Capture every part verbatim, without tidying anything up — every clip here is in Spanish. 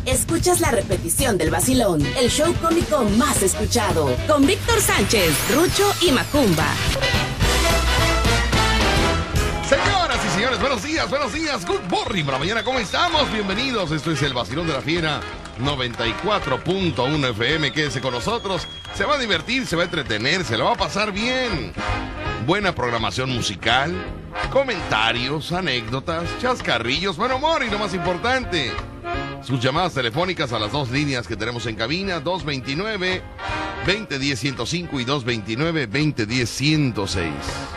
escuchas la repetición del vacilón, el show cómico más escuchado, con Víctor Sánchez, Rucho y Macumba. Señoras y señores, buenos días, buenos días, good morning por la mañana, ¿cómo estamos? Bienvenidos, esto es el vacilón de la fiera noventa y cuatro punto uno F M, quédese con nosotros, se va a divertir, se va a entretener, se lo va a pasar bien. Buena programación musical, comentarios, anécdotas, chascarrillos, buen humor y lo más importante, sus llamadas telefónicas a las dos líneas que tenemos en cabina, dos veintinueve, veinte diez, ciento cinco y dos veintinueve, veinte diez, ciento seis.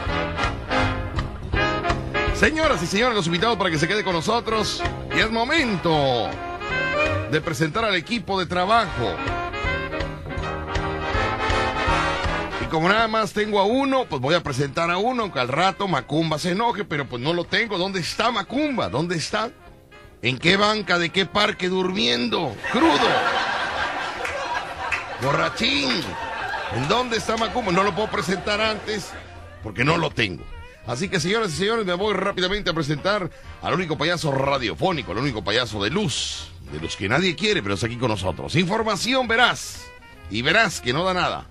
Señoras y señores, los invitados para que se quede con nosotros. Y es momento de presentar al equipo de trabajo. Y como nada más tengo a uno, pues voy a presentar a uno, aunque al rato Macumba se enoje, pero pues no lo tengo. ¿Dónde está Macumba? ¿Dónde está? ¿En qué banca? ¿De qué parque? Durmiendo. Crudo. Borrachín. ¿En dónde está Macumba? No lo puedo presentar antes porque no lo tengo. Así que, señoras y señores, me voy rápidamente a presentar al único payaso radiofónico, al único payaso de luz, de los que nadie quiere, pero está aquí con nosotros. Información veraz, y verás que no da nada.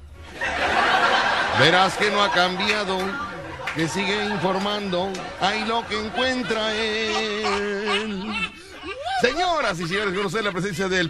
Verás que no ha cambiado, que sigue informando, hay lo que encuentra él. Señoras y señores, conocer la presencia del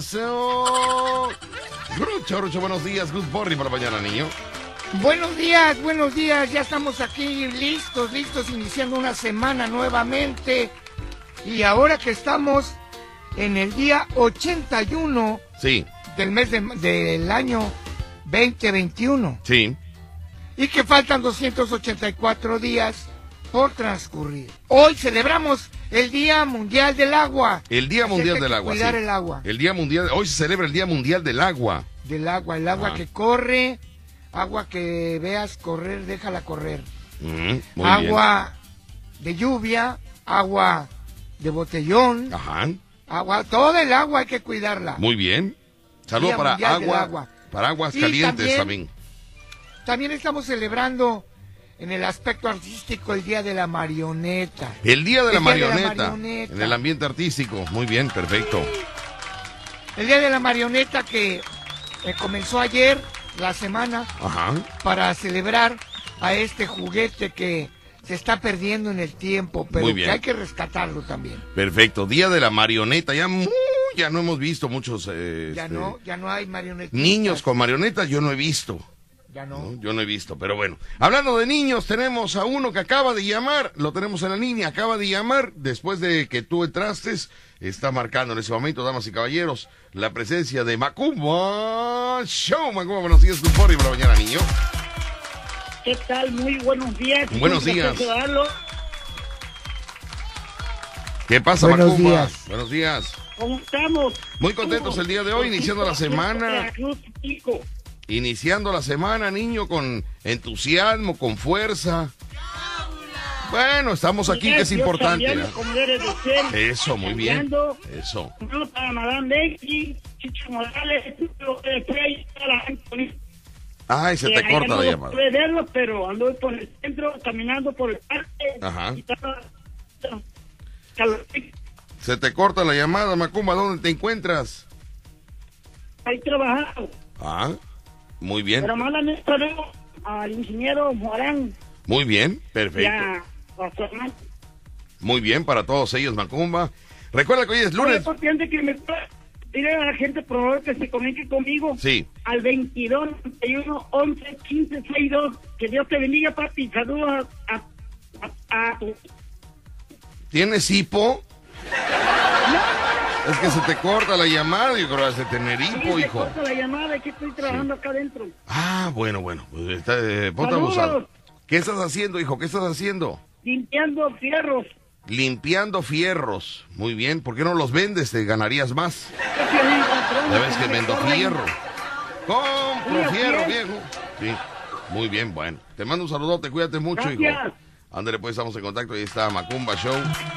payaso Rucho. Rucho, buenos días, good morning por la mañana, niño. Buenos días, buenos días, ya estamos aquí listos, listos, iniciando una semana nuevamente. Y ahora que estamos en el día ochenta y uno sí. del mes de, del año veinte veintiuno. Sí. Y que faltan doscientos ochenta y cuatro días por transcurrir. Hoy celebramos el Día Mundial del Agua. El Día Mundial del Agua, cuidar sí. el agua. El Día Mundial, hoy se celebra el Día Mundial del Agua. Del agua, el agua ah. que corre. Agua que veas correr, déjala correr. Mm, muy agua bien. De lluvia, agua de botellón. Ajá. Agua, todo el agua hay que cuidarla. Muy bien. Saludos para agua, agua, para aguas y calientes también, también. También estamos celebrando en el aspecto artístico el Día de la Marioneta. El Día de, la, el marioneta, día de la Marioneta. En el ambiente artístico. Muy bien, perfecto. El Día de la Marioneta que eh, comenzó ayer. La semana Ajá. para celebrar a este juguete que se está perdiendo en el tiempo, pero que hay que rescatarlo también. Perfecto, Día de la Marioneta, ya, uh, ya no hemos visto muchos... Eh, ya este, no, ya no hay marionetas. Niños con marionetas yo no he visto. Ya no. no. Yo no he visto, pero bueno. Hablando de niños, tenemos a uno que acaba de llamar, lo tenemos en la línea, acaba de llamar, después de que tú entraste, está marcando en ese momento, damas y caballeros, la presencia de Macumba Show. Macumba, buenos días, tu por y por la mañana, niño. ¿Qué tal? Muy buenos días. Buenos días. Saludarlo. ¿Qué pasa, buenos Macumba? Días. Buenos días. ¿Cómo estamos? Muy contentos el día de hoy, iniciando la semana. Iniciando la semana, niño, con entusiasmo, con fuerza. Bueno, estamos aquí, que es importante. ¿eh? Eso, muy bien. Eso. Para Madame Becky, Chicho Morales, ay, se te corta la llamada. No puedo verlo, pero ando por el centro, caminando por el parque. Ajá. Se te corta la llamada, Macumba, ¿dónde te encuentras? Ahí trabajando. Ah, muy bien. Pero mándame saludos al ingeniero Morán. Muy bien, perfecto. Ya, a su hermano. Muy bien, para todos ellos, Macumba. Recuerda que hoy es lunes. Es importante que me dile a la gente, por favor, que se comunique conmigo. Sí. Al veintidós, noventa y uno, once, quince, sesenta y dos. Que Dios te bendiga, papi. Saludos a... a, a, a... ¿Tienes hipo? No. Es que se te corta la llamada, yo creo que vas a tener hipo, sí, hijo. Se corta la llamada, es que estoy trabajando sí. acá adentro. Ah, bueno, bueno. Pues está, eh, ponte abusado. ¿Qué estás haciendo, hijo? ¿Qué estás haciendo? Limpiando fierros. Limpiando fierros. Muy bien. ¿Por qué no los vendes? Te ganarías más. Ya ves que vendo fierro. Compro fierro, viejo. Sí. Muy bien, bueno. Te mando un saludote, cuídate mucho, gracias. Hijo. Ándale, pues estamos en contacto. Ahí está Macumba Show.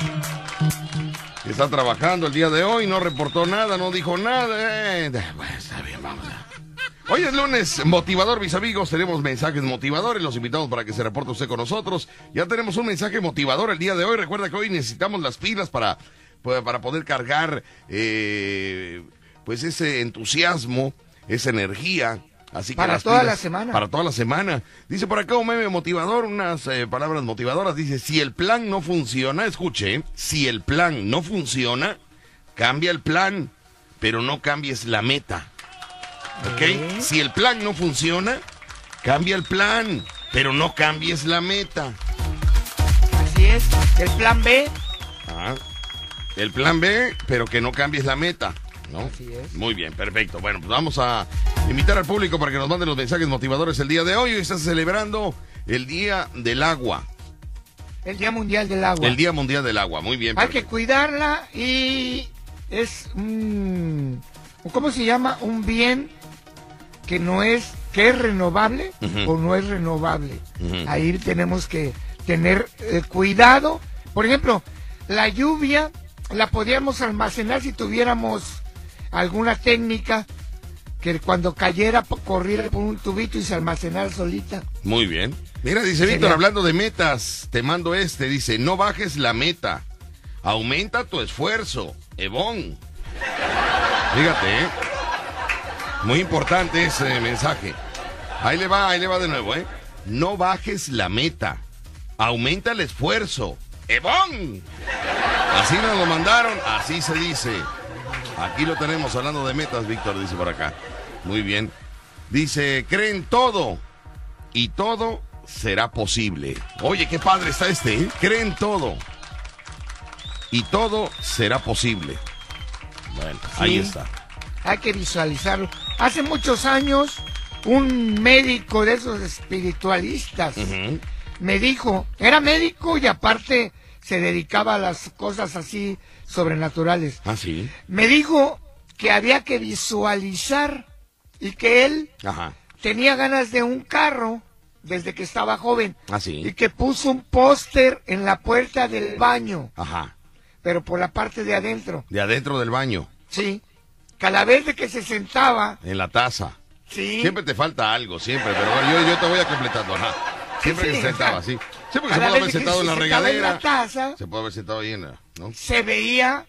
Está trabajando el día de hoy, no reportó nada, no dijo nada. Eh, bueno, está bien, vamos a... Hoy es lunes motivador, mis amigos, tenemos mensajes motivadores, los invitamos para que se reporte usted con nosotros. Ya tenemos un mensaje motivador el día de hoy, recuerda que hoy necesitamos las pilas para pues, para poder cargar eh, pues ese entusiasmo, esa energía. Así que para las toda pilas, la semana. Para toda la semana. Dice por acá un meme motivador, unas eh, palabras motivadoras. Dice, si el plan no funciona, escuche, si el plan no funciona, cambia el plan, pero no cambies la meta. ¿Ok? ¿Eh? Si el plan no funciona, cambia el plan, pero no cambies la meta. Así es. El plan B. Ah, el plan B, pero que no cambies la meta. ¿No? Así es. Muy bien, perfecto. Bueno, pues vamos a invitar al público para que nos manden los mensajes motivadores el día de hoy. Hoy está celebrando el Día del Agua. El Día Mundial del Agua. El Día Mundial del Agua, muy bien. Hay perfecto. que cuidarla y es un... ¿Cómo se llama? Un bien que no es, que es renovable uh-huh. o no es renovable. Uh-huh. Ahí tenemos que tener eh, cuidado. Por ejemplo, la lluvia la podíamos almacenar si tuviéramos alguna técnica que cuando cayera corriera por un tubito y se almacenara solita. Muy bien. Mira, dice Sería... Víctor, hablando de metas, te mando este, dice, no bajes la meta, aumenta tu esfuerzo, Evón. Fíjate, ¿eh? Muy importante ese mensaje. Ahí le va, ahí le va de nuevo, ¿eh? No bajes la meta, aumenta el esfuerzo, Evón. Así nos lo mandaron, así se dice. Aquí lo tenemos hablando de metas, Víctor, dice por acá. Muy bien. Dice, creen todo y todo será posible. Oye, qué padre está este, ¿eh? Creen todo y todo será posible. Bueno, sí, ahí está. Hay que visualizarlo. Hace muchos años, un médico de esos espiritualistas uh-huh. me dijo, era médico y aparte se dedicaba a las cosas así sobrenaturales. Ah, sí. Me dijo que había que visualizar y que él Ajá. tenía ganas de un carro desde que estaba joven. Ah, sí. Y que puso un póster en la puerta del baño. Ajá. Pero por la parte de adentro. De adentro del baño. Sí. Cada vez de que se sentaba. En la taza. Sí. Siempre te falta algo, siempre, pero bueno, yo, yo te voy a completando, ajá. Siempre sí, que se sentaba así. Sí, porque se puede haber sentado en la regadera. En la taza, se puede haber sentado ahí en la, ¿no? Se veía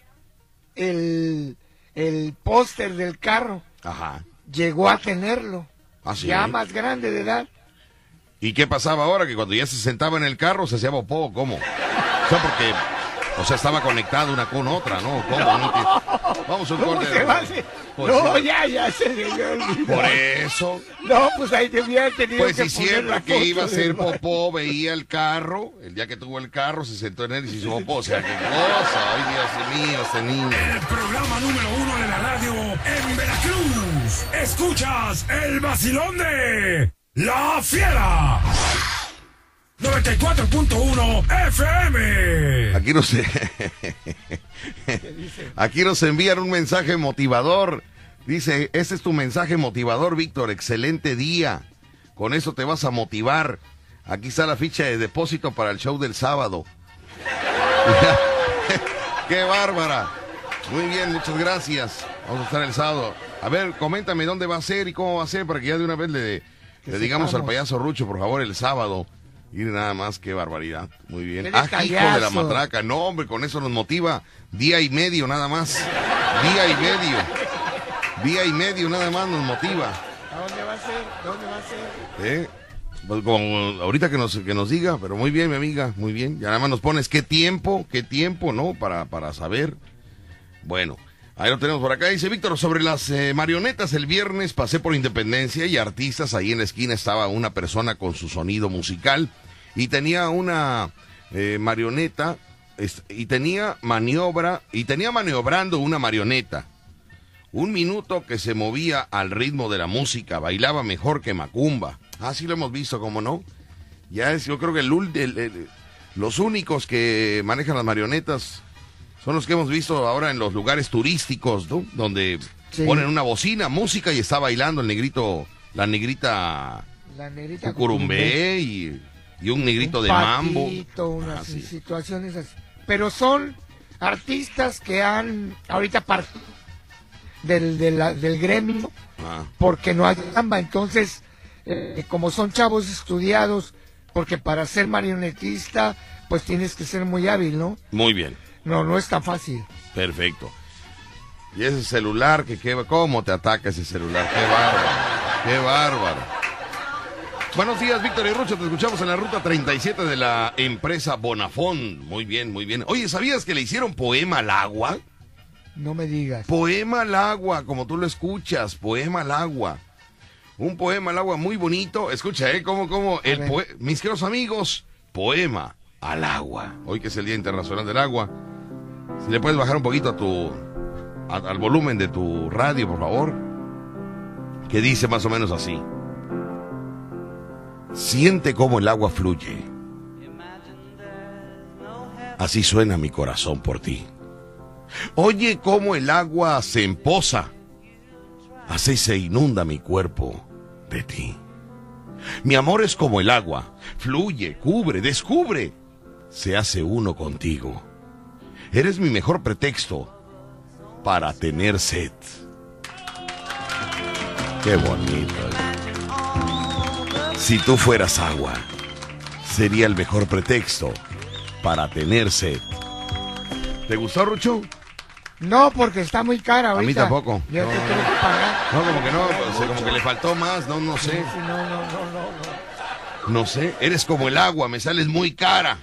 el, el póster del carro. Ajá. Llegó a tenerlo. ¿Ah, sí? Ya más grande de edad. ¿Y qué pasaba ahora? Que cuando ya se sentaba en el carro se hacía popó, ¿cómo? O sea, porque, o sea, estaba conectada una con otra, ¿no? ¿Cómo? No. No, vamos a un corte. Se va a hacer? Pues no, sí. ya, ya se le olvidó. Por eso. No, pues ahí debía haber tenido pues que si siempre que iba a hacer popó, veía el carro, el día que tuvo el carro, se sentó en él y se hizo popó. O sea, qué cosa. Ay, Dios mío, este niño. El programa número uno de la radio en Veracruz. Escuchas el vacilón de La Fiera. noventa y cuatro punto uno F M. Aquí nos, aquí nos envían un mensaje motivador. Dice, este es tu mensaje motivador, Víctor. Excelente día. Con eso te vas a motivar. Aquí está la ficha de depósito para el show del sábado. ¡Qué bárbara! Muy bien, muchas gracias. Vamos a estar el sábado. A ver, coméntame dónde va a ser y cómo va a ser para que ya de una vez le, le digamos al payaso Rucho, por favor, el sábado. Y nada más, qué barbaridad. Muy bien. Ah, hijo de la matraca. No, hombre, con eso nos motiva. Día y medio nada más. Día y medio. Día y medio nada más nos motiva. ¿A dónde va a ser? ¿Dónde va a ser? ¿Eh? Pues como ahorita que nos, que nos diga, pero muy bien, mi amiga, muy bien. Ya nada más nos pones qué tiempo, qué tiempo, ¿no? Para, para saber. Bueno, ahí lo tenemos por acá. Dice Víctor, sobre las eh, marionetas, el viernes pasé por Independencia y artistas. Ahí en la esquina estaba una persona con su sonido musical y tenía una eh, marioneta es, y tenía maniobra y tenía maniobrando una marioneta. Un minuto que se movía al ritmo de la música, bailaba mejor que Macumba. Ah, sí lo hemos visto, ¿cómo no? Ya es, yo creo que el, el, el, los únicos que manejan las marionetas son los que hemos visto ahora en los lugares turísticos, ¿no? Donde sí. Ponen una bocina, música y está bailando el negrito, la negrita, la negrita curumbé y, y un negrito un de patito, mambo. Unas ah, sí. situaciones así. Pero son artistas que han ahorita partido del, de la, del gremio ah. porque no hay chamba. Entonces, eh, como son chavos estudiados, porque para ser marionetista, pues tienes que ser muy hábil, ¿no? Muy bien. No, no es tan fácil. Perfecto. Y ese celular, que qué, ¿cómo te ataca ese celular? ¡Qué bárbaro! ¡Qué bárbaro! Buenos días, Víctor y Rucho, te escuchamos en la ruta treinta y siete de la empresa Bonafont. Muy bien, muy bien. Oye, ¿sabías que le hicieron poema al agua? No me digas. Poema al agua, como tú lo escuchas, poema al agua. Un poema al agua muy bonito. Escucha, ¿eh? Como, como, el poe... mis queridos amigos, poema al agua. Hoy que es el Día Internacional del Agua. Si le puedes bajar un poquito a tu, a, al volumen de tu radio, por favor. Que dice más o menos así. Siente cómo el agua fluye. Así suena mi corazón por ti. Oye cómo el agua se empoza. Así se inunda mi cuerpo de ti. Mi amor es como el agua. Fluye, cubre, descubre. Se hace uno contigo. Eres mi mejor pretexto para tener sed. Qué bonito. Si tú fueras agua, sería el mejor pretexto para tener sed. ¿Te gustó, Rucho? No, porque está muy cara ahorita. A mí tampoco. Yo no, te tengo que pagar. No, como que no, o sea, como que le faltó más, no, no sé. Sí, sí, no, no, no, no, no. No sé, eres como el agua, me sales muy cara.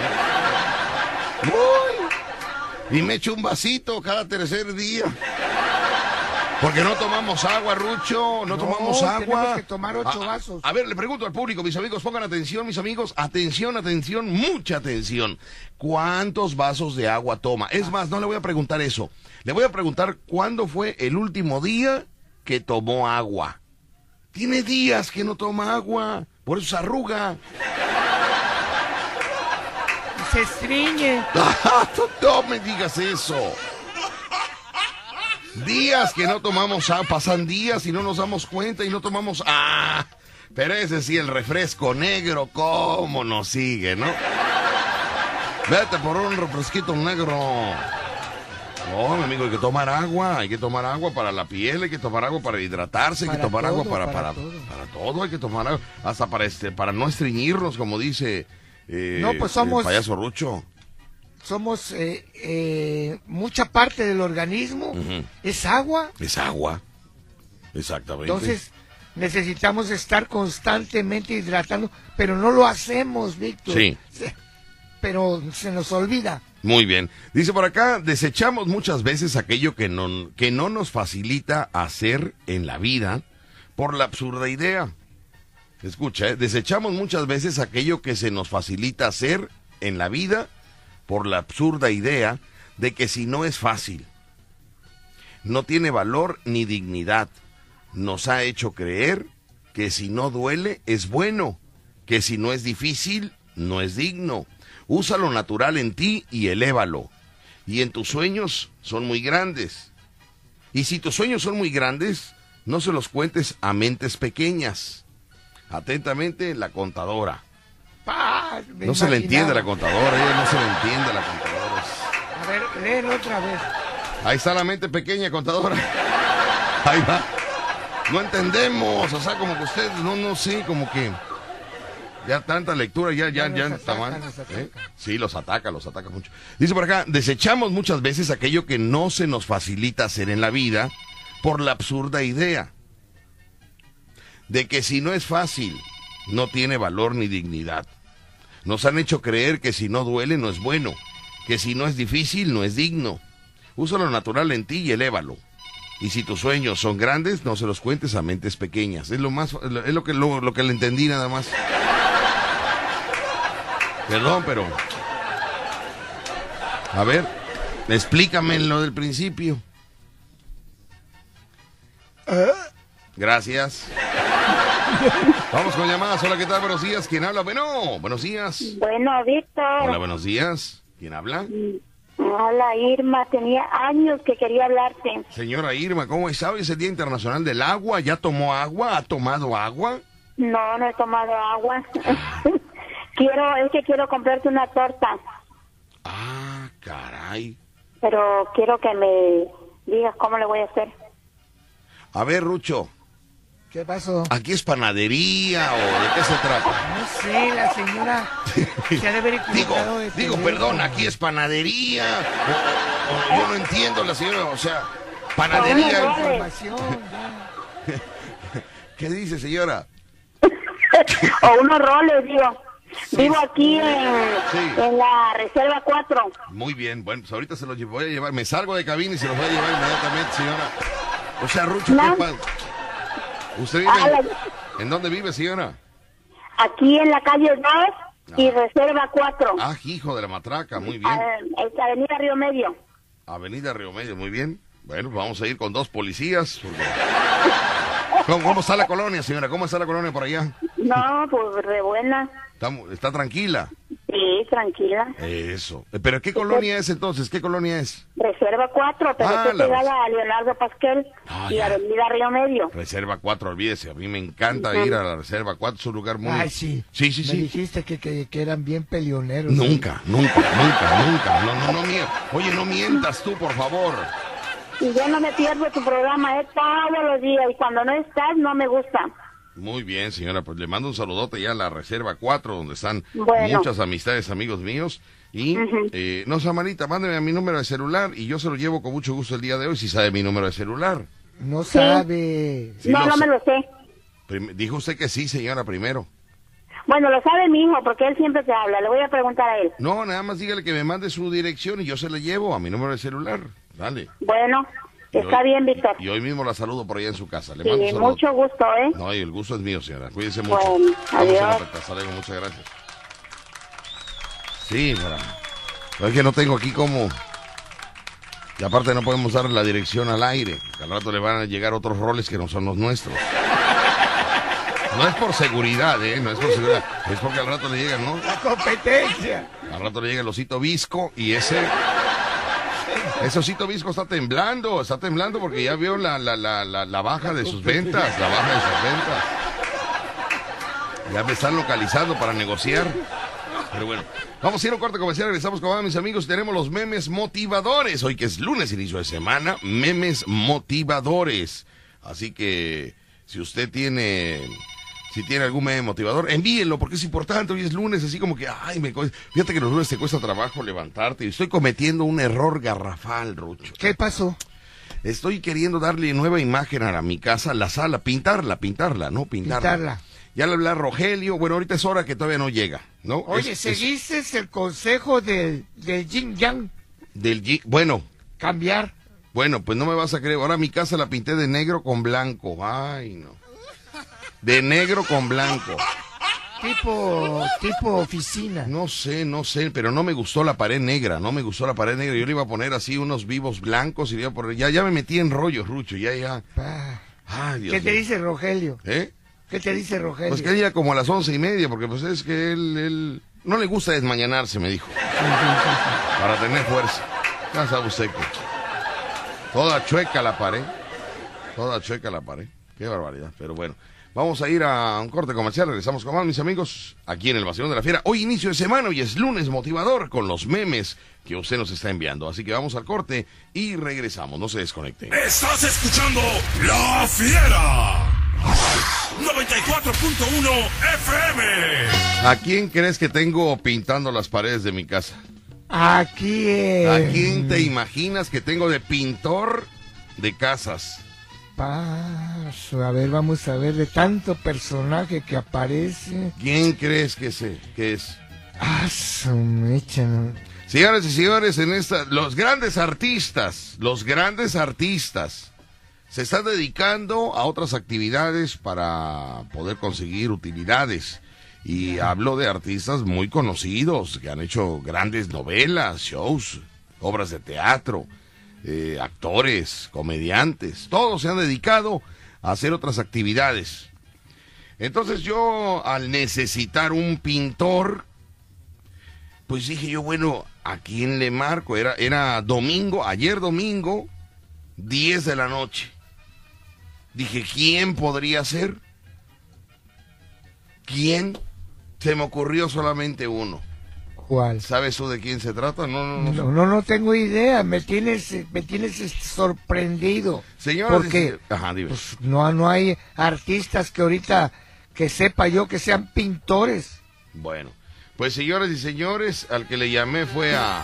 Uy, y me echo un vasito cada tercer día. Porque no tomamos agua, Rucho, no, no tomamos agua. Tenemos que tomar ocho a, vasos. A ver, le pregunto al público, mis amigos, pongan atención, mis amigos, atención, atención, mucha atención. ¿Cuántos vasos de agua toma? Es más, no le voy a preguntar eso. Le voy a preguntar cuándo fue el último día que tomó agua. Tiene días que no toma agua, por eso se arruga. Se estriñe. No me digas eso. Días que no tomamos agua, pasan días y no nos damos cuenta y no tomamos... ¡Ah! Pero ese sí, el refresco negro, ¿cómo nos sigue, no? Vete por un refresquito negro. No, mi amigo, hay que tomar agua, hay que tomar agua para la piel, hay que tomar agua para hidratarse, hay para que tomar todo, agua para para, para, todo. para todo, hay que tomar agua, hasta para este, para no estreñirnos, como dice eh, no, pues somos, el payaso Rucho. Somos eh, eh, mucha parte del organismo, uh-huh. Es agua. Es agua, exactamente. Entonces necesitamos estar constantemente hidratando, pero no lo hacemos, Víctor. Sí. Pero se nos olvida. Muy bien. Dice por acá, desechamos muchas veces aquello que no, que no nos facilita hacer en la vida por la absurda idea. Escucha, ¿eh? Desechamos muchas veces aquello que se nos facilita hacer en la vida por la absurda idea de que si no es fácil, no tiene valor ni dignidad. Nos ha hecho creer que si no duele es bueno, que si no es difícil no es digno. Usa lo natural en ti y elévalo. Y en tus sueños son muy grandes. Y si tus sueños son muy grandes, no se los cuentes a mentes pequeñas. Atentamente, la contadora. Ah, no se le entiende a la contadora, ella no se le entiende a la contadora. A ver, léelo otra vez. Ahí está la mente pequeña, contadora. Ahí va. No entendemos, o sea, como que ustedes, no, no sé, como que ya tanta lectura, ya, ya, ya, ya está mal. ¿Eh? Sí, los ataca, los ataca mucho. Dice por acá, desechamos muchas veces aquello que no se nos facilita hacer en la vida por la absurda idea de que si no es fácil, no tiene valor ni dignidad. Nos han hecho creer que si no duele no es bueno, que si no es difícil no es digno. Usa lo natural en ti y elévalo. Y si tus sueños son grandes, no se los cuentes a mentes pequeñas. Es lo más, es lo que lo, lo que le entendí nada más. Perdón, pero a ver, explícame lo del principio. ¿Eh? Gracias. Vamos con llamadas. Hola, ¿qué tal? Buenos días. ¿Quién habla? Bueno, buenos días. Bueno, Víctor. Hola, buenos días. ¿Quién habla? Hola, Irma. Tenía años que quería hablarte. Señora Irma, ¿cómo está? Hoy es el Día Internacional del Agua. ¿Ya tomó agua? ¿Ha tomado agua? No, no he tomado agua. quiero, es que quiero comprarte una torta. Ah, caray. Pero quiero que me digas cómo le voy a hacer. A ver, Rucho, ¿Qué pasó? ¿Aquí es panadería o de qué se trata? No sé, la señora se ha de haber equivocado. Digo, de digo, teléfono. perdón, aquí es panadería. O, o yo no entiendo la señora, o sea, panadería. Hola, Información, ya. ¿Qué dice, señora? O unos roles, digo. Vivo aquí en, Sí. en la Reserva cuatro. Muy bien, bueno, pues ahorita se los voy a llevar. Me salgo de cabina y se los voy a llevar inmediatamente, señora. O sea, Rucho, No. ¿qué pasa? ¿Usted vive Ah, en, la- ¿en dónde vive, señora? Aquí en la calle dos y Reserva cuatro. Ah, hijo de la matraca, muy bien. Ah, es Avenida Río Medio. Avenida Río Medio, muy bien. Bueno, pues vamos a ir con dos policías. porque- ¿Cómo, cómo está la colonia, señora? ¿Cómo está la colonia por allá? No, pues re buena. ¿Está, está tranquila? Sí, tranquila. Eso. ¿Pero qué colonia es entonces? ¿Qué colonia es? Reserva cuatro, pero Ah, estoy la pegada a Leonardo Pasquel Ah, y ya. Avenida Río Medio. Reserva cuatro, olvídese. A mí me encanta ir a la Reserva cuatro, es un lugar muy... Ay, sí. Sí, sí, Me sí. dijiste que, que, que eran bien peleoneros. Nunca, nunca, nunca, nunca. No, no, no mientas. Oye, no mientas tú, por favor. Y yo no me pierdo tu programa, es todos los días. Y cuando no estás, no me gusta. Muy bien, señora. Pues le mando un saludote ya a la Reserva cuatro, donde están Bueno. muchas amistades, amigos míos. Y, Ujú. eh, no, Samarita, mándeme a mi número de celular y yo se lo llevo con mucho gusto el día de hoy, si sabe mi número de celular. No sabe. Sí, no, lo no sé. me lo sé. Prim- Dijo usted que sí, señora, primero. Bueno, lo sabe mi hijo, porque él siempre te habla. Le voy a preguntar a él. No, nada más dígale que me mande su dirección y yo se la llevo a mi número de celular. Dale. Bueno, Y está hoy- bien, Víctor. Y, y hoy mismo la saludo por allá en su casa. Le Sí, mando un saludo. mucho gusto, ¿eh? No, y el gusto es mío, señora. Cuídese mucho. Bueno, Vamos a adiós. la hasta luego, muchas gracias. Sí, señora. Pero es que no tengo aquí cómo. Y aparte no podemos dar la dirección al aire. Que al rato le van a llegar otros roles que no son los nuestros. No es por seguridad, ¿eh? No es por seguridad. Es porque al rato le llegan, ¿no? La competencia. Al rato le llega el osito visco y ese... Ese osito visco está temblando, está temblando porque ya vio la, la, la, la, la baja de sus ventas, la baja de sus ventas. Ya me están localizando para negociar. Pero bueno, vamos a ir a un corte comercial, regresamos con más, mis amigos. Tenemos los memes motivadores. Hoy que es lunes, inicio de semana, memes motivadores. Así que si usted tiene... Si tiene algún meme motivador, envíenlo porque es importante. Hoy es lunes, así como que, ay, me co- fíjate que los lunes te cuesta trabajo levantarte. Y estoy cometiendo un error garrafal, Rucho. ¿Qué pasó? Estoy queriendo darle nueva imagen a la- mi casa, la sala, pintarla, pintarla, ¿no? Pintarla. Pintarla. Ya le hablé a Rogelio, bueno, ahorita es hora que todavía no llega, ¿no? Oye, Es- es ¿seguiste el consejo del, del yin yang? del G- bueno, Cambiar. bueno, pues no me vas a creer. Ahora mi casa la pinté de negro con blanco. Ay, no. De negro con blanco. Tipo, tipo oficina. No sé, no sé, pero no me gustó la pared negra, no me gustó la pared negra. Yo le iba a poner así unos vivos blancos y le iba a poner... Ya, ya me metí en rollos, Rucho, ya, ya. Pa. Ay, Dios ¿Qué te mío. dice Rogelio? ¿Eh? ¿Qué te dice Rogelio? Pues que ella como a las once y media, porque pues es que él, él... No le gusta desmañanarse, me dijo. Para tener fuerza. Ya sabe usted que... Toda chueca la pared. Toda chueca la pared. Qué barbaridad, pero bueno. Vamos a ir a un corte comercial, regresamos con más, mis amigos, aquí en el Vacilón de la Fiera. Hoy inicio de semana, hoy es lunes motivador con los memes que usted nos está enviando. Así que vamos al corte y regresamos, no se desconecten. Estás escuchando La Fiera. noventa y cuatro punto uno F M. ¿A quién crees que tengo pintando las paredes de mi casa? Aquí es. ¿A quién te imaginas que tengo de pintor de casas? Paso. A ver, vamos a ver de tanto personaje que aparece. ¿Quién crees que, se, que es? Ah, su mecha, ¿no? Señoras y señores, en esta, los grandes artistas, los grandes artistas se están dedicando a otras actividades para poder conseguir utilidades. Y hablo de artistas muy conocidos que han hecho grandes novelas, shows, obras de teatro, eh, actores, comediantes, todos se han dedicado a hacer otras actividades. Entonces yo, al necesitar un pintor, pues dije yo, bueno, ¿a quién le marco? Era, era domingo, ayer domingo, diez de la noche. Dije, ¿quién podría ser? ¿Quién? Se me ocurrió solamente uno. ¿Cuál? ¿Sabes tú de quién se trata? No, no, no. No, no, no tengo idea. Me tienes, me tienes este, sorprendido. Señora, porque ajá, dime. Pues, no, no hay artistas que ahorita que sepa yo que sean pintores. Bueno, pues señoras y señores, al que le llamé fue a...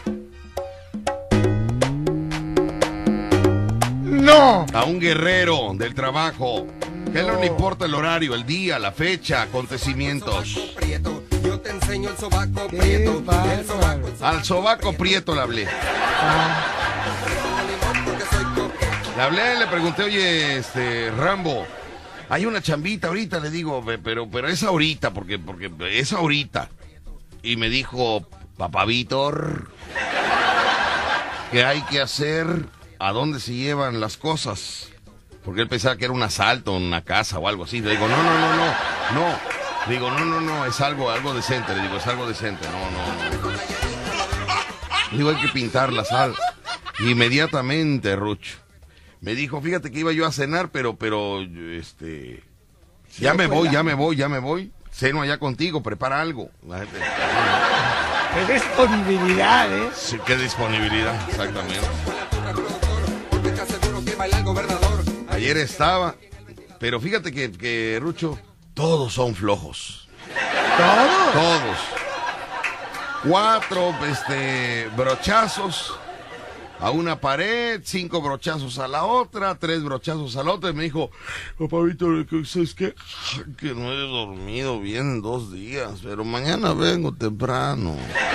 ¡No! A un guerrero del trabajo. Que no le importa el horario, el día, la fecha, acontecimientos. Yo te enseño el sobaco Qué prieto. bárbaro. El sobaco, el Al sobaco prieto le hablé. Ah, porque soy coqueto. Le hablé, le pregunté, oye, este, Rambo, hay una chambita ahorita, le digo, "Pe- pero, pero es ahorita, porque, porque es ahorita". Y me dijo, papá Víctor, ¿qué hay que hacer? ¿A dónde se llevan las cosas? Porque él pensaba que era un asalto, una casa o algo así. Le digo, no, no, no, no, no. Le digo, no, no, no, es algo, algo decente. Le digo, es algo decente. No, no, no. Le digo, hay que pintar la sal. Inmediatamente, Rucho. Me dijo, fíjate que iba yo a cenar, pero, pero, este... Ya me voy, ya me voy, ya me voy. Ceno allá contigo, prepara algo. La gente... qué disponibilidad, ¿eh? Sí, qué disponibilidad, exactamente. Porque te aseguro que baila el gobernador. Ayer estaba, pero fíjate que, que Rucho, todos son flojos. ¿Todo? Todos. Cuatro, este, brochazos a una pared, cinco brochazos a la otra, tres brochazos a la otra. Y me dijo, papá Víctor, ¿sabes qué? Que no he dormido bien en dos días, pero mañana vengo temprano.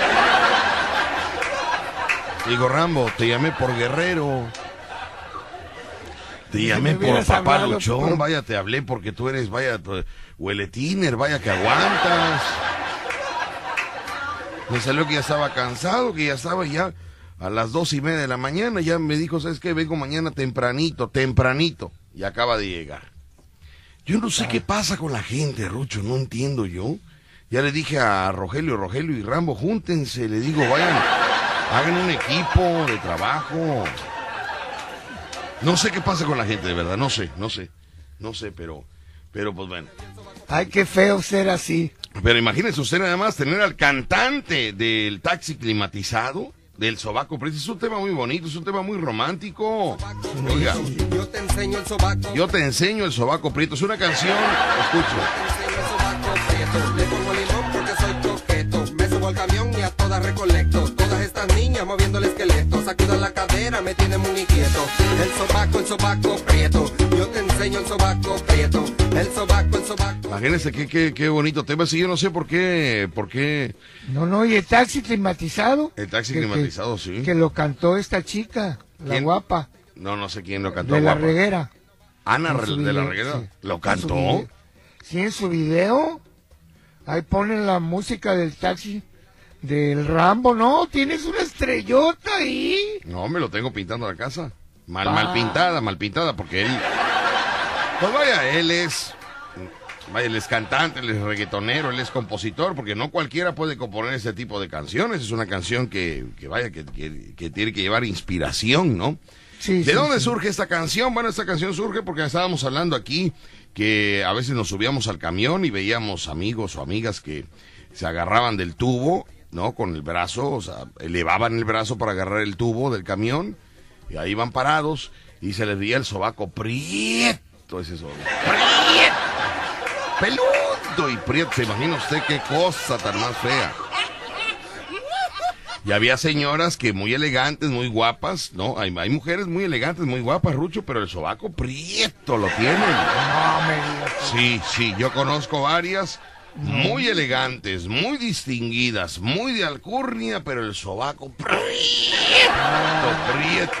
Digo, Rambo, te llamé por guerrero. Te llamé me por hubieras papá hablado luchón, por- vaya, te hablé porque tú eres, vaya, tu- hueletiner, vaya que aguantas. Me salió que ya estaba cansado, que ya estaba ya a las dos y media de la mañana, ya me dijo, ¿sabes qué? Vengo mañana tempranito, tempranito, y acaba de llegar. Yo no sé qué pasa con la gente, Rucho, no entiendo yo. Ya le dije a Rogelio, Rogelio y Rambo, júntense, le digo, vayan, hagan un equipo de trabajo. No sé qué pasa con la gente, de verdad, no sé, no sé, no sé, pero, pero pues bueno. Ay, qué feo ser así. Pero imagínense usted nada más tener al cantante del taxi climatizado, del sobaco prieto, es un tema muy bonito, es un tema muy romántico. Oiga, Yo te enseño el sobaco. yo te enseño el sobaco prieto, es una canción, escucho. Te enseño el sobaco prieto. Le pongo limón porque soy coqueto. Me subo al camión y a todas recolecto. Todas estas niñas moviendo el esqueleto. Sacudan la cadera, me tienen muy inquieto. El sobaco, el sobaco prieto. Yo te enseño el sobaco prieto. El sobaco, el sobaco. Imagínense qué, qué, qué bonito tema, sí, yo no sé por qué, por qué No, no, y el taxi climatizado. el taxi que- climatizado, que- sí. Que lo cantó esta chica, la ¿Quién? guapa, No, no sé quién lo cantó. de la guapa. reguera. Ana En Re- su de la video, Reguera, sí. ¿lo En su cantó? video. Sí, en su video. Ahí ponen la música del taxi del Rambo. No, tienes una estrellota ahí. No, me lo tengo pintando la casa. Mal, Ah. mal pintada, mal pintada, porque él... Pues vaya, él es... Vaya, él es cantante, él es reggaetonero, él es compositor, porque no cualquiera puede componer ese tipo de canciones. Es una canción que, que vaya, que, que, que tiene que llevar inspiración, ¿no? Sí, ¿De sí, dónde sí. surge esta canción? Bueno, esta canción surge porque estábamos hablando aquí que a veces nos subíamos al camión y veíamos amigos o amigas que se agarraban del tubo, ¿no? Con el brazo, o sea, elevaban el brazo para agarrar el tubo del camión y ahí iban parados y se les veía el sobaco prieto, ese sobaco. ¡Prieto! Peludo y prieto. ¿Se imagina usted qué cosa tan más fea? Y había señoras que muy elegantes, muy guapas, ¿no? Hay, hay mujeres muy elegantes, muy guapas, Rucho, pero el sobaco prieto lo tienen. No me digas. Sí, sí, yo conozco varias muy elegantes, muy distinguidas, muy de alcurnia, pero el sobaco prieto, prieto.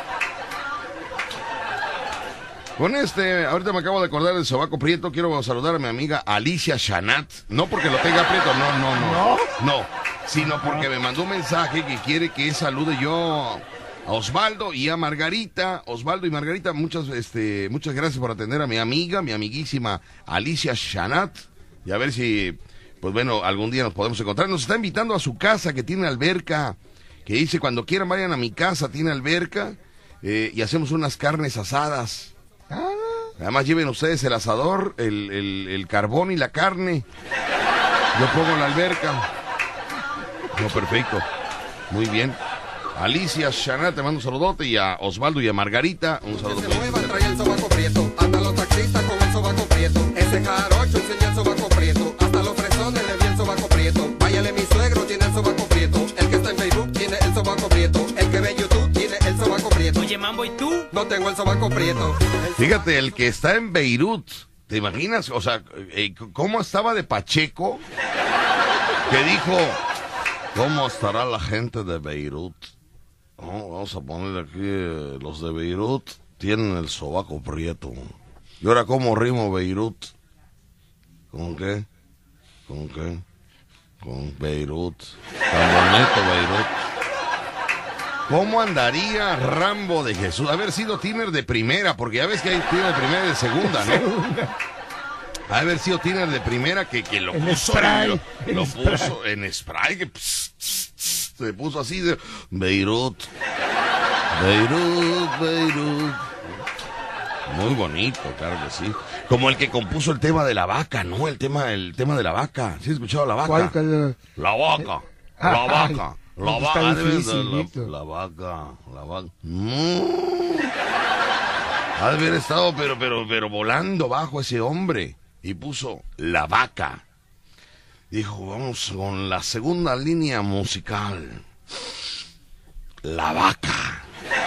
Con este, ahorita me acabo de acordar del sobaco prieto, quiero saludar a mi amiga Alicia Chanat, no porque lo tenga prieto, no, no, no, ¿No? no, sino porque me mandó un mensaje que quiere que salude yo a Osvaldo y a Margarita. Osvaldo y Margarita, muchas, este, muchas gracias por atender a mi amiga, mi amiguísima Alicia Chanat, y a ver si, pues bueno, algún día nos podemos encontrar. Nos está invitando a su casa que tiene alberca, que dice cuando quieran vayan a mi casa, tiene alberca, eh, y hacemos unas carnes asadas. Ah, Además lleven ustedes el asador, el, el, el carbón y la carne. Yo pongo la alberca. No, perfecto. Muy bien. Alicia, Shana, te mando un saludote, y a Osvaldo y a Margarita, un saludo. Se mueva, trae el sobaco prieto, hasta los taxistas con el sobaco prieto. Ese jarocho enseña el sobaco prieto, hasta los fresones le vi el sobaco prieto. Váyale, mi suegro tiene el sobaco prieto, el que está en Facebook tiene el sobaco prieto, el que ve en YouTube tiene el sobaco prieto. Oye, Mambo, ¿y tú? No tengo el sobaco prieto. El... Fíjate, el que está en Beirut, ¿te imaginas? O sea, eh, ¿cómo estaba de Pacheco? Que dijo, ¿cómo estará la gente de Beirut? Oh, vamos a poner aquí, eh, los de Beirut tienen el sobaco prieto. ¿Y ahora cómo rimo Beirut? ¿Con qué? ¿Con qué? Con Beirut. Tan bonito Beirut. ¿Cómo andaría Rambo de Jesús? Haber sido tiner de primera, porque ya ves que hay tiner de primera y de segunda, ¿no? Haber sido tiner de primera que, que lo en puso, spray, lo, en lo spray. puso en spray, que pss, pss, pss, se puso así de Beirut. Beirut, Beirut. Muy bonito, claro que sí. Como el que compuso el tema de la vaca, ¿no? El tema, el tema de la vaca. ¿Sí has escuchado la vaca? ¿Cuál, cuál? La vaca, Ah, la ay, vaca, la está vaca, difícil, la, Víctor. la vaca, la vaca. Mm. Ha de haber estado, pero, pero, pero volando bajo ese hombre. Y puso la vaca. Dijo, vamos con la segunda línea musical. La vaca.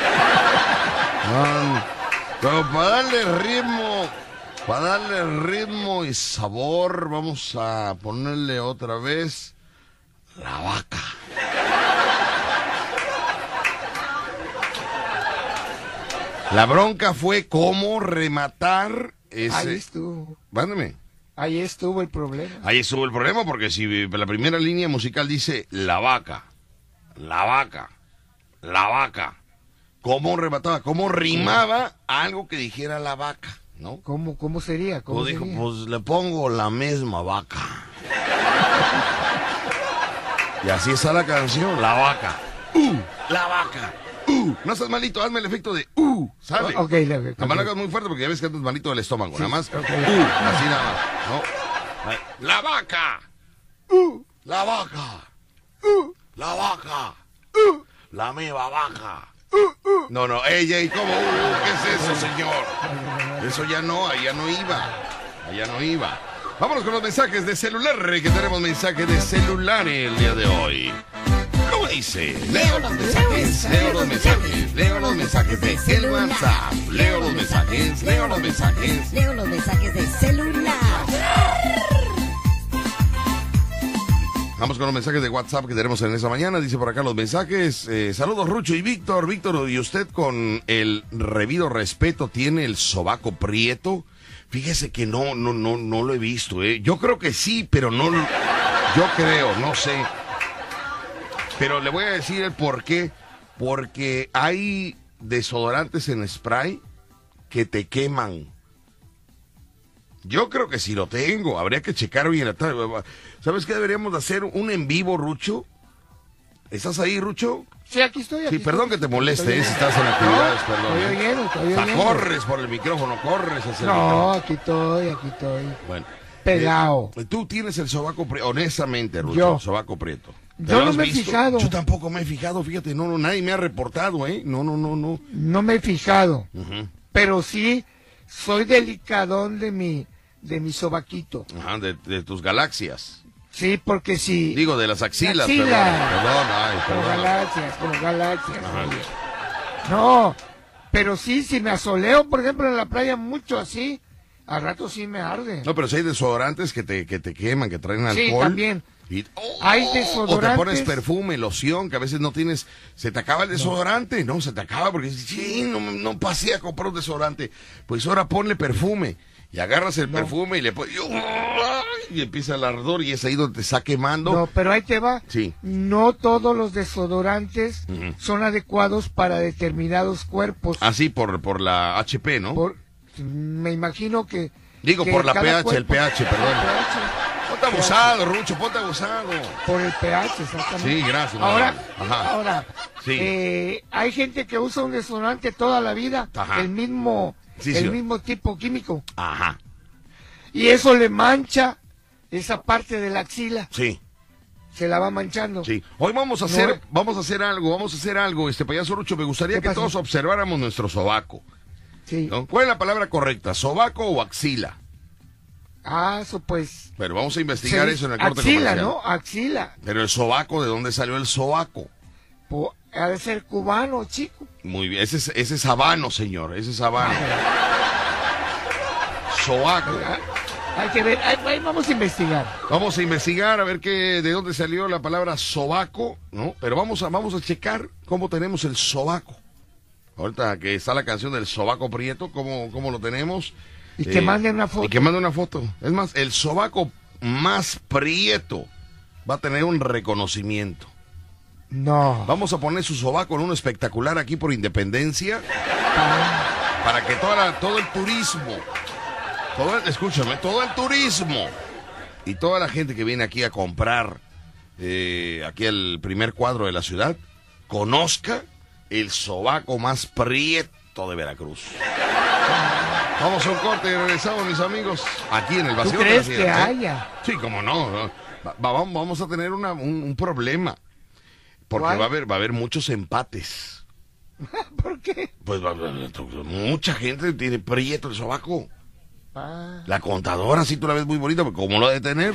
Man, pero para darle ritmo, para darle ritmo y sabor, vamos a ponerle otra vez la vaca. La bronca fue cómo rematar ese... Ahí estuvo. Mándame. Ahí estuvo el problema. Ahí estuvo el problema, porque si la primera línea musical dice la vaca, la vaca, la vaca, ¿cómo remataba? ¿Cómo rimaba algo que dijera la vaca? ¿No? ¿Cómo, cómo sería? ¿Cómo Pues dijo, sería? pues le pongo la misma vaca. Y así está la canción, la vaca. Uh, la vaca. Uh, no estás malito, hazme el efecto de uh, ¿sabes? Ok, le- ok. Nada más lo hagas muy fuerte porque ya ves que andas malito del estómago, Sí, nada más. ok. Uh, así nada más, ¿no? Ahí. La vaca. Uh, La vaca. uh, La vaca. uh, La misma vaca. uh, uh. No, no, ella y cómo, uh, ¿qué es eso, señor? Eso ya no, allá no iba. Allá no iba. Vámonos con los mensajes de celular, que tenemos mensajes de celular el día de hoy. ¿Cómo dice? Leo los mensajes, leo los mensajes, leo los mensajes de el WhatsApp. Leo los mensajes, leo los mensajes. Leo los mensajes de celular. Vamos con los mensajes de WhatsApp que tenemos en esta mañana. Dice por acá los mensajes. Eh, saludos, Rucho y Víctor. Víctor, ¿y usted con el debido respeto tiene el sobaco prieto? Fíjese que no, no, no, no lo he visto, ¿eh? Yo creo que sí, pero no lo... Yo creo, no sé. Pero le voy a decir el por qué. Porque hay desodorantes en spray que te queman. Yo creo que sí lo tengo. Habría que checar bien la tarde. ¿Sabes qué deberíamos de hacer? Un en vivo, Rucho. ¿Estás ahí, Rucho? Sí, aquí estoy. Aquí Sí, perdón estoy. que te moleste, Estoy eh, si estás en actividades, No, perdón. Estoy eh. oyendo, estoy O sea, oyendo. corres por el micrófono, corres hacia el No, micrófono. aquí estoy, aquí estoy. Bueno. Pegado. Eh, tú tienes el sobaco prieto, honestamente, Rucho, Yo. sobaco prieto. ¿Te Yo lo no has me he visto? fijado. Yo tampoco me he fijado, fíjate, no, no, nadie me ha reportado, ¿eh? No, no, no, no. No me he fijado, Ujú. pero sí soy delicadón de mi, de mi sobaquito. Ajá, de, de tus galaxias. Sí, porque si... Digo, de las axilas, Axila. perdón. Perdón, ay, Como perdón. galaxias, como galaxias. Ajá. oye. No, pero sí, si me asoleo, por ejemplo, en la playa mucho así, al rato sí me arde. No, pero si hay desodorantes que te, que te queman, que traen alcohol. Sí, también. Y, oh, Hay O te desodorantes. pones perfume, loción, que a veces no tienes, se te acaba el desodorante, no, se te acaba porque dices, sí, no, no pasé a comprar un desodorante. Pues ahora ponle perfume y agarras el No. perfume y le pones, y empieza el ardor y es ahí donde te está quemando. No, pero ahí te va. Sí. No todos los desodorantes Ujú. son adecuados para determinados cuerpos. Así por, por la H P, ¿no? Por, me imagino que... Digo, que por la cada pH, el cuerpo- pH, perdón. el pH. Ponte abusado, Rucho, ponte abusado. Por el pH, exactamente. Sí, gracias, Ahora, Manuel. Ajá. ahora Sí. eh, hay gente que usa un desodorante toda la vida, Ajá. el mismo, Sí, el señor. mismo tipo químico, Ajá, y eso le mancha esa parte de la axila. sí. se la va manchando. Sí. Hoy vamos a hacer, No. vamos a hacer algo, vamos a hacer algo, este payaso Rucho. Me gustaría ¿Qué que pasó? todos observáramos nuestro sobaco. Sí. ¿No? ¿Cuál es la palabra correcta? ¿Sobaco o axila? Ah, eso pues. Pero vamos a investigar Sí, eso en el corte axila, comercial. ¿no? Axila. Pero el sobaco, ¿de dónde salió el sobaco? Po- ha de ser cubano, chico. Muy bien, ese es, ese es habano, señor, ese es habano. Sobaco. Hay que ver, ahí- ahí vamos a investigar. Vamos a investigar a ver qué, de dónde salió la palabra sobaco, ¿no? Pero vamos a, vamos a checar cómo tenemos el sobaco. Ahorita que está la canción del sobaco prieto, cómo, cómo lo tenemos. Y que Eh, manden una foto. Y que manden una foto. Es más, el sobaco más prieto va a tener un reconocimiento. No. Vamos a poner su sobaco en uno espectacular aquí por Independencia para que toda la- todo el turismo, todo el- escúchame, todo el turismo y toda la gente que viene aquí a comprar eh, aquí el primer cuadro de la ciudad conozca el sobaco más prieto de Veracruz. Vamos a un corte y regresamos, mis amigos, aquí en el ¿Tú vacío de la crees que Fiera, ¿eh? haya? Sí, como no, no. Va- va- vamos a tener una- un, un problema. Porque ¿Cuál? va a haber va a haber muchos empates. ¿Por qué? Pues va- va- mucha gente tiene prieto el sobaco. Ah, La contadora, sí, tú la ves muy bonita, pero ¿cómo lo ha de tener?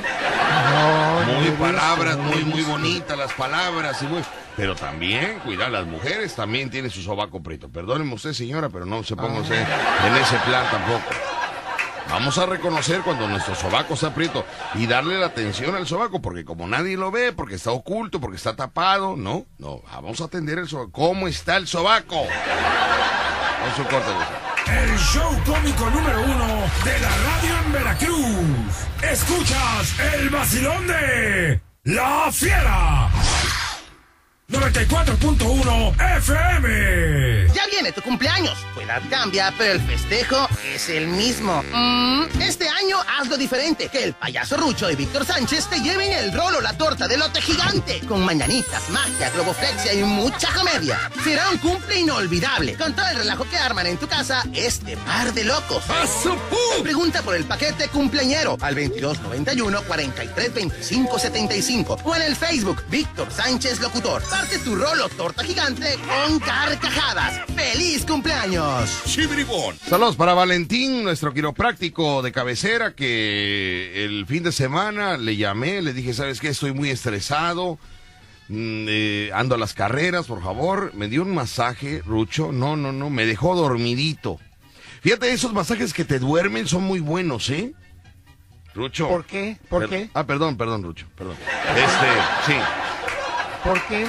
no, no Muy he visto, palabras, no he muy, muy visto. bonitas las palabras. Y muy... Pero también, cuidado, las mujeres también tienen su sobaco prieto. Perdóneme usted, señora, pero no se ponga usted en ese plan tampoco. Vamos a reconocer cuando nuestro sobaco está prieto y darle la atención al sobaco, porque como nadie lo ve, porque está oculto, porque está tapado, no, no, vamos a atender el sobaco. ¿Cómo está el sobaco? Vamos a un corte, güey. El show cómico número uno de la radio en Veracruz. Escuchas el vacilón de La Fiera. noventa y cuatro punto uno F M. Ya viene tu cumpleaños. Tu edad cambia, pero el festejo es el mismo. Mm, este año hazlo diferente. Que el payaso Rucho y Víctor Sánchez te lleven el rolo, la torta de lote gigante. Con mañanitas, magia, globoflexia y mucha comedia. Será un cumple inolvidable. Con todo el relajo que arman en tu casa este par de locos. Pregunta por el paquete cumpleañero al veintidós noventa y uno, cuarenta y tres veinticinco setenta y cinco o en el Facebook Víctor Sánchez Locutor. Parte tu rolo torta gigante con carcajadas. ¡Feliz cumpleaños! Saludos para Valentín, nuestro quiropráctico de cabecera, que el fin de semana le llamé, le dije, ¿sabes qué? Estoy muy estresado, mm, eh, ando a las carreras, por favor. Me dio un masaje, Rucho, no, no, no, me dejó dormidito. Fíjate, esos masajes que te duermen son muy buenos, ¿eh? Rucho. ¿Por qué? ¿Por Per- qué? Ah, perdón, perdón, Rucho, perdón. Este, sí. ¿Por qué?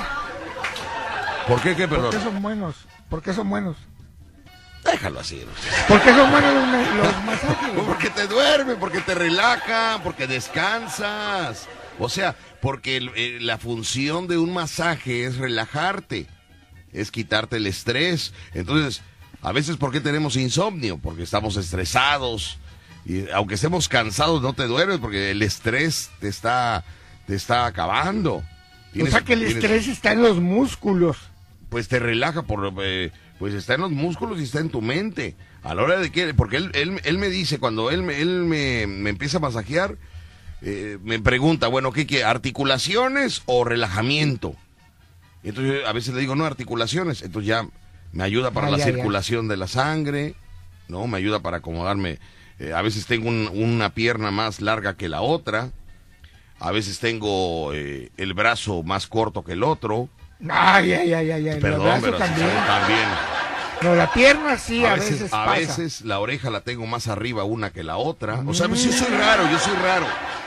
¿Por qué, qué, ¿Por perdón? qué son buenos? ¿Por qué son buenos? Déjalo así, Rucho. ¿Por qué son buenos los, ma- los masajes? Porque te duerme, porque te relaja, porque descansas. O sea, porque el- eh, la función de un masaje es relajarte, es quitarte el estrés. Entonces, a veces, ¿por qué tenemos insomnio? Porque estamos estresados. Y aunque estemos cansados, no te duermes porque el estrés te está, te está acabando. O Tienes- sea que el tienes- estrés está en los músculos. pues te relaja, por eh, pues está en los músculos y está en tu mente. A la hora de que, porque él, él, él me dice, cuando él, me- él me, me empieza a masajear, eh, me pregunta, bueno, ¿qué quiere? ¿Articulaciones o relajamiento? Y entonces yo a veces le digo, no, articulaciones. Entonces ya me ayuda para Ah, la ya, ya. circulación de la sangre, ¿no? Me ayuda para acomodarme. Eh, a veces tengo un- una pierna más larga que la otra. A veces tengo eh, el brazo más corto que el otro. Ay, ay, ay, ay, ay. Perdón, el brazo pero sí también. sabe, también. No, la pierna sí, a, a veces, veces, a pasa. veces la oreja la tengo más arriba una que la otra. O sea, pues yo soy raro, yo soy raro.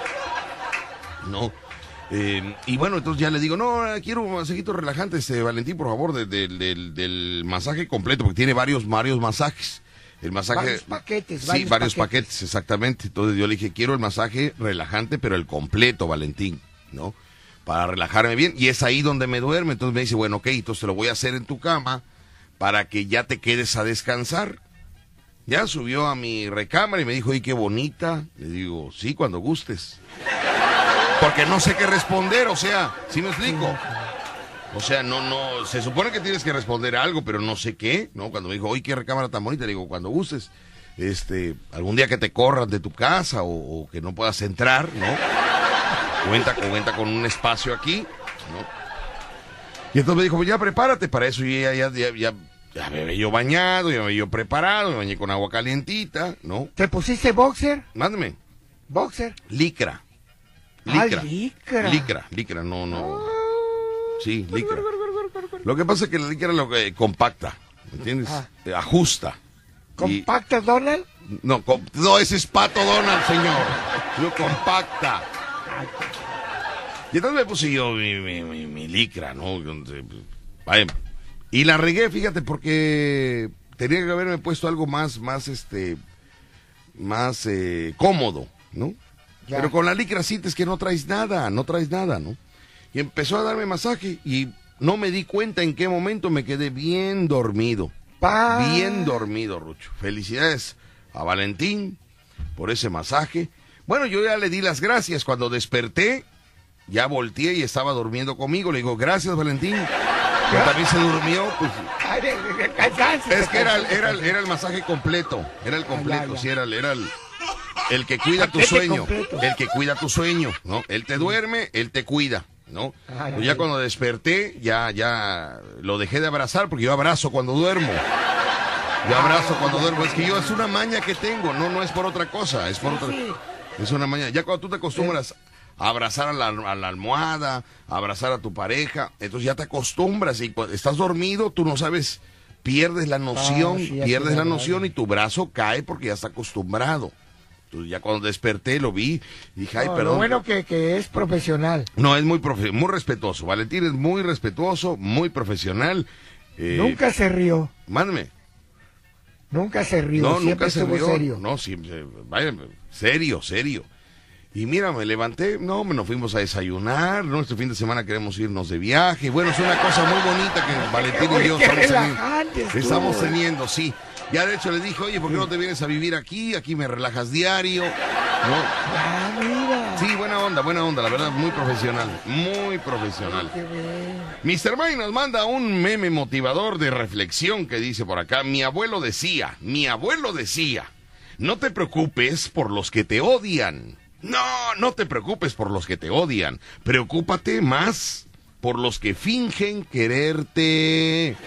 No. Eh, y bueno, entonces ya le digo, no, quiero un masajito relajante, este, Valentín, por favor, de- de- del- del masaje completo, porque tiene varios, varios masajes. El masaje. Varios paquetes, Sí, varios varios paquetes. paquetes, exactamente. Entonces yo le dije, quiero el masaje relajante, pero el completo, Valentín, ¿no? Para relajarme bien. Y es ahí donde me duerme. Entonces me dice, bueno, ok, entonces te lo voy a hacer en tu cama para que ya te quedes a descansar. Ya subió a mi recámara y me dijo, ¡ay, qué bonita! Le digo, sí, cuando gustes. Porque no sé qué responder, o sea, ¿sí me explico? O sea, no, no, se supone que tienes que responder algo, pero no sé qué, ¿no? Cuando me dijo, ¡ay, qué recámara tan bonita! Le digo, cuando gustes. Este, algún día que te corran de tu casa o, o que no puedas entrar, ¿no? cuenta, cuenta con un espacio aquí, ¿no? Y entonces me dijo, pues ya prepárate para eso. Y ya, ya, ya, ya, ya me había yo bañado, ya me había yo preparado, me bañé con agua calientita, ¿no? ¿Te pusiste boxer? Mándeme. ¿Boxer? Licra. Licra. Ah, licra. Licra, licra, no, no. Sí, licra. Lo que pasa es que la licra lo que compacta, ¿me entiendes? Ah. Eh, ajusta. ¿Compacta, y... Donald? No, com... no, ese es Pato Donald, señor. Yo compacta. Y entonces me puse yo mi, mi, mi, mi licra, ¿no? Vaya. Y la regué, fíjate, porque tenía que haberme puesto algo más, más, este, más eh, cómodo, ¿no? Ya. Pero con la licra sientes que no traes nada, no traes nada, ¿no? Y empezó a darme masaje y no me di cuenta en qué momento me quedé bien dormido. Pa. Bien dormido, Rucho. Felicidades a Valentín por ese masaje. Bueno, yo ya le di las gracias. Cuando desperté, ya volteé y estaba durmiendo conmigo. Le digo, gracias, Valentín. Que también se durmió, pues. Es que era, era, era el masaje completo. Era el completo, sí, era, era el, el que cuida tu sueño. El que cuida tu sueño, ¿no? Él te duerme, él te cuida, ¿no? Pues ya cuando desperté, ya, ya lo dejé de abrazar, porque yo abrazo cuando duermo. Yo abrazo cuando duermo. Es que yo, es una maña que tengo, no, no es por otra cosa, es por otra. Es una maña. Ya cuando tú te acostumbras a abrazar a la, a la almohada, a abrazar a tu pareja, entonces ya te acostumbras y cuando estás dormido, tú no sabes, pierdes la noción, ah, sí, pierdes la noción y tu brazo cae porque ya está acostumbrado. Entonces ya cuando desperté lo vi y dije, ay, no, perdón. Lo bueno que, que es profesional. No, es muy profe muy respetuoso. Valentín es muy respetuoso, muy profesional. Eh, nunca se rió. Mándeme. Nunca se rió, no, siempre nunca se estuvo rió. serio. No, siempre, vaya, serio, serio. Y mira, me levanté, no, nos fuimos a desayunar, ¿no? Este fin de semana queremos irnos de viaje. Bueno, es una cosa muy bonita que Valentín y yo estamos teniendo. Estamos teniendo, sí. Ya de hecho le dije, oye, ¿por qué no te vienes a vivir aquí? Aquí me relajas diario, ¿no? Ah, mira. Sí, buena onda, buena onda, la verdad, muy profesional, muy profesional. mister Mike nos manda un meme motivador de reflexión que dice por acá, mi abuelo decía, mi abuelo decía, no te preocupes por los que te odian. No, no te preocupes por los que te odian. Preocúpate más por los que fingen quererte.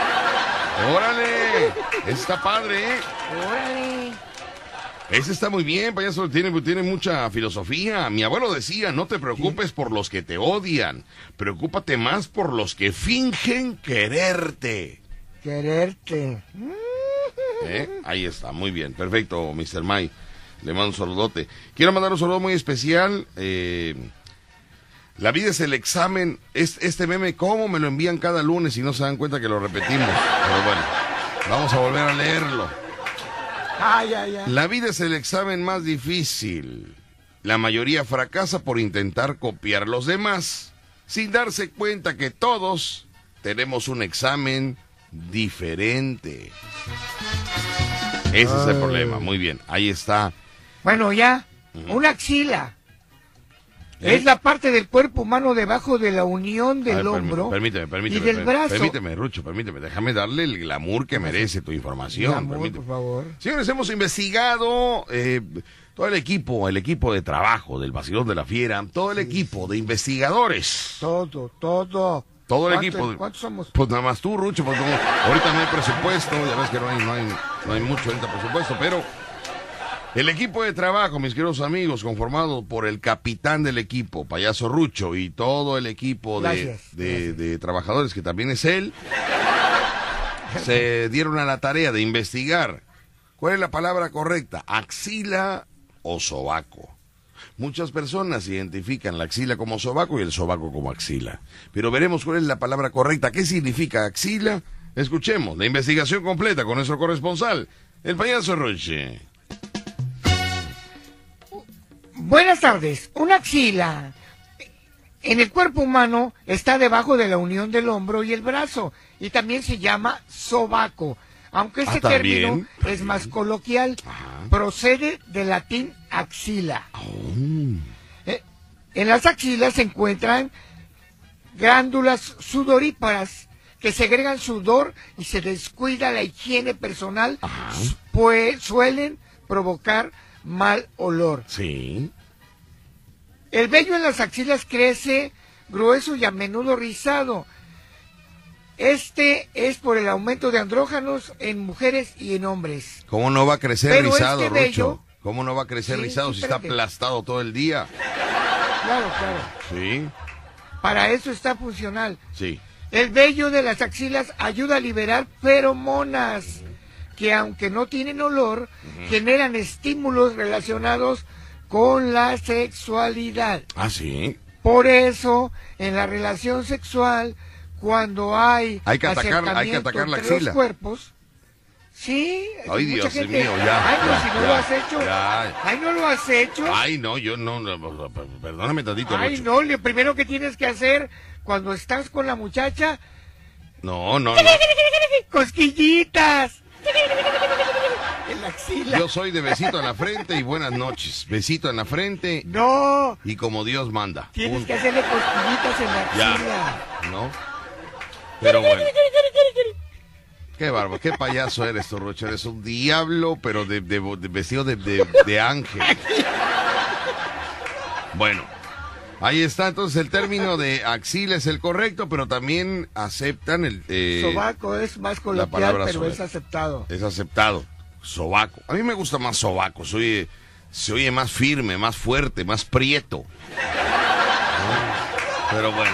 ¡Órale! Está padre, ¿eh? ¡Órale! Ese está muy bien, payaso. Tiene, tiene mucha filosofía. Mi abuelo decía, no te preocupes ¿Sí? por los que te odian. Preocúpate más por los que fingen quererte. Quererte. ¿Eh? Ahí está, muy bien. Perfecto, mister Mike. Le mando un saludote. Quiero mandar un saludo muy especial. Eh, la vida es el examen. Este, este meme, ¿cómo me lo envían cada lunes y no se dan cuenta que lo repetimos? Pero bueno, vamos a volver a leerlo. Ay, ay, ay. La vida es el examen más difícil. La mayoría fracasa por intentar copiar a los demás, sin darse cuenta que todos tenemos un examen diferente. Ese es el problema. Muy bien, ahí está. Bueno, ya, uh-huh. Una axila. ¿Eh? Es la parte del cuerpo humano debajo de la unión del ver, hombro permíteme, permíteme, y del permíteme, brazo. Permíteme, Rucho, permíteme. Déjame darle el glamour que merece tu información. Glamour, permíteme. por favor. Señores, hemos investigado, eh, todo el equipo, el equipo de trabajo del Vacilón de la Fiera, todo el sí, equipo sí. de investigadores. Todo, todo. Todo el equipo. ¿Cuántos somos? Pues nada más tú, Rucho, porque no, ahorita no hay presupuesto, ya ves que no hay, no hay, no hay mucho ahorita presupuesto, pero el equipo de trabajo, mis queridos amigos, conformado por el capitán del equipo, Payaso Rucho, y todo el equipo de, gracias, de, gracias. de trabajadores, que también es él, se dieron a la tarea de investigar cuál es la palabra correcta, axila o sobaco. Muchas personas identifican la axila como sobaco y el sobaco como axila. Pero veremos cuál es la palabra correcta. ¿Qué significa axila? Escuchemos la investigación completa con nuestro corresponsal, el Payaso Rucho. Buenas tardes. Una axila en el cuerpo humano está debajo de la unión del hombro y el brazo y también se llama sobaco. Aunque este ah, término es más coloquial, ajá, procede del latín axila. Oh. Eh, en las axilas se encuentran glándulas sudoríparas que segregan sudor y se descuida la higiene personal, pues suelen provocar mal olor. Sí. El vello en las axilas crece grueso y a menudo rizado. Este es por el aumento de andrógenos en mujeres y en hombres. ¿Cómo no va a crecer Pero rizado, este vello, Rucho? ¿Cómo no va a crecer sí, rizado si está espérate. aplastado todo el día? Claro, claro. Sí, Para eso está funcional. sí. El vello de las axilas ayuda a liberar feromonas que, aunque no tienen olor, uh-huh. generan estímulos relacionados con la sexualidad. Ah, sí. Por eso, en la relación sexual, cuando hay, hay que atacar, hay que atacar la entre axila. Los cuerpos, sí. Ay, mucha Dios gente, mío, ya. Ay, no, ya, si no ya, lo has hecho. Ya. Ay, no lo has hecho. Ay, no, yo no, no perdóname tantito, Ay, Rucho. no, lo primero que tienes que hacer cuando estás con la muchacha, No, no, no. cosquillitas. En la axila. Yo soy de besito en la frente y buenas noches. Besito en la frente. No. Y como Dios manda. Tienes Punto. que hacerle cosquillitas en la axila. Ya, ¿no? Pero bueno. Qué bárbaro, qué payaso eres tú, Rucho. Eres un diablo, pero de, de, de vestido de, de, de ángel. Bueno, ahí está entonces el término de axila es el correcto, pero también aceptan el... Eh, sobaco es más coloquial, palabra pero sobaco. es aceptado. Es aceptado. Sobaco. A mí me gusta más sobaco. Se oye, se oye más firme, más fuerte, más prieto. ¿No? Pero bueno.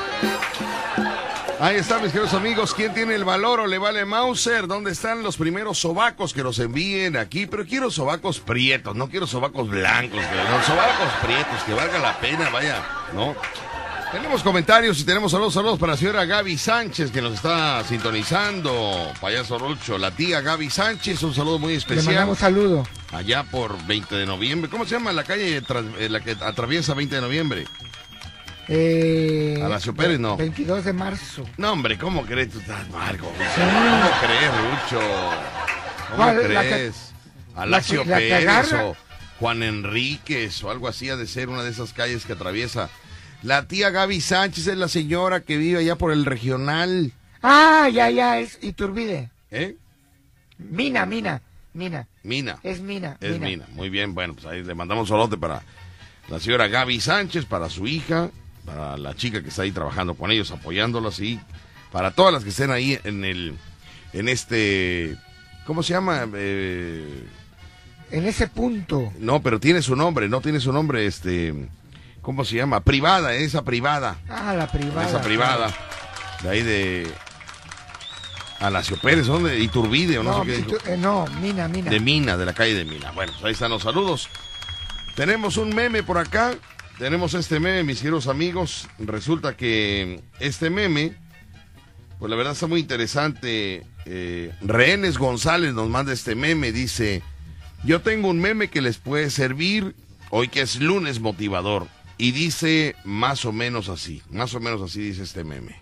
Ahí está, mis queridos amigos. ¿Quién tiene el valor o le vale Mauser? ¿Dónde están los primeros sobacos que nos envíen aquí? Pero quiero sobacos prietos, no quiero sobacos blancos. No, sobacos prietos, que valga la pena, vaya, ¿no? Tenemos comentarios y tenemos saludos, saludos para la señora Gaby Sánchez, que nos está sintonizando. Payaso Rucho, la tía Gaby Sánchez, un saludo muy especial. Le mandamos saludo. Allá por veinte de noviembre. ¿Cómo se llama la calle tras- eh, la que atraviesa veinte de noviembre? Eh, Alacio Pérez, no. veintidós de marzo. No, hombre, ¿cómo crees tú estás, Marco? Sí. ¿Cómo crees, Rucho? ¿Cómo ¿Cuál? La crees? que- Alacio la que- la que Pérez agarra. o Juan Enríquez o algo así ha de ser una de esas calles que atraviesa. La tía Gaby Sánchez es la señora que vive allá por el regional. Ah, ya, ya, es Iturbide. ¿Eh? Mina, Mina, Mina. Mina. Es Mina. Es Mina. Mina. Muy bien, bueno, pues ahí le mandamos un saludo para la señora Gaby Sánchez, para su hija, para la chica que está ahí trabajando con ellos, apoyándolas y para todas las que estén ahí en el, en este, ¿cómo se llama? Eh, En ese punto. no, pero tiene su nombre, no tiene su nombre, este, ¿cómo se llama? Privada, esa privada. Ah, la privada. Esa privada. De ahí de Alacio Pérez, ¿dónde? Iturbide o no, No, sé qué dijo. Itu- eh, no, Mina, Mina. De Mina, de la calle de Mina. Bueno, pues ahí están los saludos. Tenemos un meme por acá. Tenemos este meme, mis queridos amigos. Resulta que este meme, pues la verdad está muy interesante. Eh, Rehenes González nos manda este meme. Dice, yo tengo un meme que les puede servir hoy que es lunes motivador. Y dice más o menos así. Más o menos así dice este meme.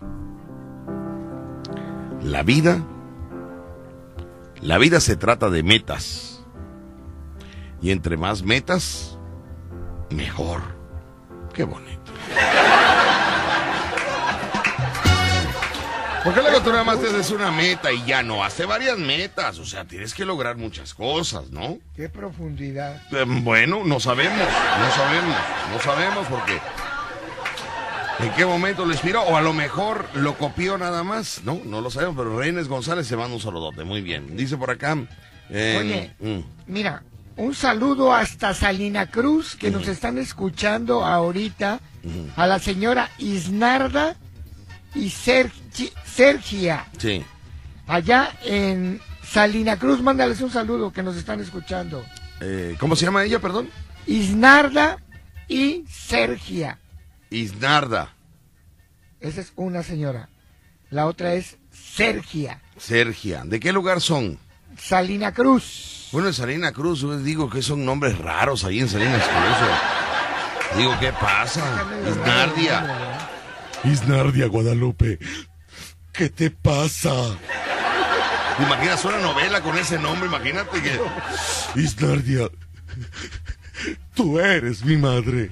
La vida... La vida se trata de metas. Y entre más metas, mejor. Qué bonito. Porque luego tú nada más te haces una meta y ya no, hace varias metas. O sea, tienes que lograr muchas cosas, ¿no? Qué profundidad. Eh, Bueno, no sabemos, no sabemos, no sabemos porque en qué momento lo inspiró o a lo mejor lo copió nada más, no, no lo sabemos, pero Reines González se manda un saludote, muy bien. Dice por acá, eh, Oye, mm, mira, un saludo hasta Salina Cruz, que nos están escuchando ahorita, a la señora Isnarda y Sergi- Sergia, sí, allá en Salina Cruz, mándales un saludo que nos están escuchando. eh, ¿cómo se llama ella, perdón? Isnarda y Sergia. Isnarda, Esa es una señora. La otra es Sergia. Sergia, ¿de qué lugar son? Salina Cruz. Bueno, en Salina Cruz, yo digo que son nombres raros ahí en Salinas Cruz. Digo, ¿qué pasa? Isnardia. Isnardia, Guadalupe. ¿Qué te pasa? ¿Te imaginas una novela con ese nombre? Imagínate que... Isnardia, tú eres mi madre.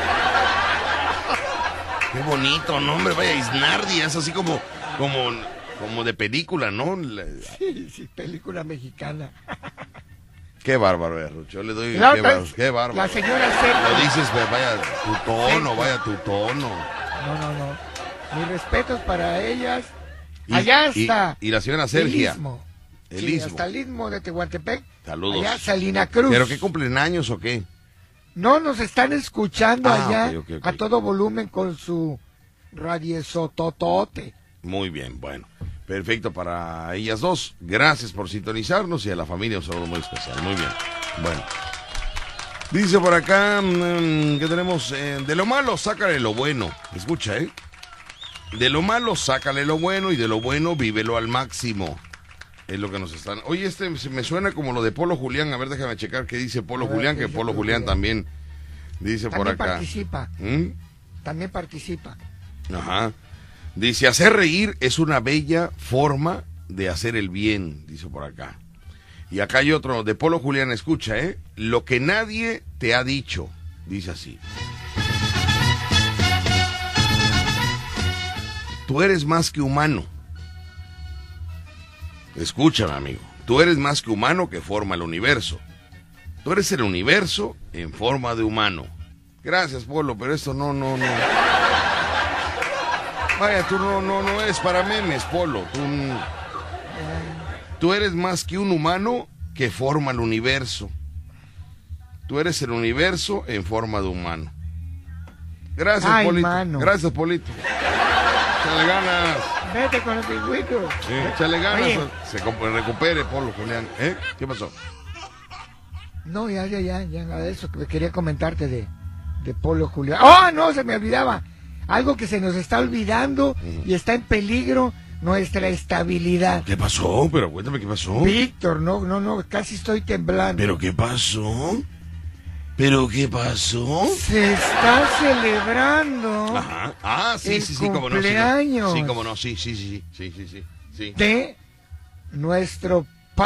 Qué bonito nombre, vaya, Isnardia. Es así como, como, como de película, ¿no? La- Sí, sí, película mexicana. Qué bárbaro, eh, Rucho. Yo le doy. La Qué otra bárbaro. es Qué bárbaro. la señora Sergio. Lo dices, pues, vaya tu tono, vaya tu tono. No, no, no. Mis respetos para ellas. Y- Allá y- está. Y, la señora El Sergia. Istmo. El Sí, Istmo. hasta el Istmo de Tehuantepec. Saludos. Allá Salina Cruz. ¿Pero qué cumplen años o qué? No, nos están escuchando Ah, allá ok, ok, ok. a todo volumen con su radiosototote. Muy bien, bueno. Perfecto para ellas dos. Gracias por sintonizarnos y a la familia un saludo muy especial. Muy bien. Bueno. Dice por acá mm, que tenemos, eh, de lo malo, sácale lo bueno. Escucha, ¿eh? De lo malo, sácale lo bueno y de lo bueno, vívelo al máximo. Es lo que nos están... Oye, este se me suena como lo de Polo Julián. A ver, déjame checar qué dice Polo A ver, Julián, ¿qué que dice Polo Polo Julián Julián? también dice por También acá. participa. ¿Mm? También participa. Ajá. Dice, hacer reír es una bella forma de hacer el bien, dice por acá. Y acá hay otro de Polo Julián, escucha, ¿eh? Lo que nadie te ha dicho, dice así. Tú eres más que humano. Escúchame, amigo. Tú eres más que humano que forma el universo. Tú eres el universo en forma de humano. Gracias, Polo, pero esto no, no, no. Vaya, tú no, no, no es para memes, Polo. Tú, tú eres más que un humano que forma el universo. Tú eres el universo en forma de humano. Gracias, Ay, Polito. mano. Gracias, Polito. Échale ganas. Vete con el pingüino. Sí, échale ganas. Oye. Se comp- recupere, Polo, Julián. ¿Eh? ¿Qué pasó? No, ya, ya, ya, ya, nada de eso que quería comentarte de, de Polo Julián. ¡Oh, no! Se me olvidaba. Algo que se nos está olvidando y está en peligro, nuestra estabilidad. ¿Qué pasó? Pero cuéntame qué pasó. Víctor, no, no, no, casi estoy temblando. ¿Pero qué pasó? ¿Pero qué pasó? Se está celebrando Ajá. Ah, sí, el sí, sí, como no. Sí, cumpleaños sí, como no, sí, sí, sí, sí, sí, sí, sí. de nuestro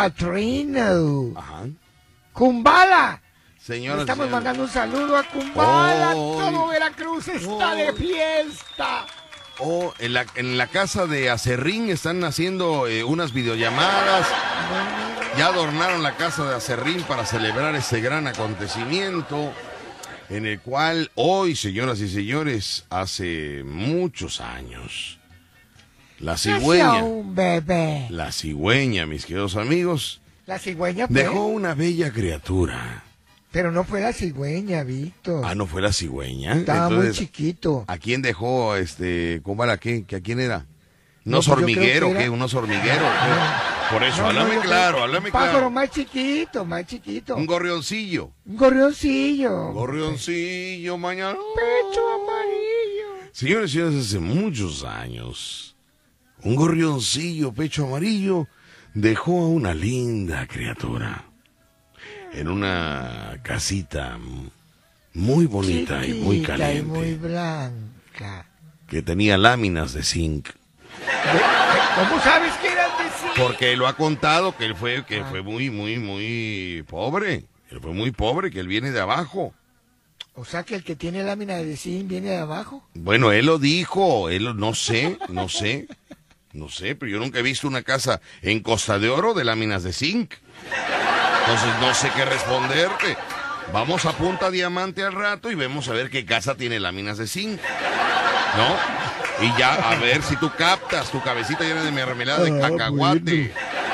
patrino, Ajá. Kumbala. Señoras y Estamos señores. mandando un saludo a Kumbala. Oh, Todo Veracruz está de fiesta. Oh, en la, en la casa de Acerrín están haciendo eh, unas videollamadas. Ya adornaron la casa de Acerrín para celebrar ese gran acontecimiento en el cual hoy, señoras y señores, hace muchos años, la Nació cigüeña, un bebé. la cigüeña, mis queridos amigos, La cigüeña fue, dejó una bella criatura. pero no fue la cigüeña, Víctor. Ah, ¿no fue la cigüeña? Estaba muy Entonces, chiquito. ¿a quién dejó, este, cómo era, qué, que a quién era? ¿Un No, oso pues yo creo hormiguero, que era- qué? ¿Un oso hormiguero? ¿Qué? Por eso, No, no, háblame yo creo- claro, háblame Un pájaro claro. más chiquito, más chiquito. Un gorrioncillo. Un gorrioncillo. Gorrioncillo, mañana. Pecho amarillo. Señores y señores, hace muchos años, un gorrioncillo pecho amarillo dejó a una linda criatura en una casita muy bonita y muy Chiquita caliente, y muy blanca. que tenía láminas de zinc. ¿Cómo sabes que eran de zinc? Porque él lo ha contado que él fue, que Ah. fue muy, muy, muy pobre. Él fue muy pobre, que él viene de abajo. O sea que el que tiene lámina de zinc viene de abajo. Bueno, él lo dijo, él lo- no sé, no sé, no sé, pero yo nunca he visto una casa en Costa de Oro de láminas de zinc. Entonces no sé qué responderte. Vamos a Punta Diamante al rato y vemos a ver qué casa tiene láminas de zinc. ¿No? Y ya a ver si tú captas tu cabecita llena de mermelada de Ah, cacahuate.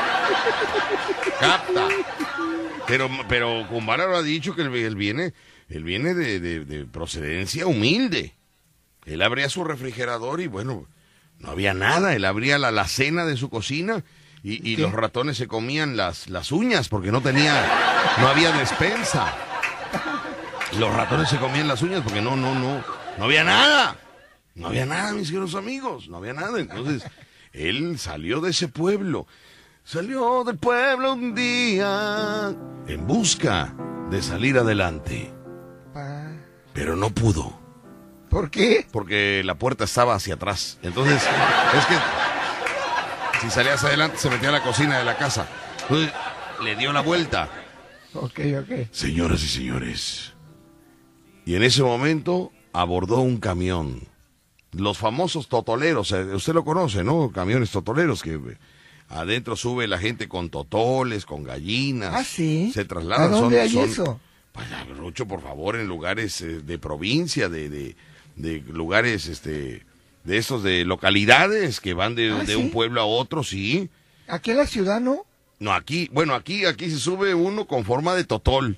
Capta. Pero, pero Kumbala lo ha dicho que él, él viene, él viene de, de- de procedencia humilde. Él abría su refrigerador y bueno, no había nada. Él abría la alacena de su cocina y, y ¿Qué? los ratones se comían las, las uñas porque no tenía, no había despensa. Los ratones se comían las uñas porque no, no, no, no había nada. No había nada, mis queridos amigos, no había nada. Entonces, él salió de ese pueblo. Salió del pueblo un día en busca de salir adelante, Pa- pero no pudo. ¿Por qué? Porque la puerta estaba hacia atrás. Entonces, es que si salía hacia adelante se metía a la cocina de la casa. Entonces, le dio la vuelta. Ok, ok. Señoras y señores. Y en ese momento abordó un camión. Los famosos totoleros, eh, usted lo conoce, ¿no? Camiones totoleros que eh, Adentro sube la gente con totoles, con gallinas. Ah, sí. Se trasladan. ¿A dónde son, hay son, eso? Pues, Rucho, por favor, en lugares eh, de provincia, de, de, de lugares, este, de estos, de localidades que van de, ¿Ah, de sí? un pueblo a otro, sí. ¿Aquí en la ciudad no? No, aquí, bueno, aquí, aquí se sube uno con forma de totol.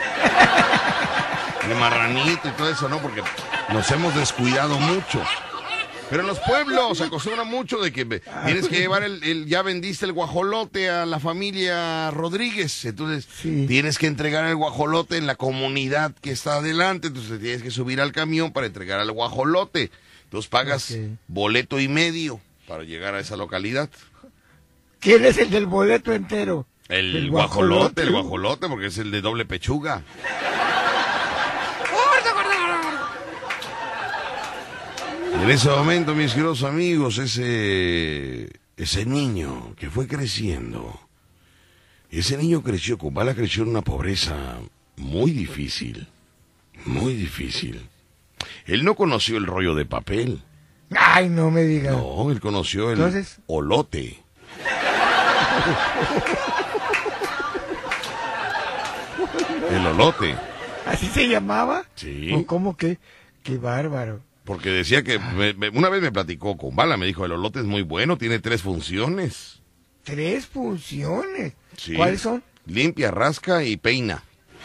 De marranito y todo eso, ¿no? Porque nos hemos descuidado mucho. Pero en los pueblos se acostumbra mucho de que tienes que llevar el, el, ya vendiste el guajolote a la familia Rodríguez, entonces Sí. tienes que entregar el guajolote en la comunidad que está adelante, entonces tienes que subir al camión para entregar el guajolote. Entonces pagas Ok. boleto y medio para llegar a esa localidad. ¿Quién es el del boleto entero? El, El guajolote, guajolote. el guajolote, porque es el de doble pechuga. En ese momento, mis queridos amigos, ese, ese niño que fue creciendo, ese niño creció, Kumbala creció en una pobreza muy difícil, muy difícil. Él no conoció el rollo de papel. Ay, no me digas. No, él conoció el Entonces- olote. El olote. ¿Así se llamaba? Sí. ¿O cómo que? Qué bárbaro. Porque decía que, me- me- una vez me platicó con Bala, me dijo, el olote es muy bueno, tiene tres funciones. Tres funciones. Sí. ¿Cuáles son? Limpia, rasca y peina.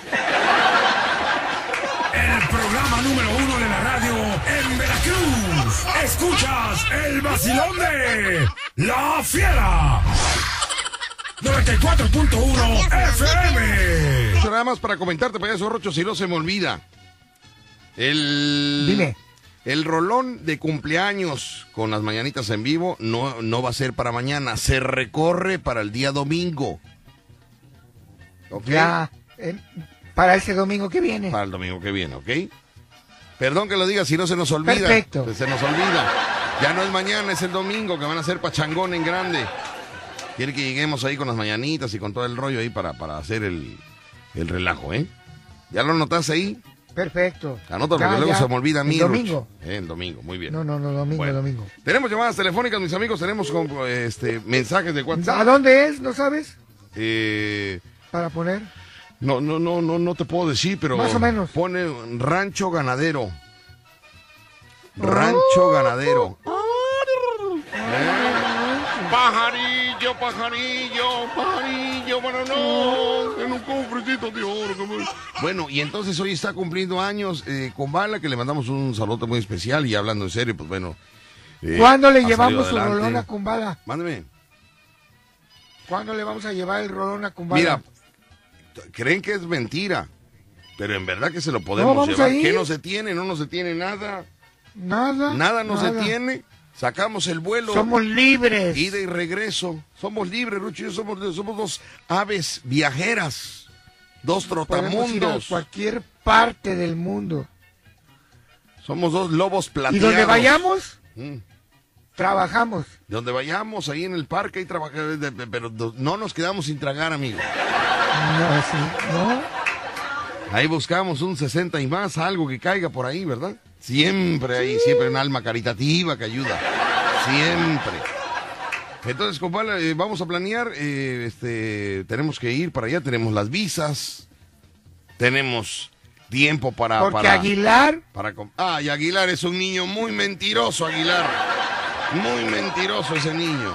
El programa número uno de la radio en Veracruz. Escuchas el vacilón de La Fiera. noventa y cuatro punto uno F M. Eso nada más para comentarte, payaso Rocho, si no se me olvida. El... Dime. El rolón de cumpleaños con las mañanitas en vivo no, no va a ser para mañana, se recorre para el día domingo. ¿Ok? Ya. eh, para ese domingo que viene. Para el domingo que viene, ¿ok? Perdón que lo diga, si no se nos olvida. Perfecto. Pues se nos olvida. Ya no es mañana, es el domingo que van a hacer pachangón en grande. Quiere que lleguemos ahí con las mañanitas y con todo el rollo ahí para, para hacer el, el relajo, ¿eh? ¿Ya lo notas ahí? Perfecto. Anótalo Ya, porque luego ya. se me olvida a mí. El domingo. Ruch. Eh, el domingo, muy bien. No, no, no, domingo, Bueno. domingo. Tenemos llamadas telefónicas, mis amigos, tenemos con, este, mensajes de ¿A WhatsApp. dónde es? ¿No sabes? Eh, Para poner. no, no, no, no, no te puedo decir, pero Más o menos. pone Rancho Ganadero. Rancho Ganadero. Eh, Pajarillo, pajarillo, pajarillo, para no, en un cofrecito de oro. que me- Bueno, y entonces hoy está cumpliendo años eh, con Bala, que le mandamos un saludo muy especial, y hablando en serio, pues bueno. eh, ¿Cuándo le ha llevamos su salido adelante. rolón a Kumbala? Mándeme. ¿Cuándo le vamos a llevar el rolón a Kumbala? Mira, t- creen que es mentira, pero en verdad que se lo podemos vamos llevar. a ir. ¿Qué no se tiene? No, no se tiene nada. Nada. Nada no se nada. tiene. Sacamos el vuelo. Somos libres. Ida y regreso. Somos libres, Rucho y yo somos, somos dos aves viajeras. Dos Podemos ir a trotamundos. cualquier parte del mundo. Somos dos lobos Y plateados. donde vayamos, Mm. trabajamos. De donde vayamos, ahí en el parque, y trabajar, de- de- pero do- no nos quedamos sin tragar, amigo. No, sí, ¿no? Ahí buscamos un sesenta y más, algo que caiga por ahí, ¿verdad? Siempre hay, siempre un alma caritativa que ayuda. Siempre. Entonces, compadre, eh, vamos a planear, eh, este, tenemos que ir para allá, tenemos las visas, tenemos tiempo para... Porque para, Aguilar, para com- ah, y Aguilar es un niño muy mentiroso, Aguilar. Muy mentiroso ese niño.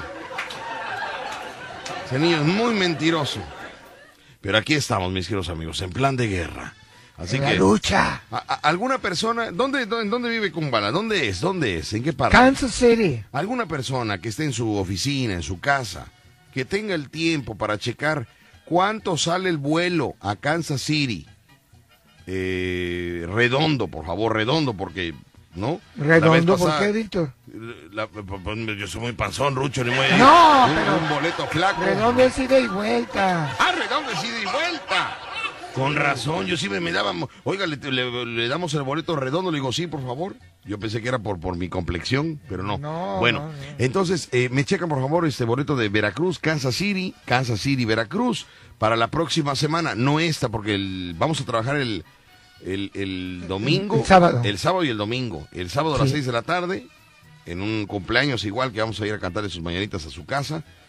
Ese niño es muy mentiroso. Pero aquí estamos, mis queridos amigos, en plan de guerra. Así en la que... lucha. a- a- ¿Alguna persona, dónde, dónde, dónde vive Kumbala? ¿Dónde es? ¿Dónde es? ¿En qué parte? Kansas City. ¿Alguna persona que esté en su oficina, en su casa, que tenga el tiempo para checar cuánto sale el vuelo a Kansas City? Eh, redondo, por favor, redondo, porque, ¿no? La vez Redondo, ¿por pasada- qué, Víctor? la- pues, yo soy muy panzón, Rucho, ni muy... No, un, pero- un boleto flaco. Redondo es ida y vuelta. Ah, redondo es ida y vuelta. Con razón, yo sí me, me daba... Oiga, le, le- le damos el boleto redondo, le digo, sí, por favor. Yo pensé que era por, por mi complexión, pero no. No, bueno, no, no. entonces, eh, me checan, por favor, este boleto de Veracruz, Kansas City, Kansas City, Veracruz, para la próxima semana. No esta, porque el, vamos a trabajar el, el, el domingo. El sábado. El sábado y el domingo. El sábado a las Sí. seis de la tarde, en un cumpleaños igual, que vamos a ir a cantarle sus mañanitas a su casa.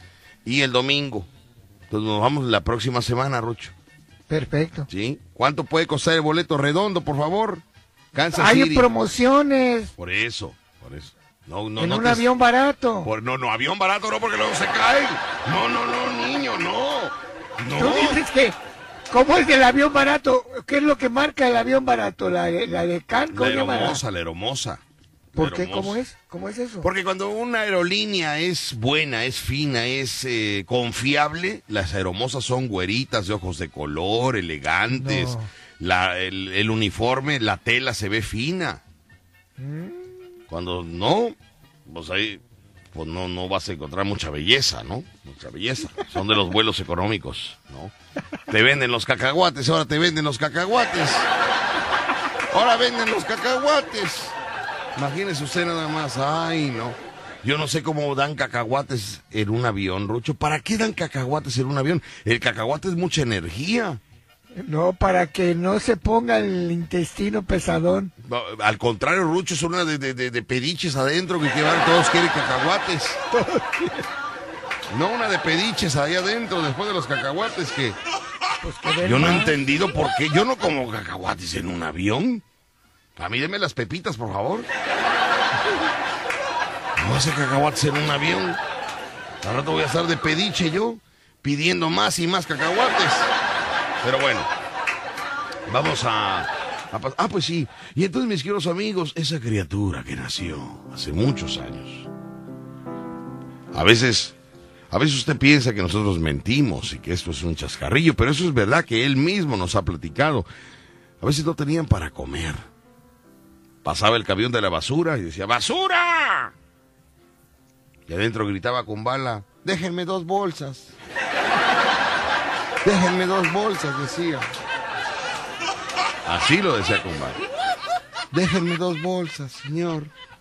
y el domingo. Entonces nos vamos la próxima semana, Rucho. Perfecto. ¿Sí? ¿Cuánto puede costar el boleto redondo, por favor? Kansas Hay City. promociones. Por eso, por eso. No, no, en no un te... avión barato. Por... No, no, avión barato no, porque luego se caen. No, no, no, niño, no. No. Tú dices que, ¿cómo es el avión barato? ¿Qué es lo que marca el avión barato? ¿La, la de Can? La aeromosa, la aeromosa. ¿Por qué? ¿Cómo es? ¿Cómo es eso? Porque cuando una aerolínea es buena, es fina, es eh, confiable, las aeromosas son güeritas de ojos de color, elegantes. No. La, el, el uniforme, la tela se ve fina. ¿Mm? Cuando no, pues ahí pues no, no vas a encontrar mucha belleza, ¿no? Mucha belleza. Son de los vuelos económicos, ¿no? Te venden los cacahuates, ahora te venden los cacahuates. Ahora venden los cacahuates. Imagínese usted nada más, ay, no. Yo no sé cómo dan cacahuates en un avión, Rucho. ¿Para qué dan cacahuates en un avión? El cacahuate es mucha energía. No, para que no se ponga el intestino pesadón. No, al contrario, Rucho, es una de, de, de, de pediches adentro que llevan, todos quieren cacahuates. No, una de pediches ahí adentro, después de los cacahuates que... Pues que yo no he más. entendido por qué. Yo no como cacahuates en un avión. A mí deme las pepitas, por favor. No hace cacahuates en un avión. Al rato voy a estar de pediche yo, pidiendo más y más cacahuates. Pero bueno, vamos a, a... Ah, pues sí. Y entonces, mis queridos amigos, esa criatura que nació hace muchos años. A veces... A veces usted piensa que nosotros mentimos y que esto es un chascarrillo, pero eso es verdad que él mismo nos ha platicado. A veces no tenían para comer. Pasaba el camión de la basura y decía, ¡basura! Y adentro gritaba con bala, déjenme dos bolsas. Déjenme dos bolsas, decía. Así lo decía con bala. Déjenme dos bolsas, señor.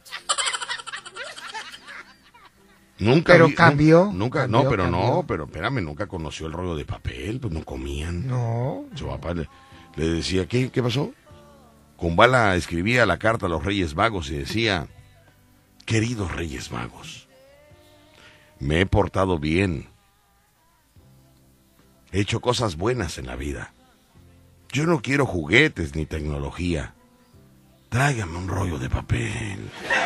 Nunca pero vi, cambió. Nunca, cambió, no, pero cambió. no, pero espérame, nunca conoció el rollo de papel, pues no comían. No. Su papá le, le decía, ¿qué, ¿qué pasó? Kumbala escribía la carta a los Reyes Magos y decía, queridos Reyes Magos, me he portado bien, he hecho cosas buenas en la vida. Yo no quiero juguetes ni tecnología. Tráigame un rollo de papel.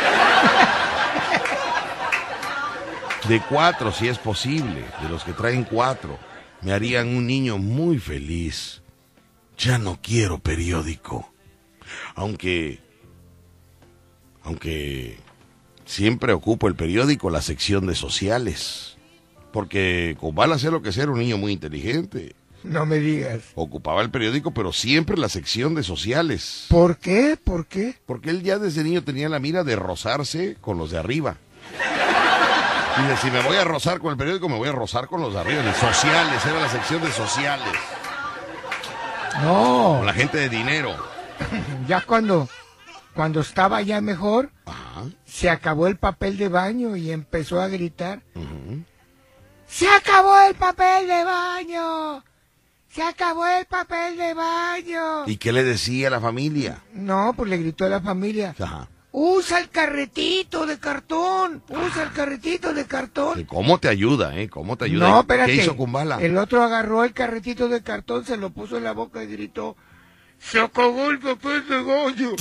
De cuatro, si es posible, de los que traen cuatro, me harían un niño muy feliz. Ya no quiero periódico. Aunque, aunque siempre ocupo el periódico, la sección de sociales. Porque Kumbala, sea lo que sea, era un niño muy inteligente. No me digas. Ocupaba el periódico, pero siempre la sección de sociales. ¿Por qué? ¿Por qué? Porque él ya desde niño tenía la mira de rozarse con los de arriba. Dice, si me voy a rozar con el periódico, me voy a rozar con los de arriba, de sociales, era la sección de sociales. No. Con la gente de dinero. Ya cuando, cuando estaba ya mejor, Ajá. se acabó el papel de baño y empezó a gritar. Uh-huh. ¡Se acabó el papel de baño! ¡Se acabó el papel de baño! ¿Y qué le decía a la familia? No, pues le gritó a la familia. Ajá. ¡Usa el carretito de cartón! ¡Usa el carretito de cartón! ¿Cómo te ayuda, eh? ¿Cómo te ayuda? No, espérate. ¿Qué hizo Kumbala? El otro agarró el carretito de cartón, se lo puso en la boca y gritó, ¡se acabó el papel de baño!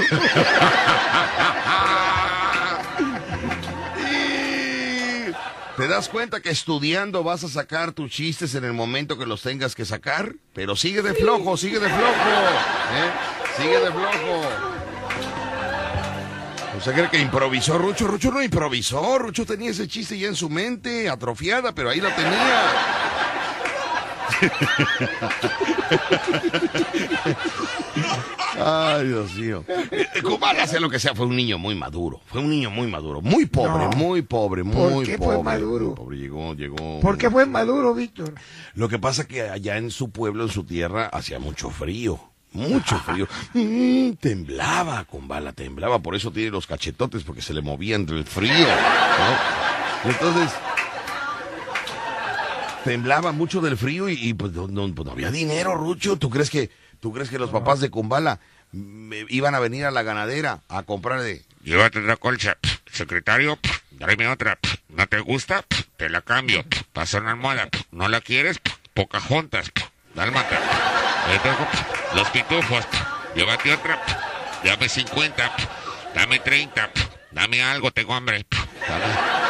¿Te das cuenta que estudiando vas a sacar tus chistes en el momento que los tengas que sacar? Pero sigue de flojo, sigue de flojo. ¿Eh? Sigue de flojo. ¿Usted cree que improvisó Rucho? Rucho no improvisó. Rucho tenía ese chiste ya en su mente, atrofiada, pero ahí lo tenía. Ay, Dios mío. Kumbala, sea lo que sea, fue un niño muy maduro. Fue un niño muy maduro. Muy pobre, No. muy pobre, muy ¿Por qué pobre. fue maduro? Muy pobre. Llegó, llegó. ¿Por qué fue maduro, Víctor? Lo que pasa que allá en su pueblo, en su tierra, hacía mucho frío. Mucho frío. Mm, temblaba, Kumbala, temblaba. Por eso tiene los cachetotes, porque se le movían del frío, ¿no? Y entonces... temblaba mucho del frío y, y pues, no, no, pues no había dinero, Rucho. ¿Tú crees que, tú crees que los papás de Kumbala me, iban a venir a la ganadera a comprar de... Llévate otra colcha, secretario, tráeme otra, ¿no te gusta? Te la cambio, pasa una almohada, ¿no la quieres? Pocahontas, dálmata, los pitufos, llévate otra, dame cincuenta, dame treinta, dame algo, tengo hambre. Dame.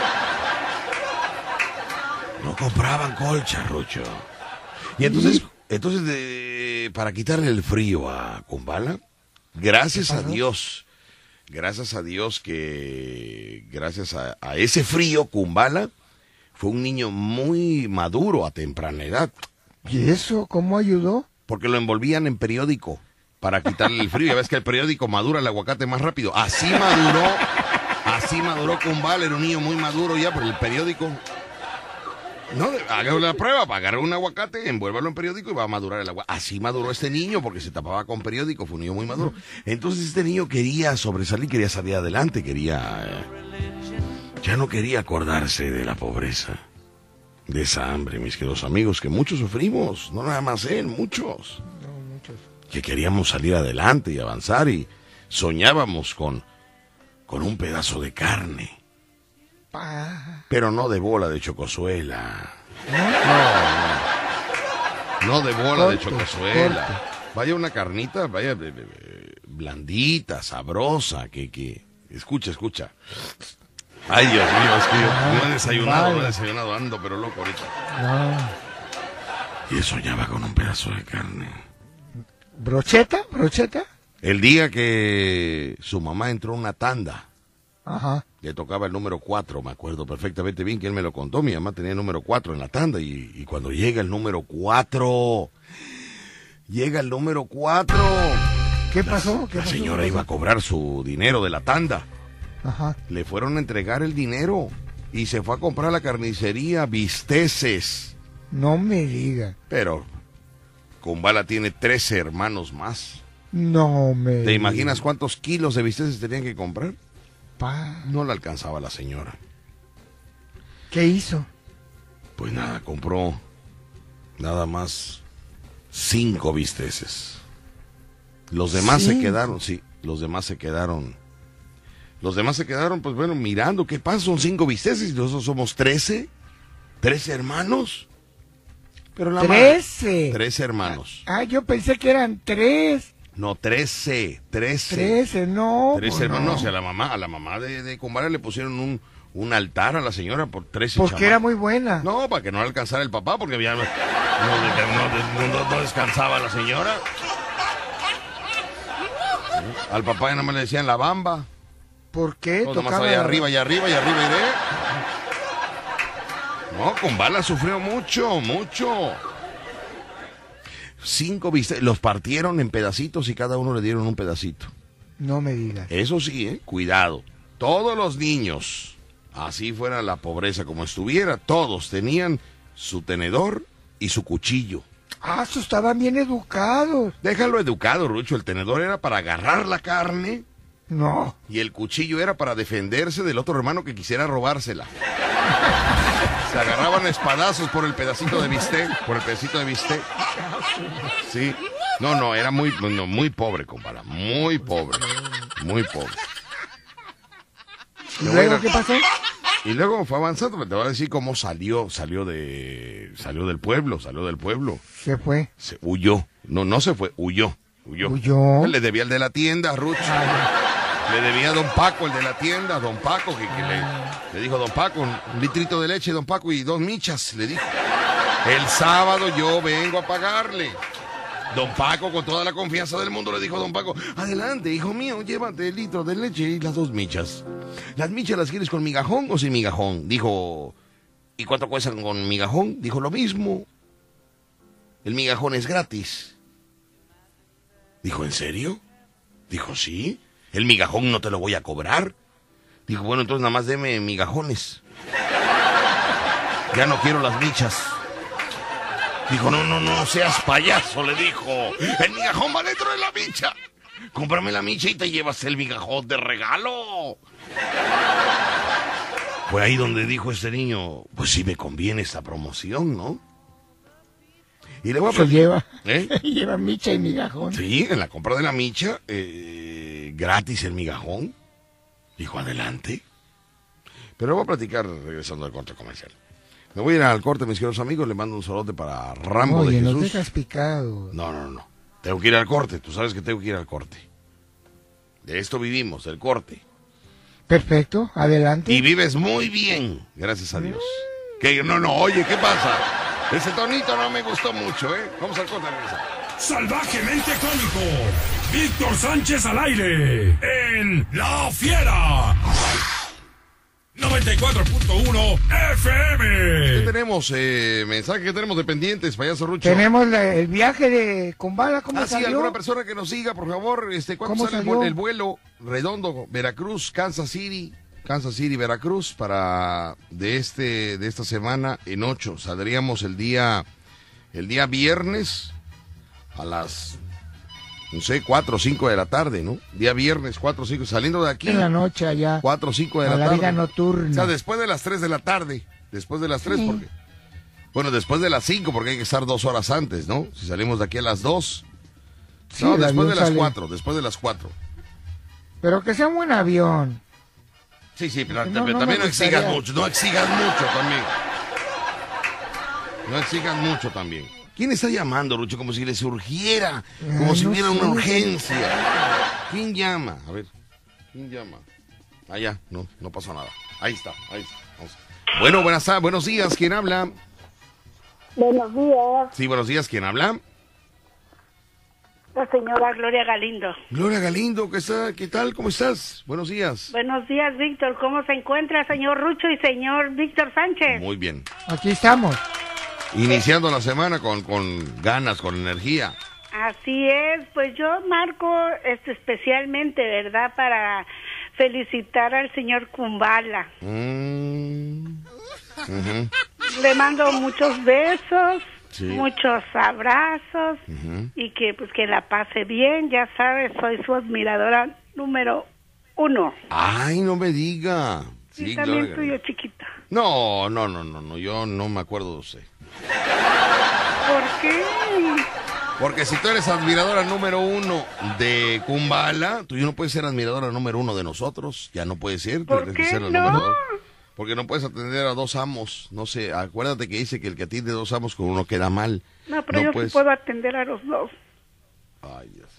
No compraban colcha, Rucho. Y entonces, entonces de, para quitarle el frío a Kumbala, gracias a Dios, gracias a Dios que, gracias a, a ese frío, Kumbala fue un niño muy maduro a temprana edad. ¿Y eso cómo ayudó? Porque lo envolvían en periódico para quitarle el frío. Ya ves que el periódico madura el aguacate más rápido. Así maduró, así maduró Kumbala, era un niño muy maduro ya por el periódico. No, haga la prueba, para agarrar un aguacate, envuélvalo en periódico y va a madurar el agua. Así maduró este niño porque se tapaba con periódico, fue un niño muy maduro. Entonces este niño quería sobresalir, quería salir adelante, quería... Eh, ya no quería acordarse de la pobreza, de esa hambre, mis queridos amigos, que muchos sufrimos, no nada más él, muchos. No, muchos. Que queríamos salir adelante y avanzar y soñábamos con, con un pedazo de carne. Pero no de bola de chocosuela. No, no. No de bola corte, de chocosuela. Corte. Vaya una carnita, vaya blandita, sabrosa, que, que... Escucha, escucha. Ay, Dios mío, es que yo no he desayunado, vale. no he desayunado, ando pero loco ahorita. No. Y soñaba con un pedazo de carne. ¿Brocheta? ¿Brocheta? El día que su mamá entró a una tanda. Ajá. Le tocaba el número cuatro, me acuerdo perfectamente bien que él me lo contó. Mi mamá tenía el número cuatro en la tanda y, y cuando llega el número cuatro, llega el número cuatro. ¿Qué pasó? ¿Qué la pasó? señora ¿Qué pasó? iba a cobrar su dinero de la tanda. Ajá. Le fueron a entregar el dinero y se fue a comprar a la carnicería bisteces. No me diga. Pero Kumbala tiene trece hermanos más. No me ¿Te diga. imaginas cuántos kilos de bisteces tenían que comprar? Pa. No le alcanzaba la señora. ¿Qué hizo? Pues nada, compró nada más cinco bisteces. Los demás ¿Sí? se quedaron, sí, los demás se quedaron. Los demás se quedaron, pues bueno, mirando qué pasa, son cinco bisteces y nosotros somos trece. ¿Trece hermanos? Pero la ¿Trece? Madre, trece hermanos. Ah, yo pensé que eran tres. No, trece, trece. Trece, no. Trece pues hermanos, no. o sea, a la mamá, a la mamá de, de Kumbala le pusieron un, un altar a la señora por trece Porque chamacos. era muy buena. No, para que no le alcanzara el papá, porque ya no, no, no, no, no descansaba la señora. Al papá ya nada más le decían la bamba. ¿Por qué? Todo más Tocaba allá la... arriba y arriba y arriba y de... No, Kumbala sufrió mucho, mucho. Cinco bisteces, los partieron en pedacitos y cada uno le dieron un pedacito. No me digas. Eso sí, ¿eh? Cuidado. Todos los niños, así fuera la pobreza como estuviera, todos tenían su tenedor y su cuchillo. Ah, eso estaban bien educados. Déjalo educado, Rucho. El tenedor era para agarrar la carne. No. Y el cuchillo era para defenderse del otro hermano que quisiera robársela. Se agarraban espadazos por el pedacito de bistec, por el pedacito de bistec. Sí. No, no, era muy, no, muy pobre, compadre. Muy pobre. Muy pobre. ¿Y luego a... qué pasó? Y luego fue avanzando, te voy a decir cómo salió, salió de, salió del pueblo, salió del pueblo. Se fue. Se huyó. No, no se fue, huyó. Huyó. Huyó. Le debía el de la tienda, Rucho. Le debía a don Paco, el de la tienda, don Paco, que, que le, le dijo, don Paco, un litrito de leche, don Paco, y dos michas, le dijo. El sábado yo vengo a pagarle. Don Paco, con toda la confianza del mundo, le dijo a don Paco, adelante, hijo mío, llévate el litro de leche y las dos michas. ¿Las michas las quieres con migajón o sin migajón? Dijo, ¿y cuánto cuestan con migajón? Dijo, lo mismo. El migajón es gratis. Dijo, ¿en serio? Dijo, sí. ¿El migajón no te lo voy a cobrar? Dijo, bueno, entonces nada más deme migajones. Ya no quiero las michas. Dijo, no, no, no seas payaso, le dijo. El migajón va dentro de la micha. Cómprame la micha y te llevas el migajón de regalo. Fue ahí donde dijo este niño, pues sí me conviene esta promoción, ¿no? Y le voy a Se lleva, ¿Eh? lleva micha y migajón. Sí, en la compra de la micha, eh, gratis el migajón. Dijo, adelante. Pero voy a platicar regresando al corte comercial. Me voy a ir al corte, mis queridos amigos. Le mando un saludo para Rambo Oye, de Jesús. nos dejas picado. No, no, no. Tengo que ir al corte. Tú sabes que tengo que ir al corte. De esto vivimos, del corte. Perfecto, adelante. Y vives muy bien, gracias a Dios. Que no, no, oye, ¿qué pasa? Ese tonito no me gustó mucho, ¿eh? Vamos al corte, regresa. Salvajemente cómico. Víctor Sánchez al aire. En La Fiera. noventa y cuatro punto uno F ¿Qué M. tenemos? Eh, mensaje que tenemos de pendientes, payaso Rucho. Tenemos la- el viaje de Kumbala, ¿cómo Ah, sí, salió? alguna persona que nos siga, por favor. Este, ¿Cuándo ¿Cómo sale el salió? vuel- el vuelo redondo Veracruz, Kansas City? Kansas City, Veracruz, para de este de esta semana en ocho. Saldríamos el día el día viernes a las no sé, cuatro o cinco de la tarde, ¿no? Día viernes, cuatro o cinco, saliendo de aquí. En la noche allá. cuatro o cinco de a la, la tarde. vida nocturna. O sea, después de las tres de la tarde. Después de las tres, Sí. porque. Bueno, después de las cinco, porque hay que estar dos horas antes, ¿no? Si salimos de aquí a las dos. Sí, No, el después avión de las sale. cuatro, después de las cuatro. Pero que sea un buen avión. Sí, sí, pero No, también, no también me no exigas gustaría. mucho, no exigas mucho también. No exigas mucho también. ¿Quién está llamando, Rucho? Como si le surgiera, como Ay, si no hubiera sé. una urgencia. ¿Quién llama? A ver, ¿quién llama? Ah, ya, no, no pasó nada. Ahí está, ahí está. Vamos. Bueno, buenas tardes, buenos días, ¿quién habla? Buenos días, Sí, buenos días, ¿quién habla? la señora Gloria Galindo. Gloria Galindo, ¿qué, está? ¿Qué tal? ¿Cómo estás? Buenos días. Buenos días, Víctor. ¿Cómo se encuentra, señor Rucho y señor Víctor Sánchez? Muy bien. Aquí estamos. Iniciando la semana con, con ganas, con energía. Así es, pues yo marco este especialmente, ¿verdad? Para felicitar al señor Kumbala. Mm. Ujú. Le mando muchos besos, Sí. muchos abrazos Ujú. y que pues que la pase bien. Ya sabes, soy su admiradora número uno. Ay, no me diga. y Sí, también Gloria tuyo, Galindo. chiquita. No, no, no, no, no, yo no me acuerdo de usted. ¿Por qué? Porque si tú eres admiradora número uno de Kumbala, tú ya no puedes ser admiradora número uno de nosotros. Ya no puedes ser. ¿Por tienes que qué ser la no? número dos. Porque no puedes atender a dos amos. No sé, acuérdate que dice que el que atiende dos amos con uno queda mal. No, pero No yo puedes- sí puedo atender a los dos. Ay, Dios.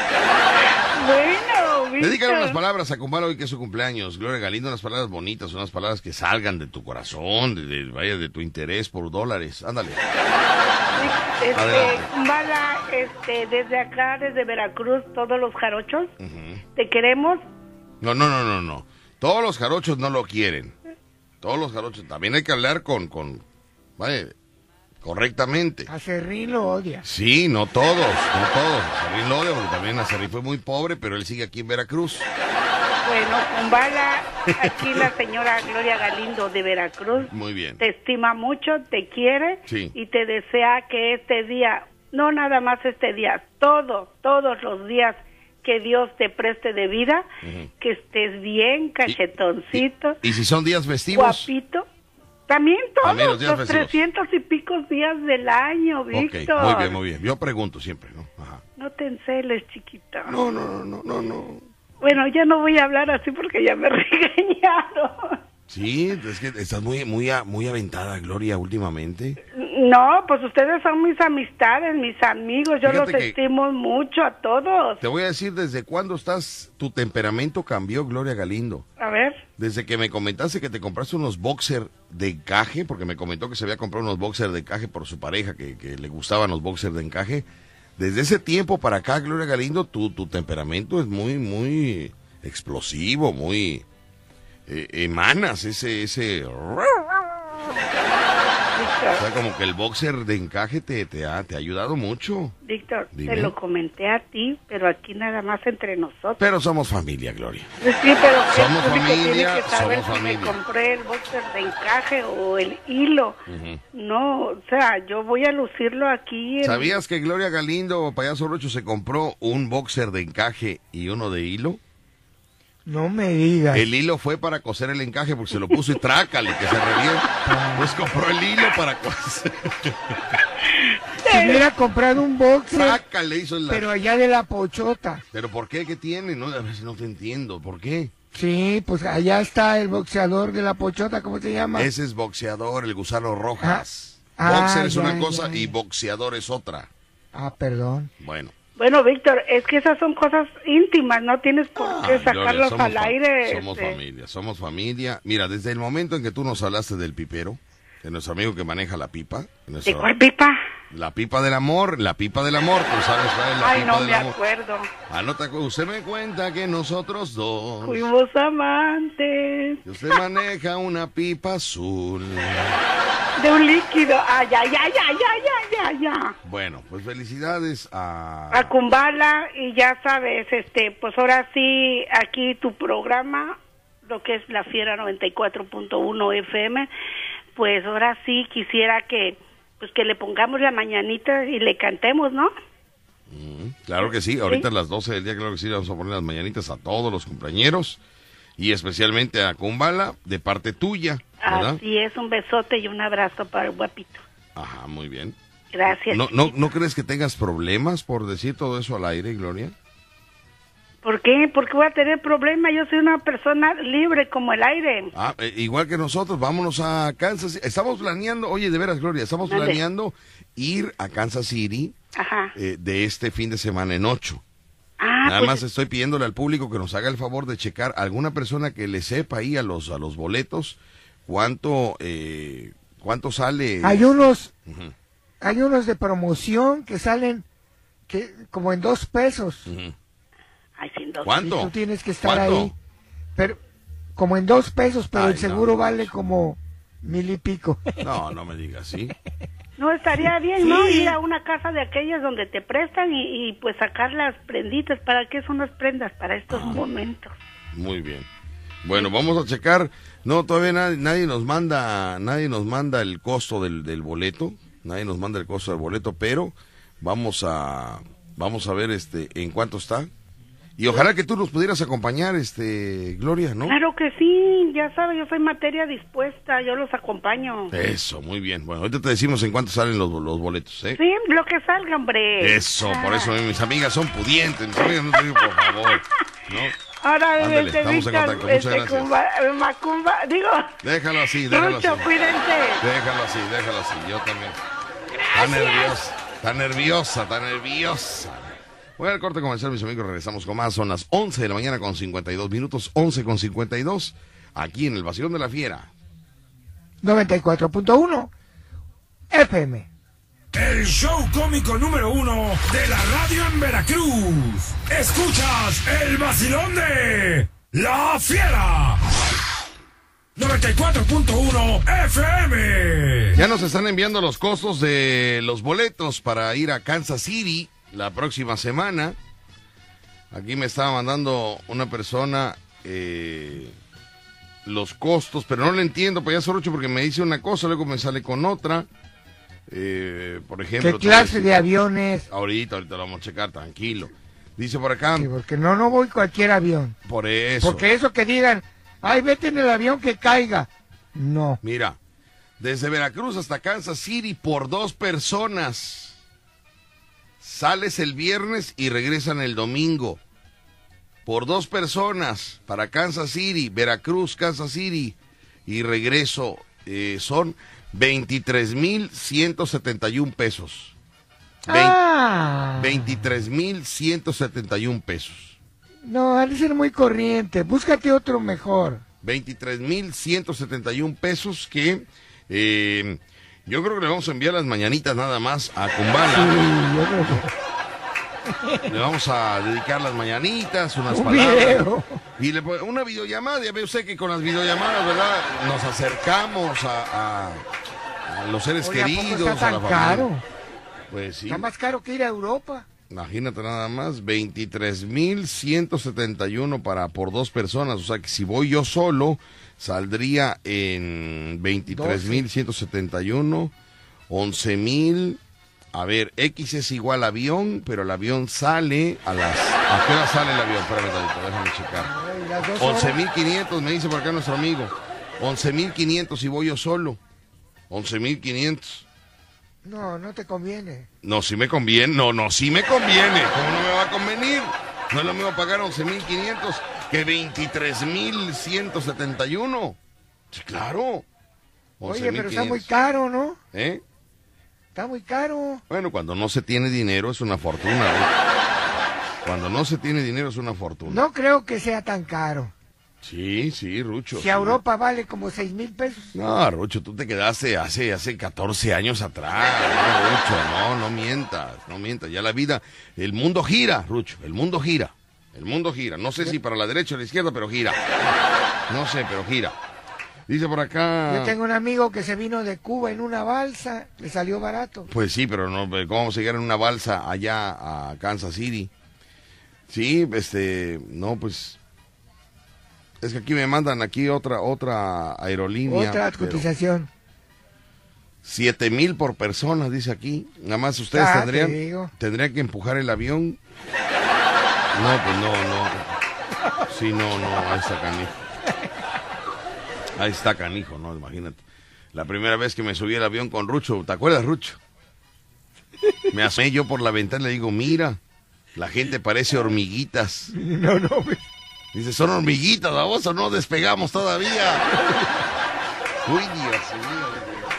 Bueno, Víctor. Dedícale unas palabras a Kumbala hoy que es su cumpleaños. Gloria Galindo, unas palabras bonitas, unas palabras que salgan de tu corazón, de, de- vaya, de tu interés por dólares. Ándale. Este, Adelante. Kumbala, este, desde acá, desde Veracruz, todos los jarochos, Ujú. te queremos. No, no, no, no, no. Todos los jarochos no lo quieren. Todos los jarochos. También hay que hablar con, con, vaya, correctamente. A Serrín lo odia. Sí, no todos, no todos. Acerrín lo odia porque también Acerrín fue muy pobre, pero él sigue aquí en Veracruz. Bueno, Kumbala, aquí la señora Gloria Galindo de Veracruz Muy bien. te estima mucho, te quiere Sí. y te desea que este día, no nada más este día, todo, todos los días que Dios te preste de vida, Ujú. que estés bien, cachetoncito, ¿Y si son días festivos? guapito. También todos También los los, días festivos. trescientos y picos días del año, Ok, Víctor. muy bien, muy bien. Yo pregunto siempre, ¿no? Ajá. No te enceles, chiquita. No, no, no, no, no. Bueno, ya no voy a hablar así porque ya me regañaron. Sí, es que estás muy, muy, a- muy aventada, Gloria, últimamente. No, pues ustedes son mis amistades, mis amigos, yo Fíjate los que- estimo mucho a todos. Te voy a decir desde cuándo estás, tu temperamento cambió, Gloria Galindo. A ver, Desde que me comentaste que te compraste unos boxer de encaje, porque me comentó que se había comprado unos boxer de encaje por su pareja, que, que le gustaban los boxer de encaje. Desde ese tiempo para acá, Gloria Galindo, tu, tu temperamento es muy, muy explosivo, muy... eh, emanas ese... ese Víctor, o sea, como que el boxer de encaje te, te, ha, te ha ayudado mucho. Víctor, Dime. te lo comenté a ti, pero aquí nada más entre nosotros. Pero somos familia, Gloria. Pues sí, pero ¿qué Somos público familia, tiene que saber somos si me familia. compré el boxer de encaje o el hilo? Ujú. No, o sea, yo voy a lucirlo aquí. En... ¿Sabías que Gloria Galindo, Payaso Rocho, se compró un boxer de encaje y uno de hilo? No me digas. El hilo fue para coser el encaje porque se lo puso y trácale, que se revienta. Pues compró el hilo para coser. Si hubiera comprado un boxer, Trácale hizo el... pero allá de la pochota. ¿Pero por qué? ¿Qué tiene? No, a ver si no te entiendo. ¿Por qué? Sí, pues allá está el boxeador de la Pochota, ¿cómo se llama? Ese es boxeador, el Gusano Rojas. Ah, Boxer ah, es ya, una cosa ya. y boxeador es otra. Ah, perdón. Bueno. Bueno, Víctor, es que esas son cosas íntimas, no tienes por Ah, qué sacarlas Gloria, somos al fa- aire. Somos este. familia, somos familia. Mira, desde el momento en que tú nos hablaste del pipero, de nuestro amigo que maneja la pipa. de nuestro- ¿De cuál pipa? La pipa del amor, la pipa del amor, tú sabes cuál es la Ay, pipa no del me amor. acuerdo. Anota, usted me cuenta que nosotros dos, Fuimos amantes que usted maneja una pipa azul. de un líquido. Ay, ay, ay, ay, ay, ay, ay, ay. Bueno, pues felicidades a... A Kumbala, y ya sabes, este, pues ahora sí, aquí tu programa, lo que es La Fiera noventa y cuatro punto uno F M, pues ahora sí quisiera que, pues que le pongamos la mañanita y le cantemos, ¿no? Mm, claro que sí, ahorita a las doce del día, claro que sí, le vamos a poner las mañanitas a todos los compañeros y especialmente a Kumbala, de parte tuya, ¿verdad? Así es, un besote y un abrazo para el guapito. Ajá, muy bien. Gracias. ¿No, no, ¿No crees que tengas problemas por decir todo eso al aire, Gloria? ¿Por qué? ¿Por qué voy a tener problema? Yo soy una persona libre como el aire. Ah, eh, igual que nosotros, vámonos a Kansas City. Estamos planeando, oye, de veras, Gloria, estamos Mande. planeando ir a Kansas City Ajá. eh, de este fin de semana en ocho. Ah, Nada pues, más estoy pidiéndole al público que nos haga el favor de checar alguna persona que le sepa ahí a los a los boletos cuánto eh, cuánto sale. Hay unos, Ujú, hay unos de promoción que salen que como en dos pesos. ujú. ay, sin dos. ¿Cuánto? Y tú tienes que estar ¿Cuánto? ahí. Pero como en dos pesos, pero Ay, el seguro no. vale como mil y pico. No, no me digas, ¿sí? No, estaría bien, ¿no? Ir a una casa de aquellas donde te prestan y, y pues sacar las prenditas. ¿Para qué son las prendas? Para estos momentos. Muy bien. Bueno, vamos a checar. No, todavía nadie, nadie nos manda, nadie nos manda el costo del, del boleto. Nadie nos manda el costo del boleto, pero vamos a, vamos a ver este, en cuánto está. Y ojalá que tú nos pudieras acompañar, este, Gloria, ¿no? Claro que sí, ya sabes, yo soy materia dispuesta, yo los acompaño. Eso, muy bien. Bueno, ahorita te decimos en cuánto salen los, los boletos, ¿eh? Sí, lo que salga, hombre. Eso, por Ah. eso eh, mis amigas son pudientes, mis amigas no te digo, por favor, ¿no? Ahora, Ándale, este, estamos en Víctor, contacto, muchas este, gracias. Cumba- Macumba, digo, Déjalo así, déjalo Rucho, así. cuídense. Déjalo así, déjalo así, yo también. Está nerviosa, está nerviosa, está nerviosa. Voy al corte comercial, mis amigos, regresamos con más. Son las once de la mañana con cincuenta y dos minutos, once con cincuenta y dos, aquí en el Vacilón de la Fiera. noventa y cuatro punto uno F M. El show cómico número uno de la radio en Veracruz. Escuchas el vacilón de La Fiera. noventa y cuatro punto uno F M. Ya nos están enviando los costos de los boletos para ir a Kansas City la próxima semana. Aquí me estaba mandando una persona eh, los costos, pero no le entiendo, payaso Rocho, porque me dice una cosa, luego me sale con otra. Eh, por ejemplo, ¿Qué clase de aviones? Ahorita, ahorita lo vamos a checar, tranquilo. Dice por acá, Sí, porque no, no voy cualquier avión. por eso. Porque eso que digan, ay, vete en el avión que caiga. No. Mira, desde Veracruz hasta Kansas City por dos personas. Sales el viernes y regresan el domingo. Por dos personas para Kansas City, Veracruz, Kansas City. Y regreso eh, son veintitrés mil ciento setenta y un pesos. Vein- Ah. veintitrés mil ciento setenta y un pesos. No, ha de ser muy corriente. Búscate otro mejor. veintitrés mil ciento setenta y un pesos que eh, yo creo que le vamos a enviar las mañanitas nada más a Kumbala. Sí, yo creo que- Le vamos a dedicar las mañanitas, unas Un palabras. video. Y le pon- una videollamada. Ya ve usted que con las videollamadas, ¿verdad? Nos acercamos a, a- a los seres Oye, ¿a poco queridos, está a la tan familia. caro? Pues sí. Está más caro que ir a Europa. Imagínate nada más, veintitrés mil ciento setenta y uno para por dos personas. O sea que si voy yo solo, saldría en veintitrés mil ciento setenta y uno, once mil. A ver, X es igual avión, pero el avión sale a las... ¿A qué hora sale el avión? Espérame tantito, déjame checar. Ay, las dos horas. once mil quinientos, me dice por acá nuestro amigo. once mil quinientos si voy yo solo. once mil quinientos. No, no te conviene. No, si me conviene. No, no, si me conviene. ¿Cómo no me va a convenir? No es lo mismo pagar once mil quinientos que veintitrés mil ciento setenta y uno. Sí, claro. Oye, pero está muy caro, ¿no? ¿Eh? Está muy caro. Bueno, cuando no se tiene dinero es una fortuna, Rucho. Cuando no se tiene dinero es una fortuna. No creo que sea tan caro. Sí, sí, Rucho. Si sí. a Europa vale como seis mil pesos. No, Rucho, tú te quedaste hace, hace catorce años atrás. No, Rucho, no, no mientas, no mientas. Ya la vida, el mundo gira, Rucho, el mundo gira. El mundo gira. No sé si para la derecha o la izquierda, pero gira. No sé, pero gira. Dice por acá... Yo tengo un amigo que se vino de Cuba en una balsa, le salió barato. Pues sí, pero no, ¿cómo vamos a llegar en una balsa allá a Kansas City? Sí, este, no, pues... Es que aquí me mandan aquí otra otra aerolínea. Otra cotización. Siete mil por persona, dice aquí. Nada más ustedes ah, tendrían, tendrían que empujar el avión. No, pues no, no. Sí, no, no, ahí está canijo. Ahí está canijo, no, imagínate. La primera vez que me subí al avión con Rucho, ¿te acuerdas, Rucho? Me asomé yo por la ventana y le digo, mira, la gente parece hormiguitas. No, no, me... Dice, son hormiguitas, vamos, o no despegamos todavía. Uy, Dios mío.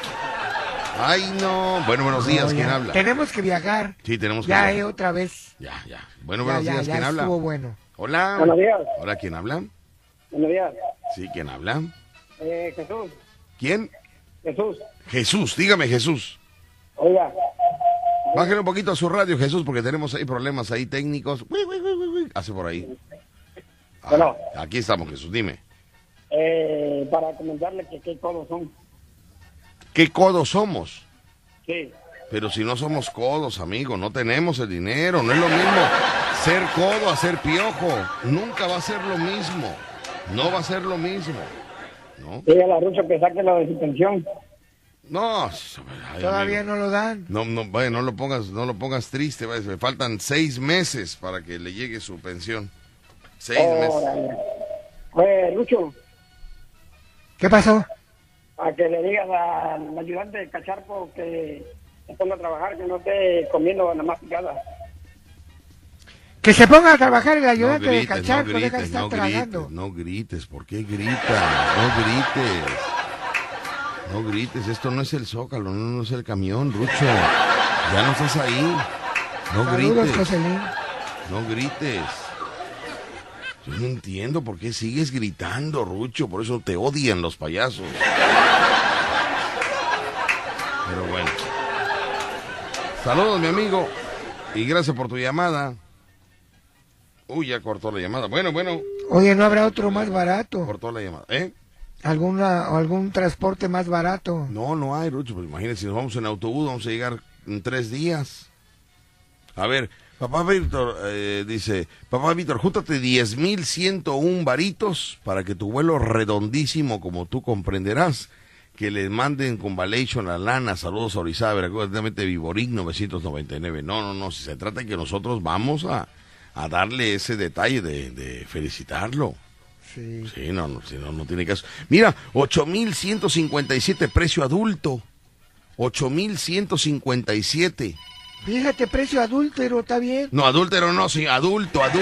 Ay, no. Bueno, buenos días, no, ¿quién habla? Tenemos que viajar. Sí, tenemos que ya, viajar. Ya, eh, otra vez. Ya, ya. Bueno, ya, buenos ya, días, ya ¿quién habla? Estuvo bueno. Hola. Buenos días. Hola, ¿quién habla? Buenos días. Sí, ¿quién habla? Eh, Jesús. ¿Quién? Jesús. Jesús, dígame, Jesús. Oiga. Bájale un poquito a su radio, Jesús, porque tenemos ahí problemas ahí técnicos. Uy, uy, uy, uy, uy. Hace por ahí. Ah, bueno. Aquí estamos, Jesús, dime. Eh, para comentarle que qué codos son. ¿Qué codos somos? Sí. Pero si no somos codos, amigo, no tenemos el dinero, no es lo mismo ser codo a ser piojo. Nunca va a ser lo mismo. No va a ser lo mismo. ¿No? Dígale a Rucho que saque lo de su pensión. No, ay, todavía amigo. no lo dan. No, no, vaya, no lo pongas, no lo pongas triste, vaya, me faltan seis meses para que le llegue su pensión. Seis oh, meses. Oye, Lucho. ¿Qué pasó? A que le digas al ayudante de Cacharpo que se ponga a trabajar, que no esté comiendo nada más picada. Que se ponga a trabajar el ayudante no grites, de Cacharpo, no grites, deja de estar no tragando. Grites, no grites, ¿por qué gritas? No grites. No grites, esto no es el Zócalo, no, no es el camión, Rucho. Ya no estás ahí. No Saludos, grites. Joselín. No grites. Yo no entiendo por qué sigues gritando, Rucho. Por eso te odian los payasos. Pero bueno. Saludos, mi amigo. Y gracias por tu llamada. Uy, ya cortó la llamada. Bueno, bueno. Oye, ¿no habrá otro más barato? Cortó la llamada. ¿Eh? ¿Alguna, algún transporte más barato? No, no hay, Rucho. Pues imagínate, si nos vamos en autobús, vamos a llegar en tres días. A ver, papá Víctor eh, dice, papá Víctor, júntate diez mil ciento un varitos para que tu vuelo redondísimo, como tú comprenderás, que le manden con Valation la lana. Saludos a Orizaba, Veracruz, de Viborín novecientos noventa y nueve. No, no, no, si se trata de que nosotros vamos a, a darle ese detalle de, de felicitarlo. Sí. Sí, no, no, no, no tiene caso. Mira, ocho mil ciento cincuenta y siete precio adulto. ocho mil ciento cincuenta y siete. Fíjate, precio adúltero, está bien. No, adúltero no, sí, adulto, adulto.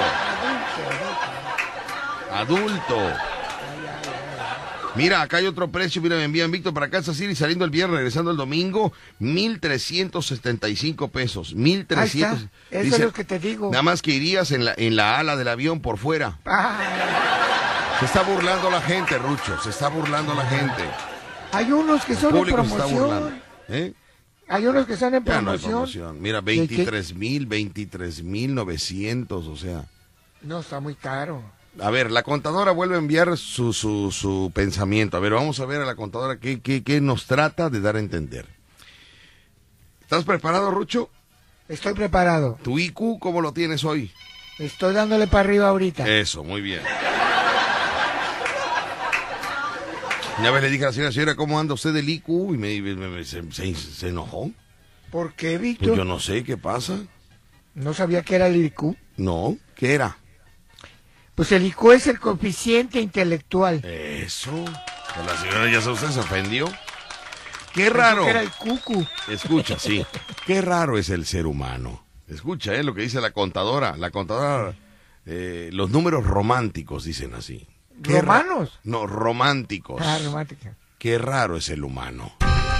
Adulto, adulto. Adulto. Mira, acá hay otro precio, mira, me envían Víctor para Kansas City saliendo el viernes, regresando el domingo, mil trescientos setenta y cinco pesos. Mil trescientos. Ahí está. Eso dice, es lo que te digo. Nada más que irías en la, en la ala del avión por fuera. Ah. Se está burlando la gente, Rucho, se está burlando la gente. Hay unos que el son en promoción. Se está burlando. ¿Eh? Hay unos que están en ya promoción. No hay promoción. Mira, veintitrés mil, veintitrés mil novecientos, o sea. No, está muy caro. A ver, la contadora vuelve a enviar su, su, su pensamiento. A ver, vamos a ver a la contadora qué, qué, qué nos trata de dar a entender. ¿Estás preparado, Rucho? Estoy preparado. ¿Tu I Q cómo lo tienes hoy? Estoy dándole para arriba ahorita. Eso, muy bien. Una vez le dije a la señora, señora, ¿cómo anda usted del I Q? Y me, me, me se, se, se enojó. ¿Por qué, Víctor? Pues yo no sé, ¿qué pasa? ¿No sabía que era el I Q? No, ¿qué era? Pues el I Q es el coeficiente intelectual. Eso. Pues la señora ya se usted se ofendió. Qué raro. Era el cucu. Escucha, sí. Qué raro es el ser humano. Escucha, eh, lo que dice la contadora. La contadora eh, los números románticos dicen así. Qué ¿Romanos? Ra- no, románticos. Ah, romántica. Qué raro es el humano.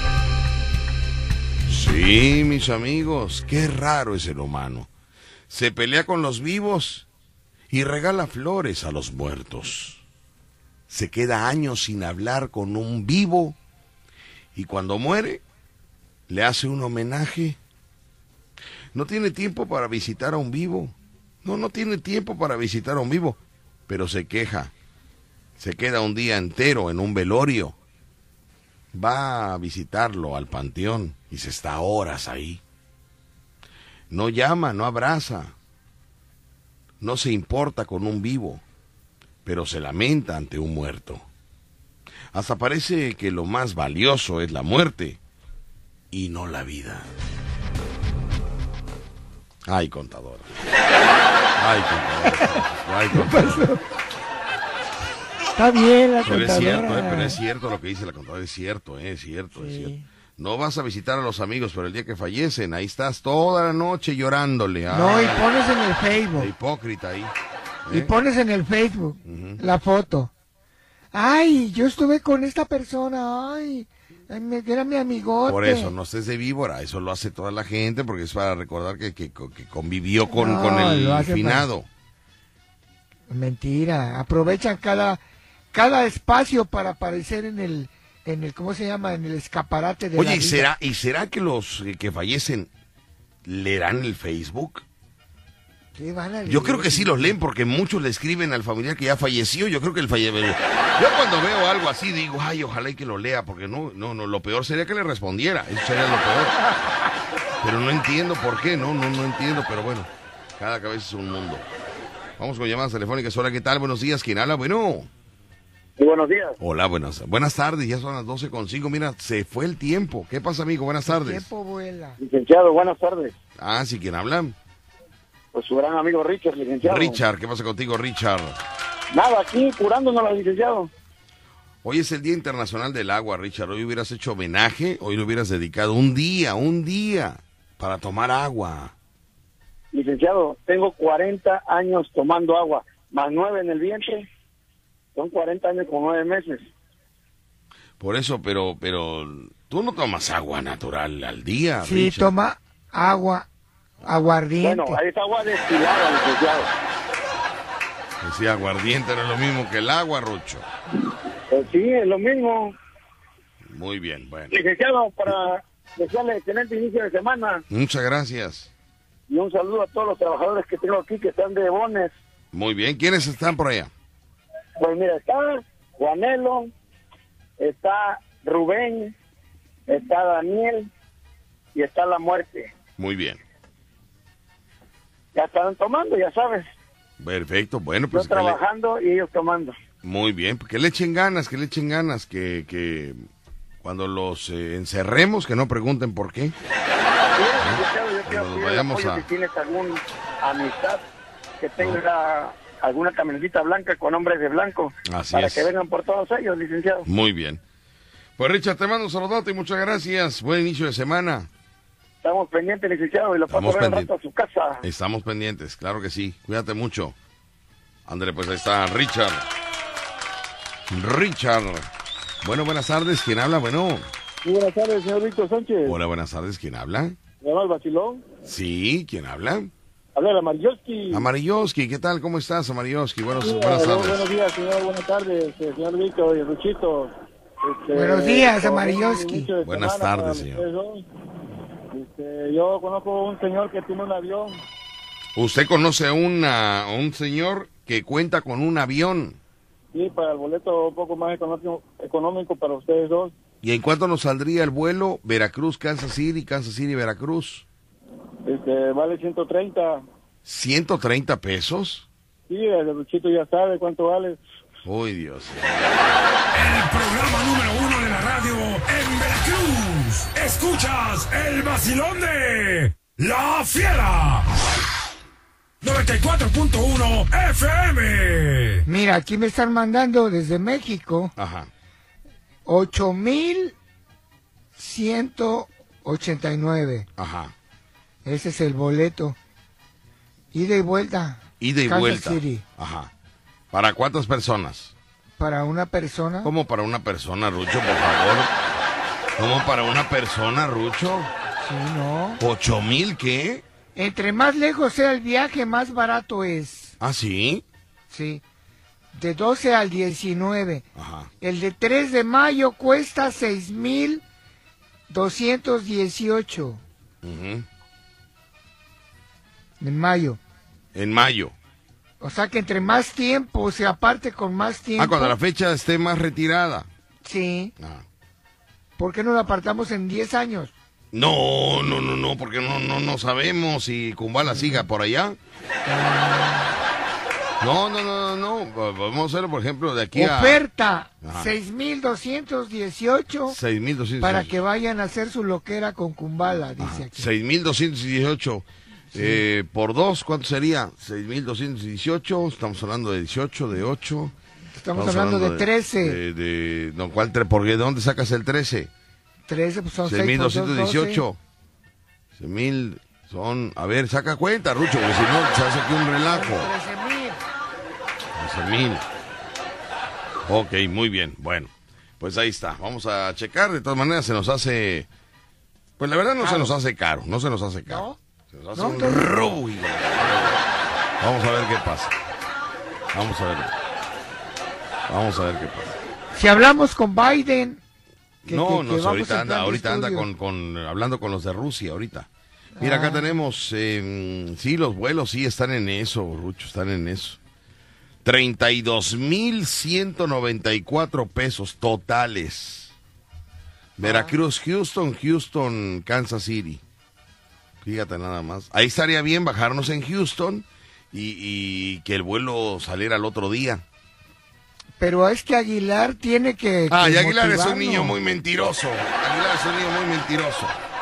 Sí, mis amigos, qué raro es el humano. Se pelea con los vivos y regala flores a los muertos. Se queda años sin hablar con un vivo y cuando muere le hace un homenaje. No tiene tiempo para visitar a un vivo. No, no tiene tiempo para visitar a un vivo, pero se queja. Se queda un día entero en un velorio. Va a visitarlo al panteón y se está horas ahí. No llama, no abraza. No se importa con un vivo, pero se lamenta ante un muerto. Hasta parece que lo más valioso es la muerte y no la vida. Ay, contador. Ay, contador. Ay, contador. Está bien la Pero contadora. es cierto, eh, pero es cierto lo que dice la contadora, es cierto, eh, es cierto, Sí. es cierto. No vas a visitar a los amigos, pero el día que fallecen, ahí estás toda la noche llorándole. No, Ay, y pones en el la Facebook. hipócrita ahí. Y ¿eh? pones en el Facebook Ujú. la foto. Ay, yo estuve con esta persona. Ay, ay, me- era mi amigote. Por eso, no estés de víbora, eso lo hace toda la gente, porque es para recordar que, que, que convivió con, No, con el lo hace finado. Mentira. Aprovechan cada, cada espacio para aparecer en el, en el, ¿cómo se llama? En el escaparate de la Oye, ¿y vida. será, ¿y será que los eh, que fallecen leerán el Facebook? ¿Qué van a Yo leer? creo que sí los leen porque muchos le escriben al familiar que ya falleció. Yo creo que el falleció. Yo cuando veo algo así digo, ay, ojalá y que lo lea, porque no, no, no, lo peor sería que le respondiera. Eso sería lo peor. Pero no entiendo por qué, no, no, no entiendo, pero bueno, cada cabeza es un mundo. Vamos con llamadas telefónicas. Hola, ¿qué tal? Buenos días, ¿quién habla? Bueno. Sí, buenos días. Hola, buenas, buenas tardes, ya son las doce con cinco. Mira, se fue el tiempo. ¿Qué pasa, amigo? Buenas El tardes. tiempo vuela. Licenciado, buenas tardes. Ah, sí, ¿quién habla? Pues su gran amigo Richard, licenciado. Richard, ¿qué pasa contigo, Richard? Nada, aquí curándonos, licenciado. Hoy es el Día Internacional del Agua, Richard. Hoy hubieras hecho homenaje, hoy le hubieras dedicado un día, un día para tomar agua. Licenciado, tengo cuarenta años tomando agua, más nueve en el vientre. Son cuarenta años con nueve meses. Por eso, pero, pero, tú no tomas agua natural al día, Sí, Richard. toma agua, aguardiente. Bueno, es agua destilada, licenciado. Pues sí, aguardiente no es lo mismo que el agua, Rucho. Pues sí, es lo mismo. Muy bien, bueno. Licenciado, para desearle excelente inicio de semana Muchas gracias. y un saludo a todos los trabajadores que tengo aquí que están de bones. Muy bien, ¿quiénes están por allá? Pues mira, está Juanelo, está Rubén, está Daniel y está La Muerte. Muy bien. Ya están tomando, ya sabes. Perfecto, bueno, Yo pues que le- trabajando y ellos tomando. muy bien, pues que le echen ganas, que le echen ganas, que, que cuando los eh, encerremos, que no pregunten por qué. Sí, licenciado, yo quiero nos pedir el vayamos apoyo a- si tienes alguna amistad que tenga alguna camionetita blanca con hombres de blanco. Así para es. que vengan por todos ellos, licenciado. Muy bien. Pues Richard, te mando un saludote y muchas gracias. Buen inicio de semana. Estamos pendientes, licenciado, y lo paso Estamos a ver un pendientes. rato a su casa. Estamos pendientes, claro que sí. Cuídate mucho. Ándale, pues ahí está Richard. Richard. Bueno, buenas tardes. ¿Quién habla? Bueno. Muy buenas tardes, señor Víctor Sánchez. Hola, buenas tardes. ¿Quién habla? ¿Me llama el vacilón? Sí, ¿quién habla? Habla la Mariolski. Amarilloski, ¿qué tal? ¿Cómo estás, Amarilloski? Buenos, Sí, buenas aló, tardes. buenos días, señor. Buenas tardes, eh, señor Víctor y Ruchito. Este, Buenos días, con Amarilloski. un inicio de Buenas semana para tardes, señor. ustedes dos. Este, yo conozco un señor que tiene un avión. Usted conoce a una, a un señor que cuenta con un avión. Sí, para el boleto un poco más económico, económico para ustedes dos. ¿Y en cuánto nos saldría el vuelo Veracruz, Kansas City, Kansas City, Veracruz? Este, vale ciento treinta. ¿ciento treinta pesos? Sí, el Ruchito ya sabe cuánto vale. Uy, Dios. El programa número uno de la radio en Veracruz. Escuchas el vacilón de La Fiera. noventa y cuatro punto uno F M. Mira, aquí me están mandando desde México Ajá. ocho mil ciento ochenta y nueve. Ajá. Ese es el boleto. Ida y vuelta. Ida y Kansas vuelta. City. Ajá. ¿Para cuántas personas? Para una persona. ¿Cómo para una persona, Rucho, por favor? ¿Cómo para una persona, Rucho? Sí, no. ¿Ocho mil qué? Entre más lejos sea el viaje, más barato es. ¿Ah, sí? Sí. De doce al diecinueve. Ajá. El de tres de mayo cuesta seis mil doscientos dieciocho. Uh-huh. En mayo. En mayo. O sea que entre más tiempo, se aparte con más tiempo. Ah, cuando la fecha esté más retirada. Sí. Ah. ¿Por qué no lo apartamos en diez años? No, no, no, no, porque no, no, no sabemos si Kumbala siga por allá. No, no, no, no, no. Vamos a hacerlo, por ejemplo, de aquí a... Oferta, Ajá. seis mil doscientos dieciocho seis mil doscientos para que vayan a hacer su loquera con Kumbala, dice aquí. seis mil doscientos dieciocho. Sí. Eh, por dos, ¿cuánto sería? seis mil doscientos dieciocho, estamos hablando de dieciocho, de ocho. Estamos, estamos hablando, hablando de trece. De, de, no, ¿cuál tre ¿Por qué? ¿De dónde sacas el trece? trece, pues son seis mil doscientos dieciocho. seis mil son... A ver, saca cuenta, Rucho, porque si no se hace aquí un relajo. trece mil. trece mil. Ok, muy bien. Bueno, pues ahí está. Vamos a checar. De todas maneras se nos hace... Pues la verdad no claro. se nos hace caro. No se nos hace caro. ¿No? Se nos hace no, un no, robo. Vamos a ver qué pasa. Vamos a ver. Vamos a ver qué pasa. Si hablamos con Biden... Que, no, que, no, que ahorita anda, ahorita anda con, con, hablando con los de Rusia, ahorita. Mira, ah. acá tenemos, eh, sí, los vuelos sí están en eso, Rucho, están en eso. treinta y dos mil ciento noventa y cuatro pesos totales. Veracruz, Houston, Houston, Kansas City. Fíjate nada más. Ahí estaría bien bajarnos en Houston y, y que el vuelo saliera el otro día. Pero es que Aguilar tiene que... Ah, que y Aguilar es un niño muy mentiroso. Aguilar es un niño muy mentiroso.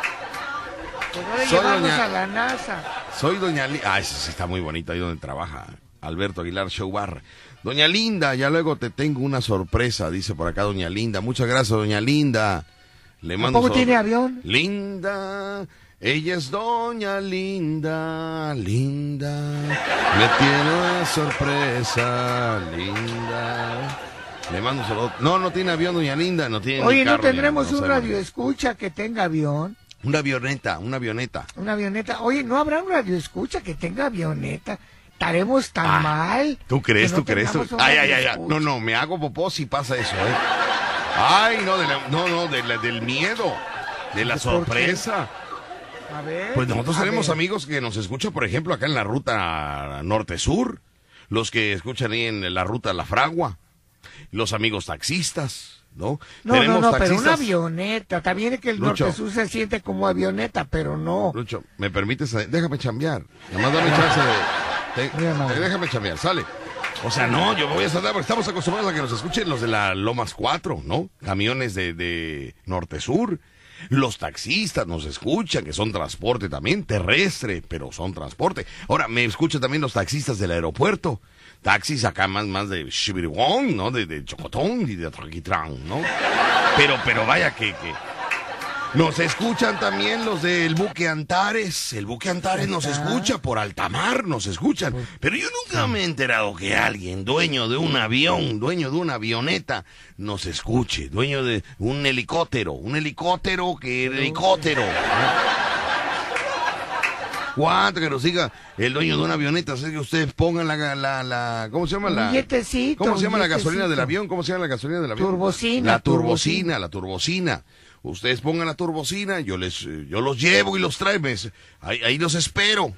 Pues no le llevamos doña... a la NASA. Soy doña Linda. Ah, esa sí está muy bonita, ahí donde trabaja Alberto Aguilar Show Bar. Doña Linda, ya luego te tengo una sorpresa, dice por acá doña Linda. Muchas gracias, doña Linda. Le mando ¿Cómo tiene avión? Linda, ella es doña Linda, Linda. Me tiene una sorpresa, Linda. Le mando un saludo. No, no tiene avión, doña Linda, no tiene Oye, ni carro, ¿no tendremos no un radioescucha que tenga avión? Una avioneta, una avioneta. Una avioneta. Oye, ¿no habrá un radioescucha que tenga avioneta? ¿Estaremos tan ah, mal? ¿Tú crees, no tú crees? Tú... Ay, ay, ay, ay. No, no, me hago popó si pasa eso, ¿eh? Ay, no, de la, no, no, de la, del miedo, de la sorpresa. A ver, pues nosotros tenemos ver. amigos que nos escuchan, por ejemplo, acá en la ruta norte-sur, los que escuchan ahí en la ruta La Fragua, los amigos taxistas, ¿no? No, tenemos no, no, taxistas... pero una avioneta, también que el norte-sur se siente como avioneta, pero no. Lucho, ¿me permites? Déjame chambear, nada más dame chance de... Te... No, no. Déjame chambear, sale. O sea, no, yo me voy a saltar porque estamos acostumbrados a que nos escuchen los de la Lomas cuatro, ¿no? Camiones de, de norte-sur. Los taxistas nos escuchan, que son transporte también, terrestre, pero son transporte. Ahora, me escuchan también los taxistas del aeropuerto. Taxis acá más, más de Chibirigón, ¿no? De, de Chocotón y de Traquitrán, ¿no? Pero, pero vaya que, que... Nos escuchan también los del buque Antares. El buque Antares nos escucha, por alta mar nos escuchan. Pero yo nunca me he enterado que alguien, dueño de un avión, dueño de una avioneta, nos escuche. Dueño de un helicóptero, un helicóptero que helicóptero. ¿Cuánto que nos diga el dueño de una avioneta? Así que ustedes pongan la, la, la ¿cómo se llama? La, billetecito, ¿Cómo se llama la gasolina del avión? ¿Cómo se llama la gasolina del avión? Turbocina. La turbocina, la turbocina. Ustedes pongan la turbocina, yo les, yo los llevo y los traigo, ahí, ahí los espero.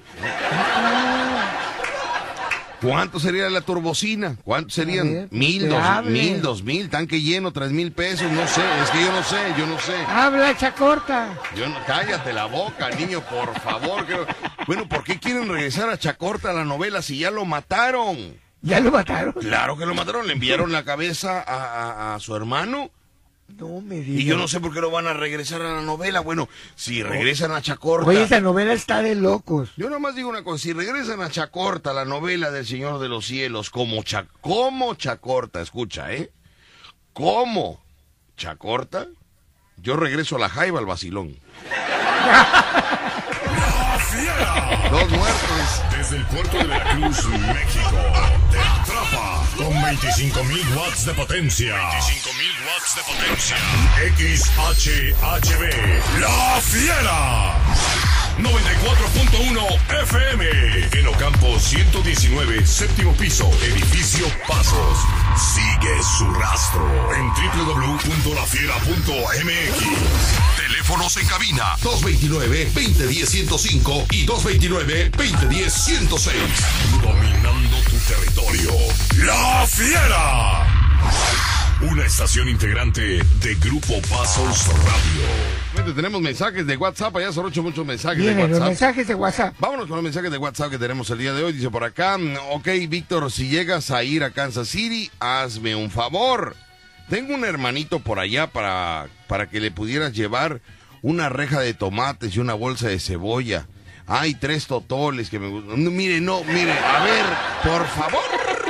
¿Cuánto sería la turbocina? ¿Cuánto serían? Ver, mil, dos hable. mil, dos mil, tanque lleno, tres mil pesos, no sé, es que yo no sé, yo no sé. Habla, Chacorta. Yo no, cállate la boca, niño, por favor. Que... Bueno, ¿por qué quieren regresar a Chacorta a la novela si ya lo mataron? ¿Ya lo mataron? Claro que lo mataron, le enviaron la cabeza a, a, a su hermano. No me digas. Y yo no sé por qué no van a regresar a la novela. Bueno, si regresan a Chacorta... Oye, esa novela está de locos. Yo nomás digo una cosa, si regresan a Chacorta, la novela del Señor de los Cielos, como, Cha... como Chacorta, escucha, ¿eh? Como Chacorta, yo regreso a la Jaiba al vacilón. ¡La Fiera! Dos muertos. Desde el puerto de Veracruz, México, te atrapa con veinticinco mil watts de potencia. veinticinco mil watts de potencia. X H H B, La Fiera. noventa y cuatro punto uno F M. En Ocampo ciento diecinueve, séptimo piso, edificio Pasos. Sigue su rastro en doble u doble u doble u punto la fiera punto m x. Teléfonos en cabina dos dos nueve, dos cero uno cero, ciento cinco y dos dos nueve, dos cero uno cero, ciento seis. Dominando tu territorio. La Fiera. Una estación integrante de Grupo Pasos Radio. Tenemos mensajes de WhatsApp, allá son ocho muchos mensajes Vienen de WhatsApp. los mensajes de WhatsApp. Vámonos con los mensajes de WhatsApp que tenemos el día de hoy. Dice por acá, ok, Víctor, si llegas a ir a Kansas City, hazme un favor. Tengo un hermanito por allá para, para que le pudieras llevar una reja de tomates y una bolsa de cebolla. Hay tres totoles que me gustan. No, mire, no, mire, a ver, por favor.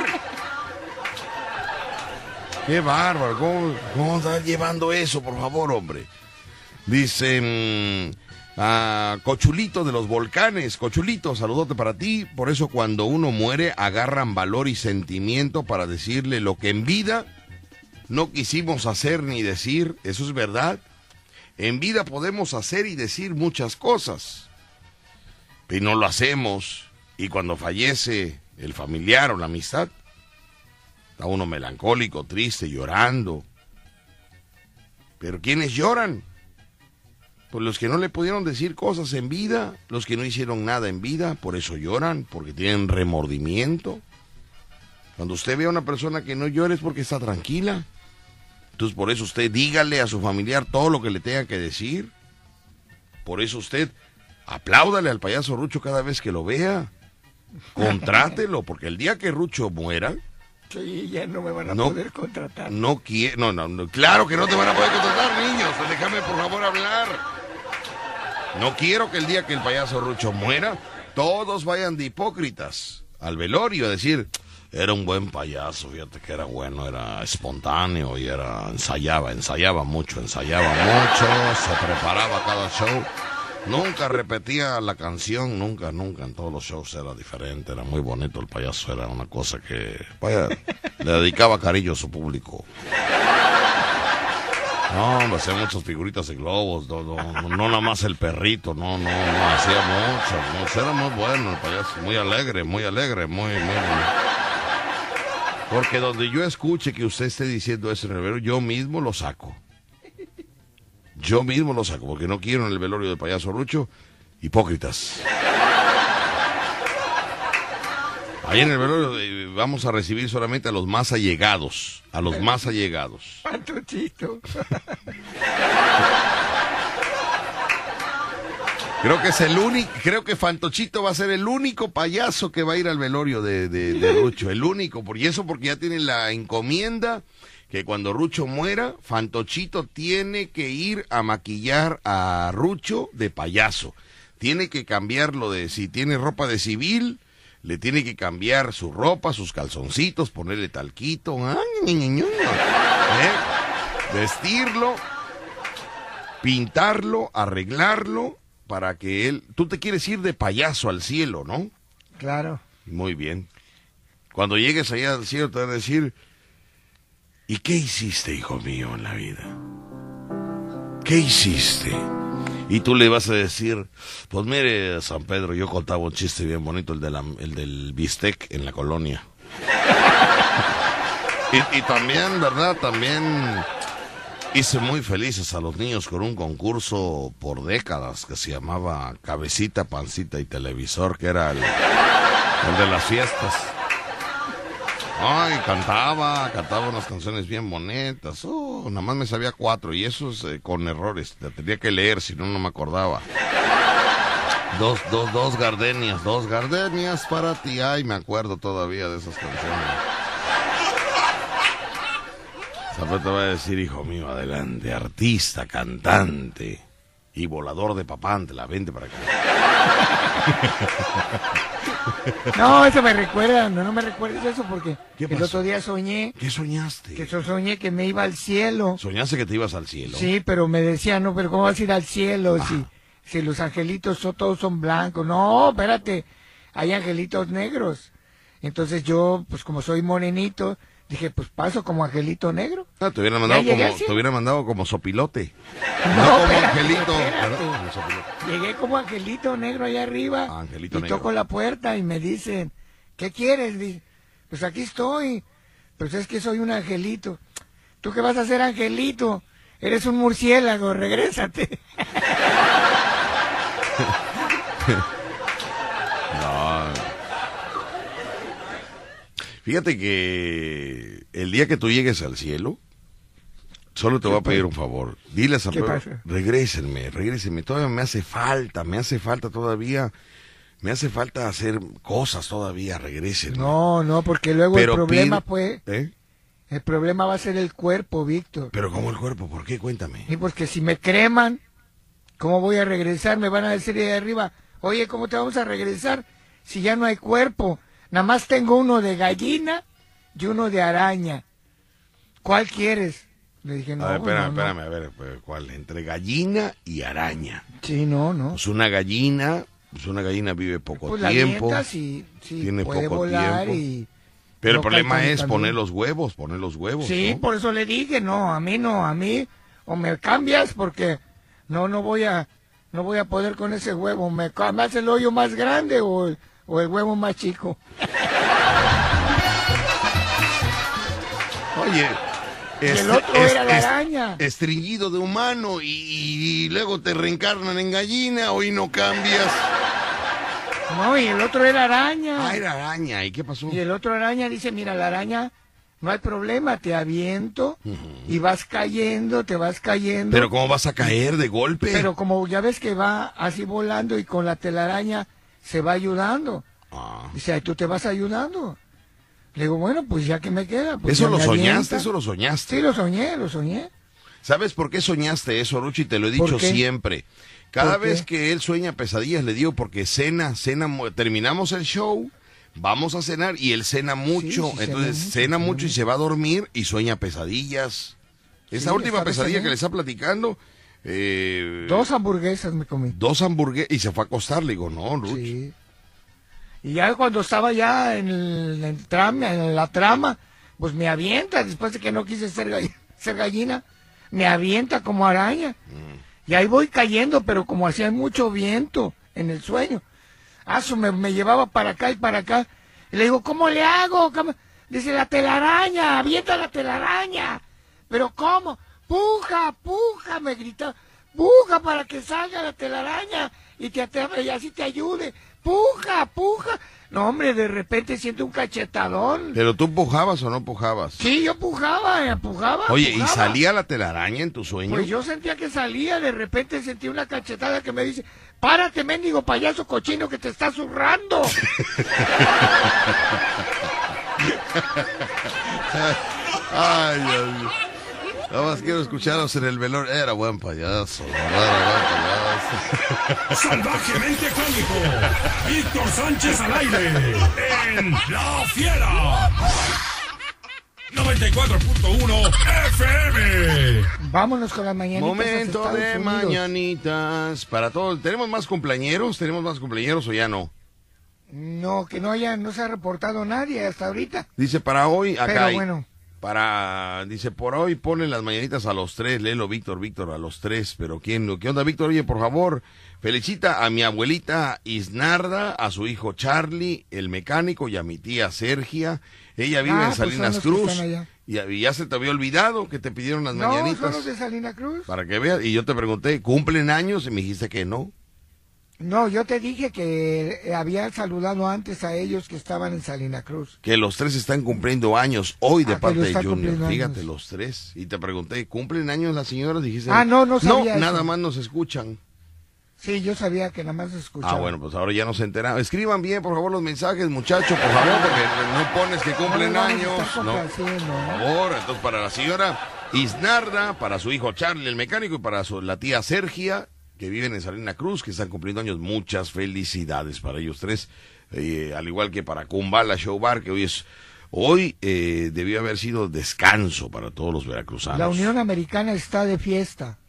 Qué bárbaro, ¿cómo, cómo estás llevando eso, por favor, hombre? Dice, mmm, ah, Cochulito de los Volcanes, Cochulito, saludote para ti. Por eso cuando uno muere agarran valor y sentimiento para decirle lo que en vida no quisimos hacer ni decir. Eso es verdad. En vida podemos hacer y decir muchas cosas, pero no lo hacemos. Y cuando fallece el familiar o la amistad, está uno melancólico, triste, llorando. ¿Pero quiénes lloran? Pues los que no le pudieron decir cosas en vida, los que no hicieron nada en vida, por eso lloran, porque tienen remordimiento. Cuando usted ve a una persona que no llora es porque está tranquila. Entonces por eso usted dígale a su familiar todo lo que le tenga que decir. Por eso usted apláudale al payaso Rucho cada vez que lo vea. Contrátelo, porque el día que Rucho muera... Sí, ya no me van a no, poder contratar. No quiero, no, no, no, claro que no te van a poder contratar, niños. Déjame por favor hablar. No quiero que el día que el payaso Rucho muera, todos vayan de hipócritas al velorio a decir, era un buen payaso, fíjate que era bueno, era espontáneo y era, ensayaba, ensayaba mucho, ensayaba mucho, se preparaba cada show. Nunca repetía la canción, nunca, nunca, en todos los shows era diferente, era muy bonito el payaso, era una cosa que, vaya, le dedicaba cariño a su público. No, hombre, hacía muchas figuritas de globos, no, no, no nada más el perrito, no, no, no, hacía mucho, mucho, era muy bueno el payaso, muy alegre, muy alegre, muy, muy bueno. Porque donde yo escuche que usted esté diciendo eso en el velorio, yo mismo lo saco. Yo mismo lo saco, porque no quiero en el velorio del payaso Rucho hipócritas. Ahí en el velorio eh, vamos a recibir solamente a los más allegados, a los más allegados. Fantochito. Creo que es el único, creo que Fantochito va a ser el único payaso que va a ir al velorio de, de, de Rucho, el único, por, y eso porque ya tiene la encomienda que cuando Rucho muera, Fantochito tiene que ir a maquillar a Rucho de payaso. Tiene que cambiarlo de, si tiene ropa de civil, le tiene que cambiar su ropa, sus calzoncitos, ponerle talquito, ¿eh? vestirlo, pintarlo, arreglarlo, para que él... Tú te quieres ir de payaso al cielo, ¿no? Claro. Muy bien. Cuando llegues allá al cielo te van a decir... ¿Y qué hiciste, hijo mío, en la vida? ¿Qué hiciste? Y tú le vas a decir, pues mire, San Pedro, yo contaba un chiste bien bonito, el, de la, el del bistec en la colonia. y, y también, ¿verdad? También hice muy felices a los niños con un concurso por décadas que se llamaba Cabecita, Pancita y Televisor, que era el, el de las fiestas. Ay, cantaba, cantaba unas canciones bien bonitas. Oh, nada más me sabía cuatro y esos eh, con errores. La tenía que leer, si no, no me acordaba. Dos, dos, dos gardenias, dos gardenias para ti. Ay, me acuerdo todavía de esas canciones. Después te va a decir, hijo mío, adelante, artista, cantante y volador de papante, la vente para acá. No, eso me recuerda, no, no me recuerdes eso porque ¿Qué el pasó? otro día soñé. ¿Qué soñaste? Que yo soñé que me iba al cielo. ¿Soñaste que te ibas al cielo? Sí, pero me decía, no, pero ¿cómo vas a ir al cielo ah. si, Si los angelitos son, todos son blancos. No, espérate, hay angelitos negros. Entonces yo, pues como soy morenito, dije, pues paso como angelito negro. Ah, te hubieran mandado, como, te hubieran mandado como sopilote. No, no como espérate, angelito. Espérate. Como sopilote. Llegué como angelito negro allá arriba. Ah, angelito y negro. toco la puerta y me dicen, ¿qué quieres? Dice, pues aquí estoy. Pues es que soy un angelito. ¿Tú qué vas a hacer, angelito? Eres un murciélago, regrésate. No. Fíjate que el día que tú llegues al cielo, solo te voy a pedir un favor. Dile a San Pedro, regrésenme, regrésenme. Todavía me hace falta, me hace falta todavía, me hace falta hacer cosas todavía, regrésenme. No, no, porque luego Pero el problema pide, fue... ¿eh? El problema va a ser el cuerpo, Víctor. Pero ¿cómo el cuerpo? ¿Por qué? Cuéntame. Y porque si me creman, ¿cómo voy a regresar? Me van a decir de arriba, oye, ¿cómo te vamos a regresar si ya no hay cuerpo? Nada más tengo uno de gallina y uno de araña. ¿Cuál quieres? Le dije, no, a ver, espérame, no, no. espérame, a ver, ¿cuál? Entre gallina y araña. Sí, no, no. Pues una gallina, pues una gallina vive poco pues tiempo. La sí, sí, tiene puede poco volar tiempo. Y Pero no el problema es también. poner los huevos, poner los huevos. Sí, ¿no? por eso le dije, no, a mí no, a mí, o me cambias porque no, no voy a, no voy a poder con ese huevo, me, me hace el hoyo más grande o el, o el huevo más chico. Oye, y el otro es, era la es, araña. Estringido de humano y, y luego te reencarnan en gallina, hoy no cambias. No, y el otro era araña. Ah, era araña, ¿y qué pasó? Y el otro araña dice, mira, la araña, no hay problema, te aviento uh-huh. y vas cayendo, te vas cayendo. Pero ¿cómo vas a caer de golpe? Pero como ya ves que va así volando y con la telaraña se va ayudando. Ah. Dice, ay, tú te vas ayudando. Le digo, bueno, pues ya que me queda. Pues ¿Eso lo soñaste? Avienta. ¿Eso lo soñaste? Sí, lo soñé, lo soñé. ¿Sabes por qué soñaste eso, Ruchi? Te lo he dicho siempre. Cada vez que él sueña pesadillas, le digo, porque cena, cena, terminamos el show, vamos a cenar y él cena mucho, sí, sí, entonces cena mucho, cena mucho y se va a dormir y sueña pesadillas. Esa sí, última pesadilla que le está platicando... Eh, dos hamburguesas me comí. Dos hamburguesas y se fue a acostar, le digo, no, Ruchi. Sí. Y ya cuando estaba ya en, el, en, trama, en la trama, pues me avienta, después de que no quise ser, gall ser gallina, me avienta como araña. Mm. Y ahí voy cayendo, pero como hacía mucho viento en el sueño. Ah, me, me llevaba para acá y para acá. Y le digo, ¿cómo le hago? ¿Cómo? Dice, la telaraña, avienta la telaraña. ¿Pero cómo? Puja, puja, me grita. Puja para que salga la telaraña y, te, y así te ayude. Puja, puja. No, hombre, de repente siento un cachetadón. ¿Pero tú pujabas o no pujabas? Sí, yo pujaba, pujaba. Oye, pujaba. ¿y salía la telaraña en tu sueño? Pues yo sentía que salía, de repente sentí una cachetada que me dice, párate, mendigo payaso cochino que te está zurrando. Ay, Dios mío. Nada más quiero escucharos en el velorio. Era buen payaso, era buen payaso. Salvajemente cómico. Víctor Sánchez al aire. En La Fiera. noventa y cuatro punto uno F M. Vámonos con las mañanitas. Momento de Unidos. Mañanitas. Para todos. ¿Tenemos más cumpleañeros? ¿Tenemos más cumpleañeros o ya no? No, que no haya, no se ha reportado nadie hasta ahorita. Dice para hoy, acá Pero hay, bueno. Para, dice, por hoy ponen las mañanitas a los tres, léelo, Víctor, Víctor, a los tres, pero ¿quién? ¿Qué onda, Víctor? Oye, por favor, felicita a mi abuelita Isnarda, a su hijo Charlie, el mecánico, y a mi tía Sergia. Ella vive ah, en Salinas pues Cruz. Y, y ya se te había olvidado que te pidieron las no, mañanitas. No, son los de Salinas Cruz. Para que veas, y yo te pregunté, ¿cumplen años? Y me dijiste que no. No, yo te dije que había saludado antes a ellos que estaban en Salina Cruz. Que los tres están cumpliendo años hoy de ah, parte de Junior. Fíjate, los tres. Y te pregunté, ¿cumplen años las señoras? Dijiste, ah, no, no sabía. No, eso. nada más nos escuchan. Sí, yo sabía que nada más escuchaban. Ah, bueno, pues ahora ya nos enteramos. Escriban bien, por favor, los mensajes, muchachos, por favor, porque no pones que cumplen no, años. No, por ¿no? favor, entonces para la señora Isnarda, para su hijo Charlie, el mecánico, y para su, la tía Sergia, que viven en Salina Cruz, que están cumpliendo años, muchas felicidades para ellos tres, eh, al igual que para Kumbala Show Bar, que hoy es, hoy eh, debió haber sido descanso para todos los veracruzanos. La Unión Americana está de fiesta.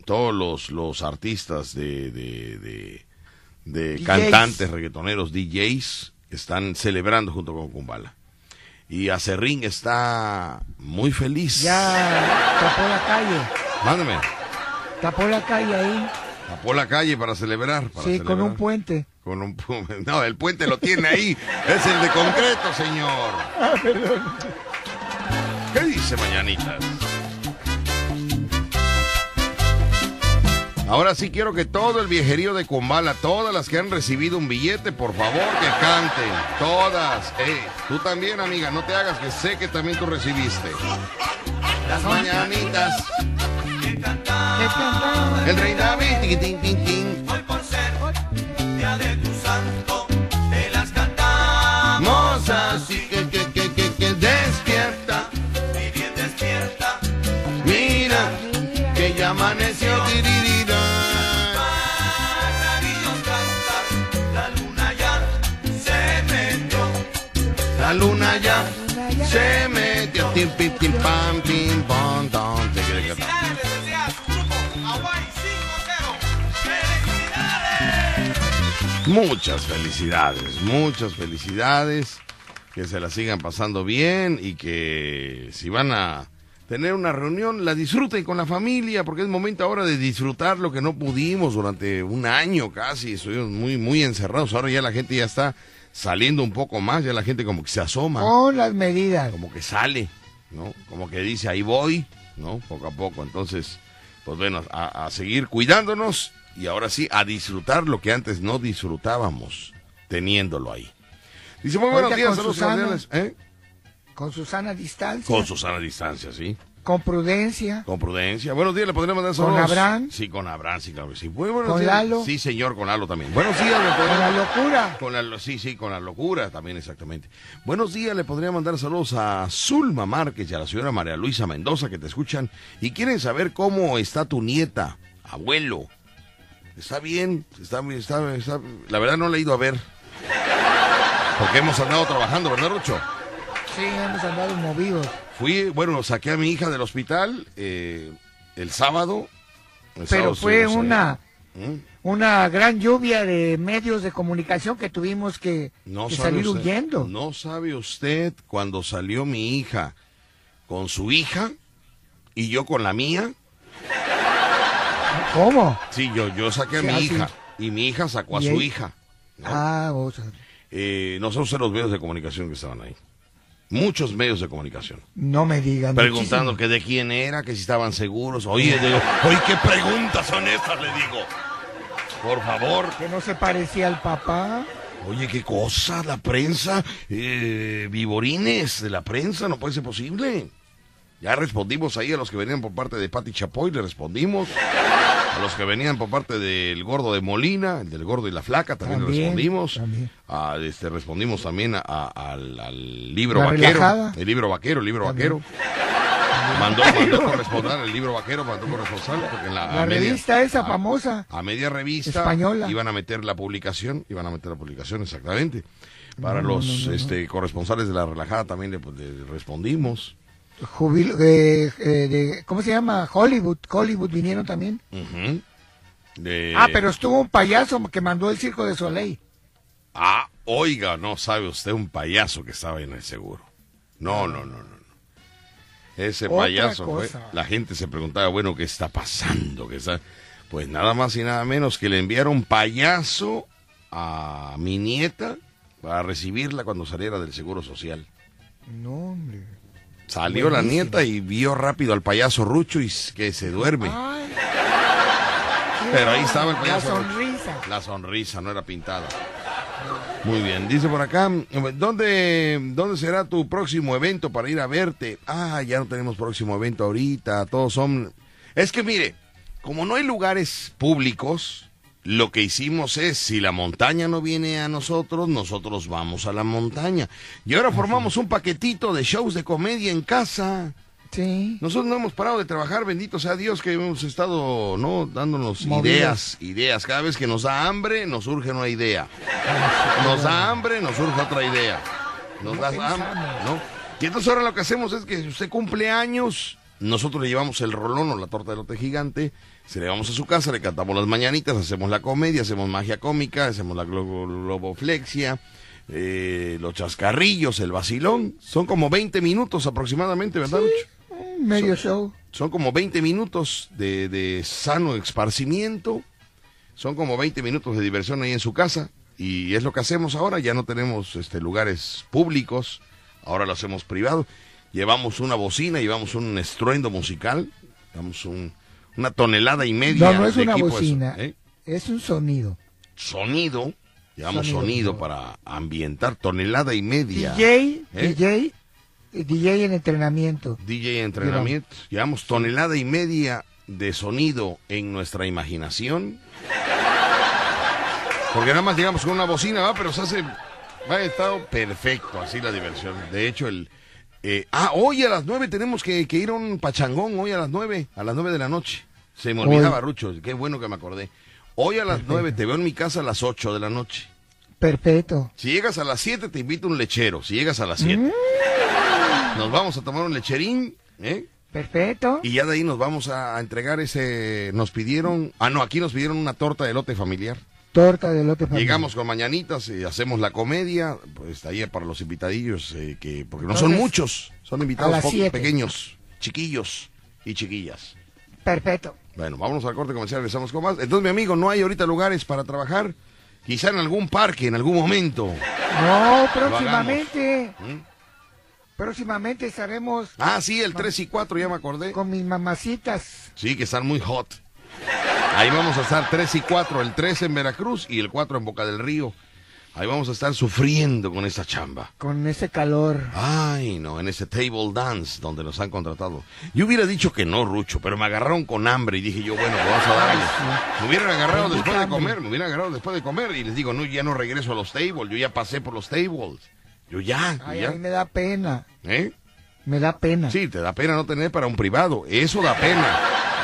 todos los, los artistas de, de, de, de D Js. cantantes, reggaetoneros, D Js, están celebrando junto con Kumbala. Y Acerrín está muy feliz. Ya tapó la calle. Mándame. Tapó la calle ahí. Tapó la calle para celebrar. Para sí, celebrar. con un puente. Con un pu- No, el puente lo tiene ahí. Es el de concreto, señor. Ah, perdón. ¿Qué dice Mañanitas? Ahora sí quiero que todo el viejerío de Kumbala, todas las que han recibido un billete, por favor que canten. Todas. Eh, tú también, amiga, no te hagas, que sé que también tú recibiste. Las mañanitas. ¿Qué cantaba? El rey David. Tiquitín, tin, tin. Hoy por ser día de tu santo, te las cantamos Así que, que, que, que, que despierta. y bien despierta. Mira, que ya amaneció. Tiririra. Pajarillos cantan, la luna ya se metió. La luna ya se metió. Tim, pim, tim, pam, tim, pam, tam. Te quiere cantar. Felicidades, les desea su grupo Hawaii cinco cero. ¡Felicidades! Muchas felicidades, muchas felicidades. Que se la sigan pasando bien y que si van a tener una reunión, la disfruten con la familia, porque es momento ahora de disfrutar lo que no pudimos durante un año casi. Estuvimos muy, muy encerrados. Ahora ya la gente ya está saliendo un poco más, ya la gente como que se asoma. Con las medidas. Como que sale, ¿no? Como que dice, ahí voy, ¿no? Poco a poco. Entonces, pues bueno, a, a seguir cuidándonos y ahora sí, a disfrutar lo que antes no disfrutábamos, teniéndolo ahí. Dice, muy buenos Ahorita días, con saludos Susana. cordiales. ¿Eh? Con Susana distancia. Con Susana a distancia, sí. Con prudencia. Con prudencia. Buenos días, ¿le podríamos mandar saludos? ¿Con Abraham? Sí, con Abraham, sí, claro que sí. Muy buenos ¿Con días. Lalo? Sí, señor, con Lalo también. Buenos días, ¿le Con podríamos... la locura. Con la, sí, sí, con la locura también, exactamente. Buenos días, le podría mandar saludos a Zulma Márquez y a la señora María Luisa Mendoza que te escuchan y quieren saber cómo está tu nieta, abuelo. Está bien, está, está, está, la verdad no la he ido a ver. Porque hemos andado trabajando, ¿verdad, Rucho? Sí, hemos andado movidos. Fui, bueno, saqué a mi hija del hospital eh, el sábado. El Pero sábado fue estuvimos una, ahí. ¿Mm? una gran lluvia de medios de comunicación que tuvimos que, No que sabe salir usted, huyendo. No sabe usted cuando salió mi hija con su hija y yo con la mía. ¿Cómo? Sí, yo, yo saqué a Sí, mi ah, hija sí. y mi hija sacó a ¿Y su él? hija. ¿no? Ah, vos. Eh, no sé usted los medios de comunicación que estaban ahí. Muchos medios de comunicación. No me digan. Preguntando muchísimo. que de quién era, que si estaban seguros. Oye, digo, oye, ¿qué preguntas son estas? Le digo. Por favor. Que no se parecía al papá. Oye, qué cosa, la prensa, eh, vivorines de la prensa, no puede ser posible. Ya respondimos ahí a los que venían por parte de Pati Chapoy, le respondimos. A los que venían por parte del gordo de Molina, el del gordo y la flaca, también, le También, respondimos. también. A, este, respondimos también a- a- al, al libro La vaquero. relajada. El libro vaquero, el libro También. vaquero. Mandó, mandó corresponsal, el libro vaquero mandó corresponsal. Porque en la, La a media- revista esa a- famosa. A media revista Española. iban a meter la publicación, iban a meter la publicación exactamente. Para No, los no, no, no. este corresponsales de la relajada también le, pues, le respondimos. Jubilo, eh, eh, de, ¿cómo se llama? Hollywood. Hollywood vinieron también. Ujú. De- Ah, pero estuvo un payaso que mandó el Circo de Soleil. Ah, oiga, no sabe usted un payaso que estaba en el seguro. No, no, no, no. no. Ese Otra payaso fue, cosa. la gente se preguntaba, bueno, ¿qué está pasando? ¿Qué está? Pues nada más y nada menos que le enviaron payaso a mi nieta para recibirla cuando saliera del Seguro Social. No, hombre. Salió la Buenísimo. nieta y vio rápido al payaso Rucho y s- que se duerme. Ay, Pero ahí estaba el la payaso Rucho. sonrisa. La sonrisa, no era pintada. Muy bien, dice por acá, ¿dónde, ¿dónde será tu próximo evento para ir a verte? Ah, ya no tenemos próximo evento ahorita, todos son... Es que mire, como no hay lugares públicos, lo que hicimos es, si la montaña no viene a nosotros, nosotros vamos a la montaña. Y ahora formamos un paquetito de shows de comedia en casa. Sí. Nosotros no hemos parado de trabajar, bendito sea Dios, que hemos estado no dándonos Movidos. ideas, ideas. Cada vez que nos da hambre, nos surge una idea. Nos da hambre, nos surge otra idea. Nos da hambre, ¿no? Y entonces ahora lo que hacemos es que usted cumple años nosotros le llevamos el rolón o la torta de elote gigante, se le vamos a su casa, le cantamos las mañanitas, hacemos la comedia, hacemos magia cómica, hacemos la glo- globoflexia, eh, los chascarrillos, el vacilón. Son como veinte minutos aproximadamente, ¿verdad, Sí, Lucho? medio son, show. Son como veinte minutos de, de sano esparcimiento, son como veinte minutos de diversión ahí en su casa, y es lo que hacemos ahora. Ya no tenemos este, lugares públicos, ahora lo hacemos privado. Llevamos una bocina, llevamos un estruendo musical, llevamos un, una tonelada y media No, no es de una equipo bocina, de, ¿eh? es un sonido. Sonido, llevamos sonido, Sonido. sonido para ambientar, tonelada y media. D J, ¿Eh? D J, eh, D J en entrenamiento. D J en entrenamiento, llevamos tonelada y media de sonido en nuestra imaginación. Porque nada más llegamos con una bocina, ¿va? Pero se hace, va a estado perfecto, así la diversión. De hecho, el... Eh, ah, hoy a las nueve tenemos que, que ir a un pachangón, hoy a las nueve, a las nueve de la noche. Se me olvidaba, Hoy. Rucho, qué bueno que me acordé. Hoy a las Perfecto. nueve, te veo en mi casa a las ocho de la noche. Perfecto. Si llegas a las siete, te invito a un lechero, si llegas a las siete. Mm. Nos vamos a tomar un lecherín, ¿eh? Perfecto. Y ya de ahí nos vamos a, a entregar ese, nos pidieron, ah no, aquí nos pidieron una torta de elote familiar. Torta de elote familiar. Llegamos con mañanitas y hacemos la comedia, pues ahí para los invitadillos, eh, que porque no Entonces, son muchos, son a invitados las po- siete. pequeños, chiquillos y chiquillas. Perfecto. Bueno, vámonos al corte comercial, regresamos con más. Entonces, mi amigo, ¿no hay ahorita lugares para trabajar? Quizá en algún parque, en algún momento. No, Lo próximamente. ¿Mm? Próximamente estaremos Ah, sí, el tres y cuatro, ya me acordé. con mis mamacitas. Sí, que están muy hot. Ahí vamos a estar tres y cuatro, el tres en Veracruz y el cuatro en Boca del Río. Ahí vamos a estar sufriendo con esa chamba. Con ese calor. Ay, no, en ese table dance donde nos han contratado. Yo hubiera dicho que no, Rucho, pero me agarraron con hambre y dije yo, bueno, pues vamos a darle. Me hubieran agarrado Bendita después de hambre. comer, me hubieran agarrado después de comer y les digo, no, ya no regreso a los tables, yo ya pasé por los tables. Yo ya, yo Ay, ya. a mí me da pena. ¿Eh? Me da pena. Sí, te da pena no tener para un privado, eso da pena.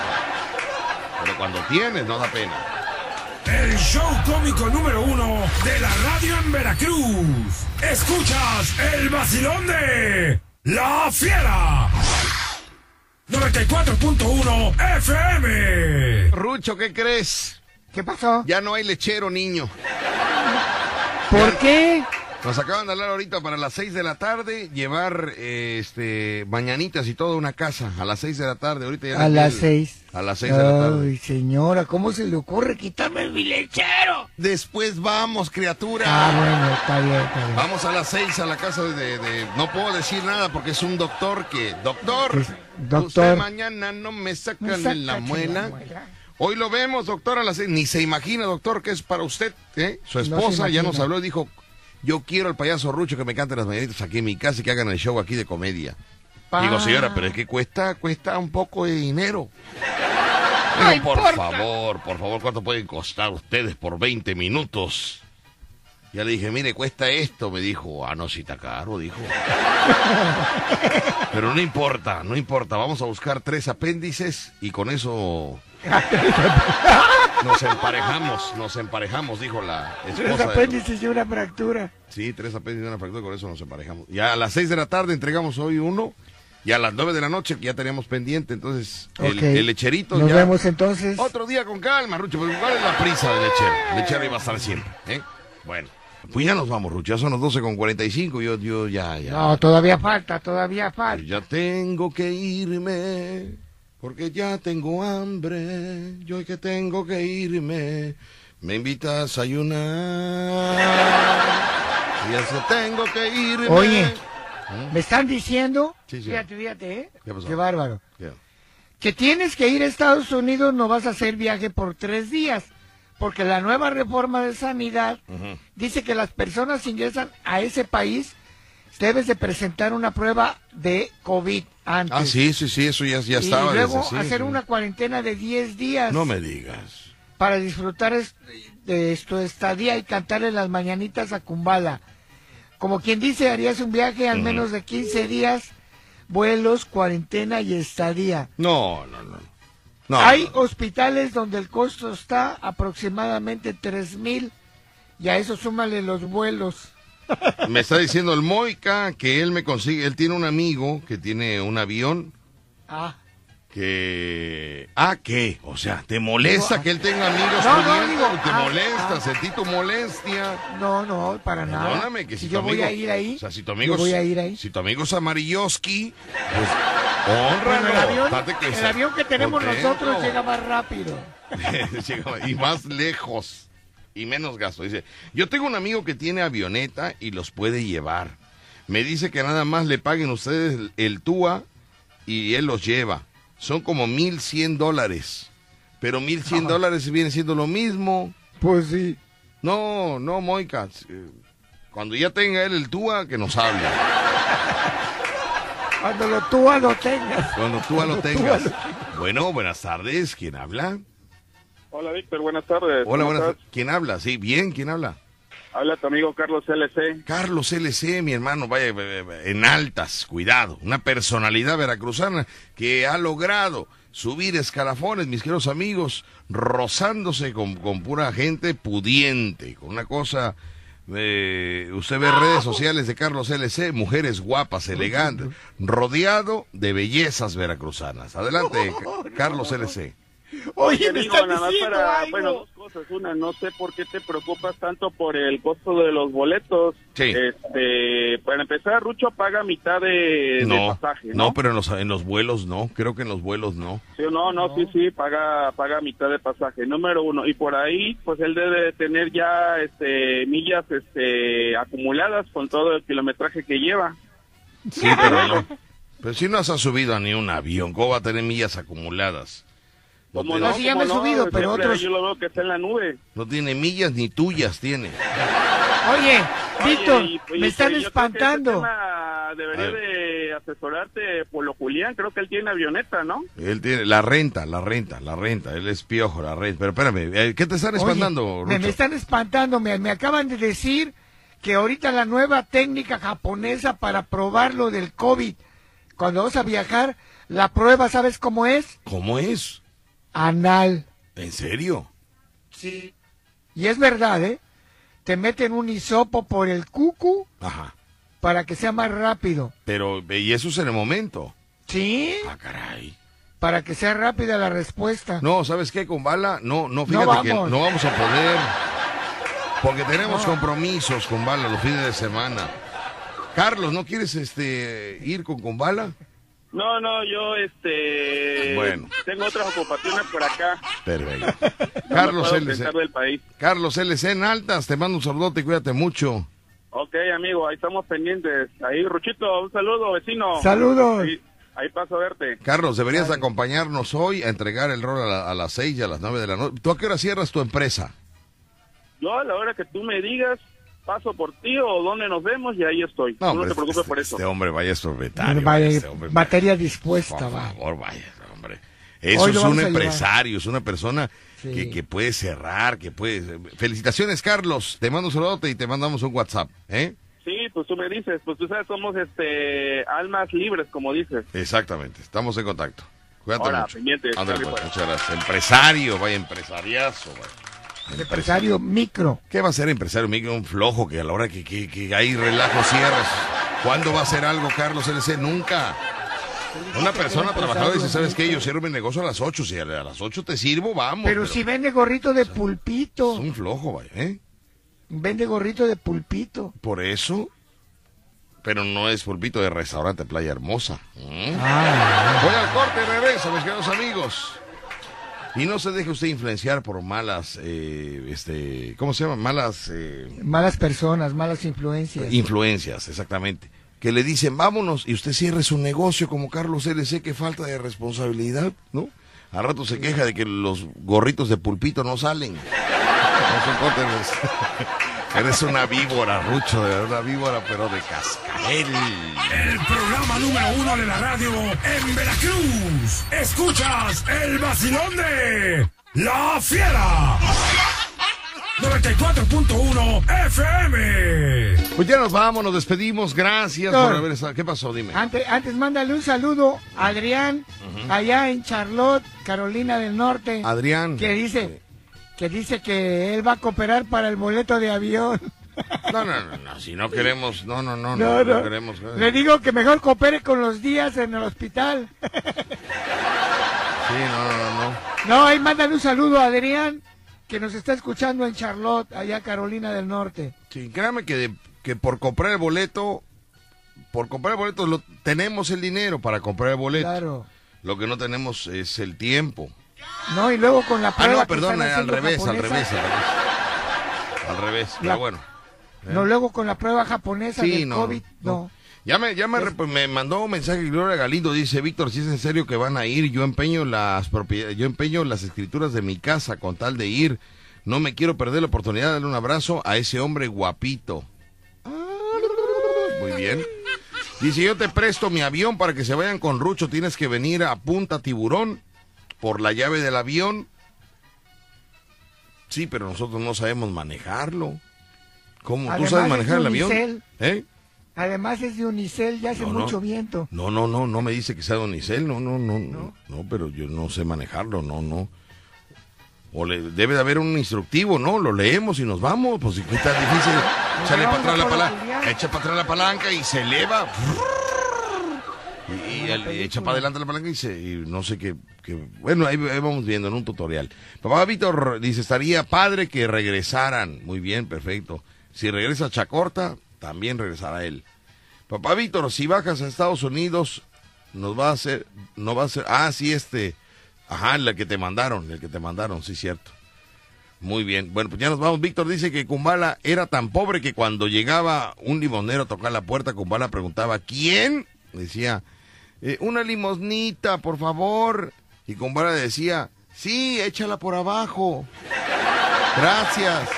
Pero cuando tienes, no da pena. El show cómico número uno de la radio en Veracruz. Escuchas el vacilón de La Fiera. noventa y cuatro punto uno F M. Rucho, ¿qué crees? ¿Qué pasó? Ya no hay lechero, niño. ¿Por qué? Nos acaban de hablar ahorita para las seis de la tarde, llevar eh, este mañanitas y todo a una casa a las seis de la tarde. Ahorita ya A no las tiene- seis. A las seis de la tarde. Ay, señora, ¿cómo se le ocurre quitarme mi lechero? Después vamos, criatura. Ah, bueno, está bien, está bien. Vamos a las seis a la casa de, de- no puedo decir nada porque es un doctor que, doctor, Es- doctor. usted mañana no me sacan Me saca la la muela. muela. Hoy lo vemos, doctor, a las seis. Ni se imagina, doctor, que es para usted, ¿eh? Su No se esposa ya nos imagina. habló y dijo, yo quiero al payaso Rucho que me cante las mañanitas aquí en mi casa y que hagan el show aquí de comedia. Pa. Digo, señora, pero es que cuesta, cuesta un poco de dinero. No Digo, por importa. favor, por favor, ¿cuánto pueden costar ustedes por veinte minutos? Ya le dije, mire, cuesta esto. Me dijo, ah, no, si está caro, dijo. Pero no importa, no importa. Vamos a buscar tres apéndices y con eso nos emparejamos, nos emparejamos, dijo la Tres esposa. del- apéndices y una fractura. Sí, tres apéndices y una fractura, con eso nos emparejamos. Ya a las seis de la tarde entregamos hoy uno. Y a las nueve de la noche que ya teníamos pendiente, entonces el, Ok. el lecherito Nos ya... vemos entonces. Otro día con calma, Rucho, pero ¿cuál es la prisa del lechero? El lechero iba a estar siempre, ¿eh? Bueno, pues ya nos vamos, Rucho, ya son las doce con cuarenta y cinco, yo, yo ya, ya... No, todavía falta, todavía falta. Ya tengo que irme, porque ya tengo hambre, yo que tengo que irme, me invita a desayunar, ya se tengo que irme. Oye, ¿Mm? me están diciendo, Sí, sí. fíjate, fíjate, ¿eh? ¿Qué pasó? Qué bárbaro. Ya. Que tienes que ir a Estados Unidos, no vas a hacer viaje por tres días, porque la nueva reforma de sanidad Ujú. dice que las personas que ingresan a ese país debes de presentar una prueba de COVID antes. Ah, sí, sí, sí, eso ya, ya y estaba. luego desde- sí, hacer sí. una cuarentena de diez días No me digas. para disfrutar es- de tu estadía y cantarle las mañanitas a Kumbala. Como quien dice, harías un viaje al Ujú. menos de quince días, vuelos, cuarentena y estadía. No, no, no. No, Hay no. hospitales donde el costo está aproximadamente tres mil y a eso súmale los vuelos. Me está diciendo el Moica que él me consigue, él tiene un amigo que tiene un avión Ah, que... Ah, ¿qué? O sea, ¿te molesta que él tenga amigos No, no, pudientes? digo, ¿Te ah, molesta? ah. ¿Sentí tu molestia? No, no, para nada. Perdóname, que si, Si tu yo amigo... voy a ir ahí, O sea, si tu amigo... yo voy a ir ahí. Si tu amigo es Amarilloski, pues... Honralo. Bueno, el avión, Date que el sea avión que tenemos contento. nosotros llega más rápido. Llega- y más lejos. Y menos gasto. Dice, yo tengo un amigo que tiene avioneta y los puede llevar. Me dice que nada más le paguen ustedes el, el T U A y él los lleva. Son como mil cien dólares. Pero mil cien dólares viene siendo lo mismo. Pues sí. No, no, Moica. eh, Cuando ya tenga él el T U A, que nos hable. Cuando lo tú lo tengas. Cuando tú lo Cuando tengas. tú Bueno, buenas tardes. ¿Quién habla? Hola Víctor, buenas tardes. Hola, ¿Cómo buenas estás? tardes. ¿Quién habla? Sí, bien, ¿quién habla? Habla tu amigo Carlos L C. Carlos L C, mi hermano, vaya, eh, en altas, cuidado. Una personalidad veracruzana que ha logrado subir escalafones, mis queridos amigos, rozándose con, con pura gente pudiente, con una cosa... eh, usted ve redes sociales de Carlos L C, mujeres guapas, elegantes, rodeado de bellezas veracruzanas. Adelante, Ca- Carlos L C. Oye, me Te digo, estás nada más diciendo para, algo. bueno, dos cosas. Una, no sé por qué te preocupas tanto por el costo de los boletos. Sí. Este, para empezar, Rucho paga mitad de, de No, pasaje, no, ¿no? pero en los, en los vuelos no, creo que en los vuelos no. Sí, no, no, sí, sí, paga, paga mitad de pasaje, número uno. Y por ahí, pues él debe tener ya, este, millas, este, acumuladas con todo el kilometraje que lleva. Sí, pero no. Pero si no has subido a ni un avión, ¿cómo va a tener millas acumuladas? No, Como tiene, no, sí, ya me he como subido, siempre pero otros- Yo lo veo que está en la nube. no tiene millas ni tuyas, tiene. Oye, Víctor, Oye, y- oye, me están yo creo que ese espantando. tema debería A ver. de asesorarte por lo Julián, creo que él tiene avioneta, ¿no? Él tiene la renta, la renta, la renta. Él es piojo, la renta. Pero espérame, eh, ¿qué te están Oye, espantando, me, me Rucho? están espantando, me, me acaban de decir que ahorita la nueva técnica japonesa para probar lo del COVID, cuando vas a viajar, la prueba, ¿sabes cómo es? ¿Cómo es? Anal. ¿En serio? Sí. Y es verdad, ¿eh? Te meten un hisopo por el cucu Ajá. para que sea más rápido. Pero, eh, ¿y eso es en el momento? ¿Sí? Ah, caray. Para que sea rápida la respuesta. No, ¿sabes qué? Con Bala, no, no, No fíjate que vamos. no vamos a poder. Porque tenemos No. compromisos con Bala los fines de semana. Carlos, ¿no quieres este ir con con Bala? No, no, yo este Bueno. tengo otras ocupaciones por acá. Perfecto. No Carlos me puedo L C. ausentar del país. Carlos L C en altas, te mando un saludote, cuídate mucho. Ok, amigo, ahí estamos pendientes. Ahí, Ruchito, un saludo, vecino. Saludos. Ahí, ahí paso a verte. Carlos, deberías acompañarnos hoy a entregar el rol a, la- a las seis y a las nueve de la noche. ¿Tú a qué hora cierras tu empresa? Yo a la hora que tú me digas, paso por ti o dónde nos vemos y ahí estoy. Tú no hombre, te preocupes este, por eso. Este hombre vaya extraordinario. Vaya, este hombre, batería por dispuesta, va. favor, vaya, hombre. Eso Hoy es lo un vamos a empresario, es una persona Sí. que, que puede cerrar, que puede... Felicitaciones, Carlos. Te mando un saludote y te mandamos un WhatsApp, ¿eh? Sí, pues tú me dices, pues tú sabes, somos este almas libres, como dices. Exactamente, estamos en contacto. Cuídate Ahora, mucho. pendientes, Ándale, dale, pues, pues. muchas gracias. Empresario, vaya empresariazo, vaya. El empresario micro. ¿Qué va a ser empresario micro? Un flojo que a la hora que, que, que hay relajo cierras. ¿Cuándo va a hacer algo, Carlos L C? Nunca. Una persona trabajadora dice, ¿sabes qué? Yo cierro mi negocio a las ocho. Si a las ocho te sirvo, vamos. Pero si vende gorrito de pulpito. Es un flojo, vaya, ¿eh? Vende gorrito de pulpito. Por eso... Pero no es pulpito de restaurante Playa Hermosa. ¿Mm? Ah, Voy al corte, regreso, mis queridos amigos. Y no se deje usted influenciar por malas, eh, este, ¿cómo se llama? Malas eh, malas personas, malas influencias. influencias, exactamente. Que le dicen, vámonos, y usted cierre su negocio como Carlos L C, qué falta de responsabilidad, ¿no? Al rato se queja de que los gorritos de pulpito no salen. No son cóteres. Eres una víbora, Rucho, de verdad, una víbora, pero de cascabel. El programa número uno de la radio en Veracruz. Escuchas el vacilón de La Fiera. noventa y cuatro punto uno F M. Pues ya nos vamos, nos despedimos, gracias Doctor. por haber estado. ¿Qué pasó? Dime. Antes, antes mándale un saludo a Adrián, allá en Charlotte, Carolina del Norte. Adrián. Que dice, que dice que él va a cooperar para el boleto de avión. No, no, no, no, si no queremos, no, no, no, no, No, no, no. queremos. Le digo que mejor coopere con los días en el hospital. Sí, no, no, no. No, ahí mandan un saludo a Adrián, que nos está escuchando en Charlotte, allá Carolina del Norte. Sí, créame que, de, que por comprar el boleto, por comprar el boleto, lo, tenemos el dinero para comprar el boleto. Claro. Lo que no tenemos es el tiempo. No, y luego con la prueba. Ah, no, que perdón, están al haciendo revés, al japonesa. revés, al revés. Al revés, La- pero bueno. ¿eh? No, luego con la prueba japonesa Sí, del no, COVID, no. no. Ya me, ya me, rep- me mandó un mensaje Gloria Galindo, dice, Víctor, si es en serio que van a ir, yo empeño las propiedades, yo empeño las escrituras de mi casa con tal de ir. No me quiero perder la oportunidad de darle un abrazo a ese hombre guapito. Muy bien. Dice, yo te presto mi avión para que se vayan con Rucho, tienes que venir a Punta Tiburón por la llave del avión. Sí, pero nosotros no sabemos manejarlo. ¿Cómo? ¿Tú Además, sabes es manejar de el avión? unicel. ¿Eh? Además es de unicel, ya hace No, no. mucho viento. No, no, no, no me dice que sea Donicel, no, no, no, no, no, pero yo no sé manejarlo, no, no. O le, debe de haber un instructivo, ¿no? Lo leemos y nos vamos, pues si está difícil, échale para atrás la palanca, echa para atrás la palanca y se eleva. Y, y el- y echa para adelante la palanca y se, y no sé qué, qué- bueno, ahí, ahí vamos viendo en un tutorial. Papá Víctor dice, estaría padre que regresaran, muy bien, perfecto. Si regresa Chacorta, también regresará él. Papá Víctor, si bajas a Estados Unidos, nos va a hacer, no va a ser, ah, sí, este, ajá, el que te mandaron, el que te mandaron, sí, cierto. Muy bien, bueno, pues ya nos vamos. Víctor dice que Kumbala era tan pobre que cuando llegaba un limonero a tocar la puerta, Kumbala preguntaba, ¿quién? Decía, "Eh, una limosnita, por favor. Y Kumbala decía, sí, échala por abajo. Gracias.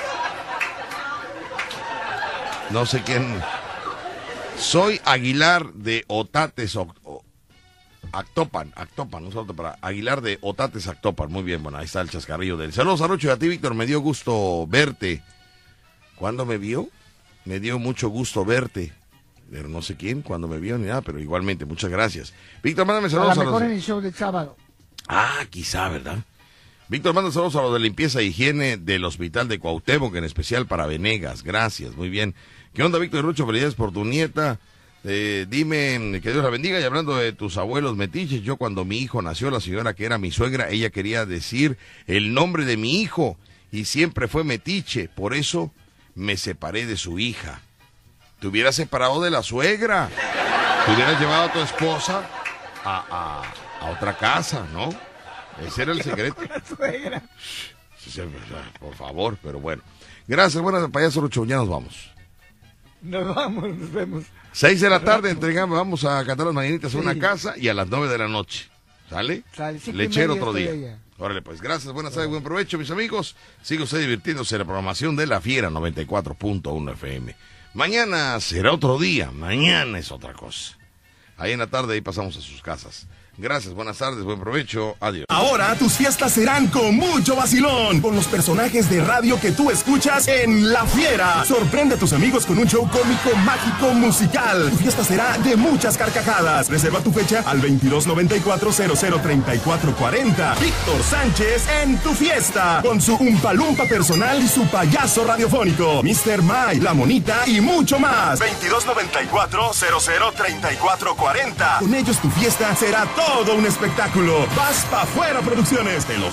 No sé quién. Soy Aguilar de Otates, o, o- Actopan, Actopan, un saludo para Aguilar de Otates, Actopan. Muy bien, bueno, ahí está el chascarrillo de él. Saludos a Rucho y a ti, Víctor, me dio gusto verte. ¿Cuándo me vio? Me dio mucho gusto verte. Pero no sé quién, cuándo me vio ni nada, pero igualmente, muchas gracias. Víctor, mándame A saludos lo a, los... mejor en el show del sábado. Ah, quizá, ¿verdad? Víctor, manda saludos a los de limpieza e higiene del hospital de Cuauhtémoc, en especial para Venegas. Gracias, muy bien. ¿Qué onda, Víctor y Rucho? Felicidades por tu nieta. Eh, dime, que Dios la bendiga. Y hablando de tus abuelos metiches, yo cuando mi hijo nació, la señora que era mi suegra, ella quería decir el nombre de mi hijo y siempre fue metiche. Por eso me separé de su hija. Te hubieras separado de la suegra. Te hubieras llevado a tu esposa a, a, a otra casa, ¿no? Ese era el secreto. Sí, sí, por favor, pero bueno. Gracias, buenas, payaso Rucho, ya nos vamos. Nos vamos, nos vemos. Seis de la tarde entregamos, vamos a cantar las mañanitas en Sí. una casa y a las nueve de la noche. ¿Sale? Sale, cinco y Lechero media otro estoy día. allá. Órale, pues gracias, buenas tardes, buen provecho, mis amigos. Sigue usted divirtiéndose en la programación de La Fiera noventa y cuatro punto uno F M. Mañana será otro día, mañana es otra cosa. Ahí en la tarde, ahí pasamos a sus casas. Gracias, buenas tardes, buen provecho, adiós. Ahora tus fiestas serán con mucho vacilón, con los personajes de radio que tú escuchas en La Fiera. Sorprende a tus amigos con un show cómico, mágico, musical. Tu fiesta será de muchas carcajadas. Reserva tu fecha al veintidós noventa y cuatro cero cero treinta y cuatro cuarenta. Víctor Sánchez en tu fiesta, con su umpalumpa personal y su payaso radiofónico, mister May, La Monita y mucho más. veintidós noventa y cuatro cero cero treinta y cuatro cuarenta. Con ellos tu fiesta será todo un espectáculo. Vas pa' fuera, Producciones. Te lo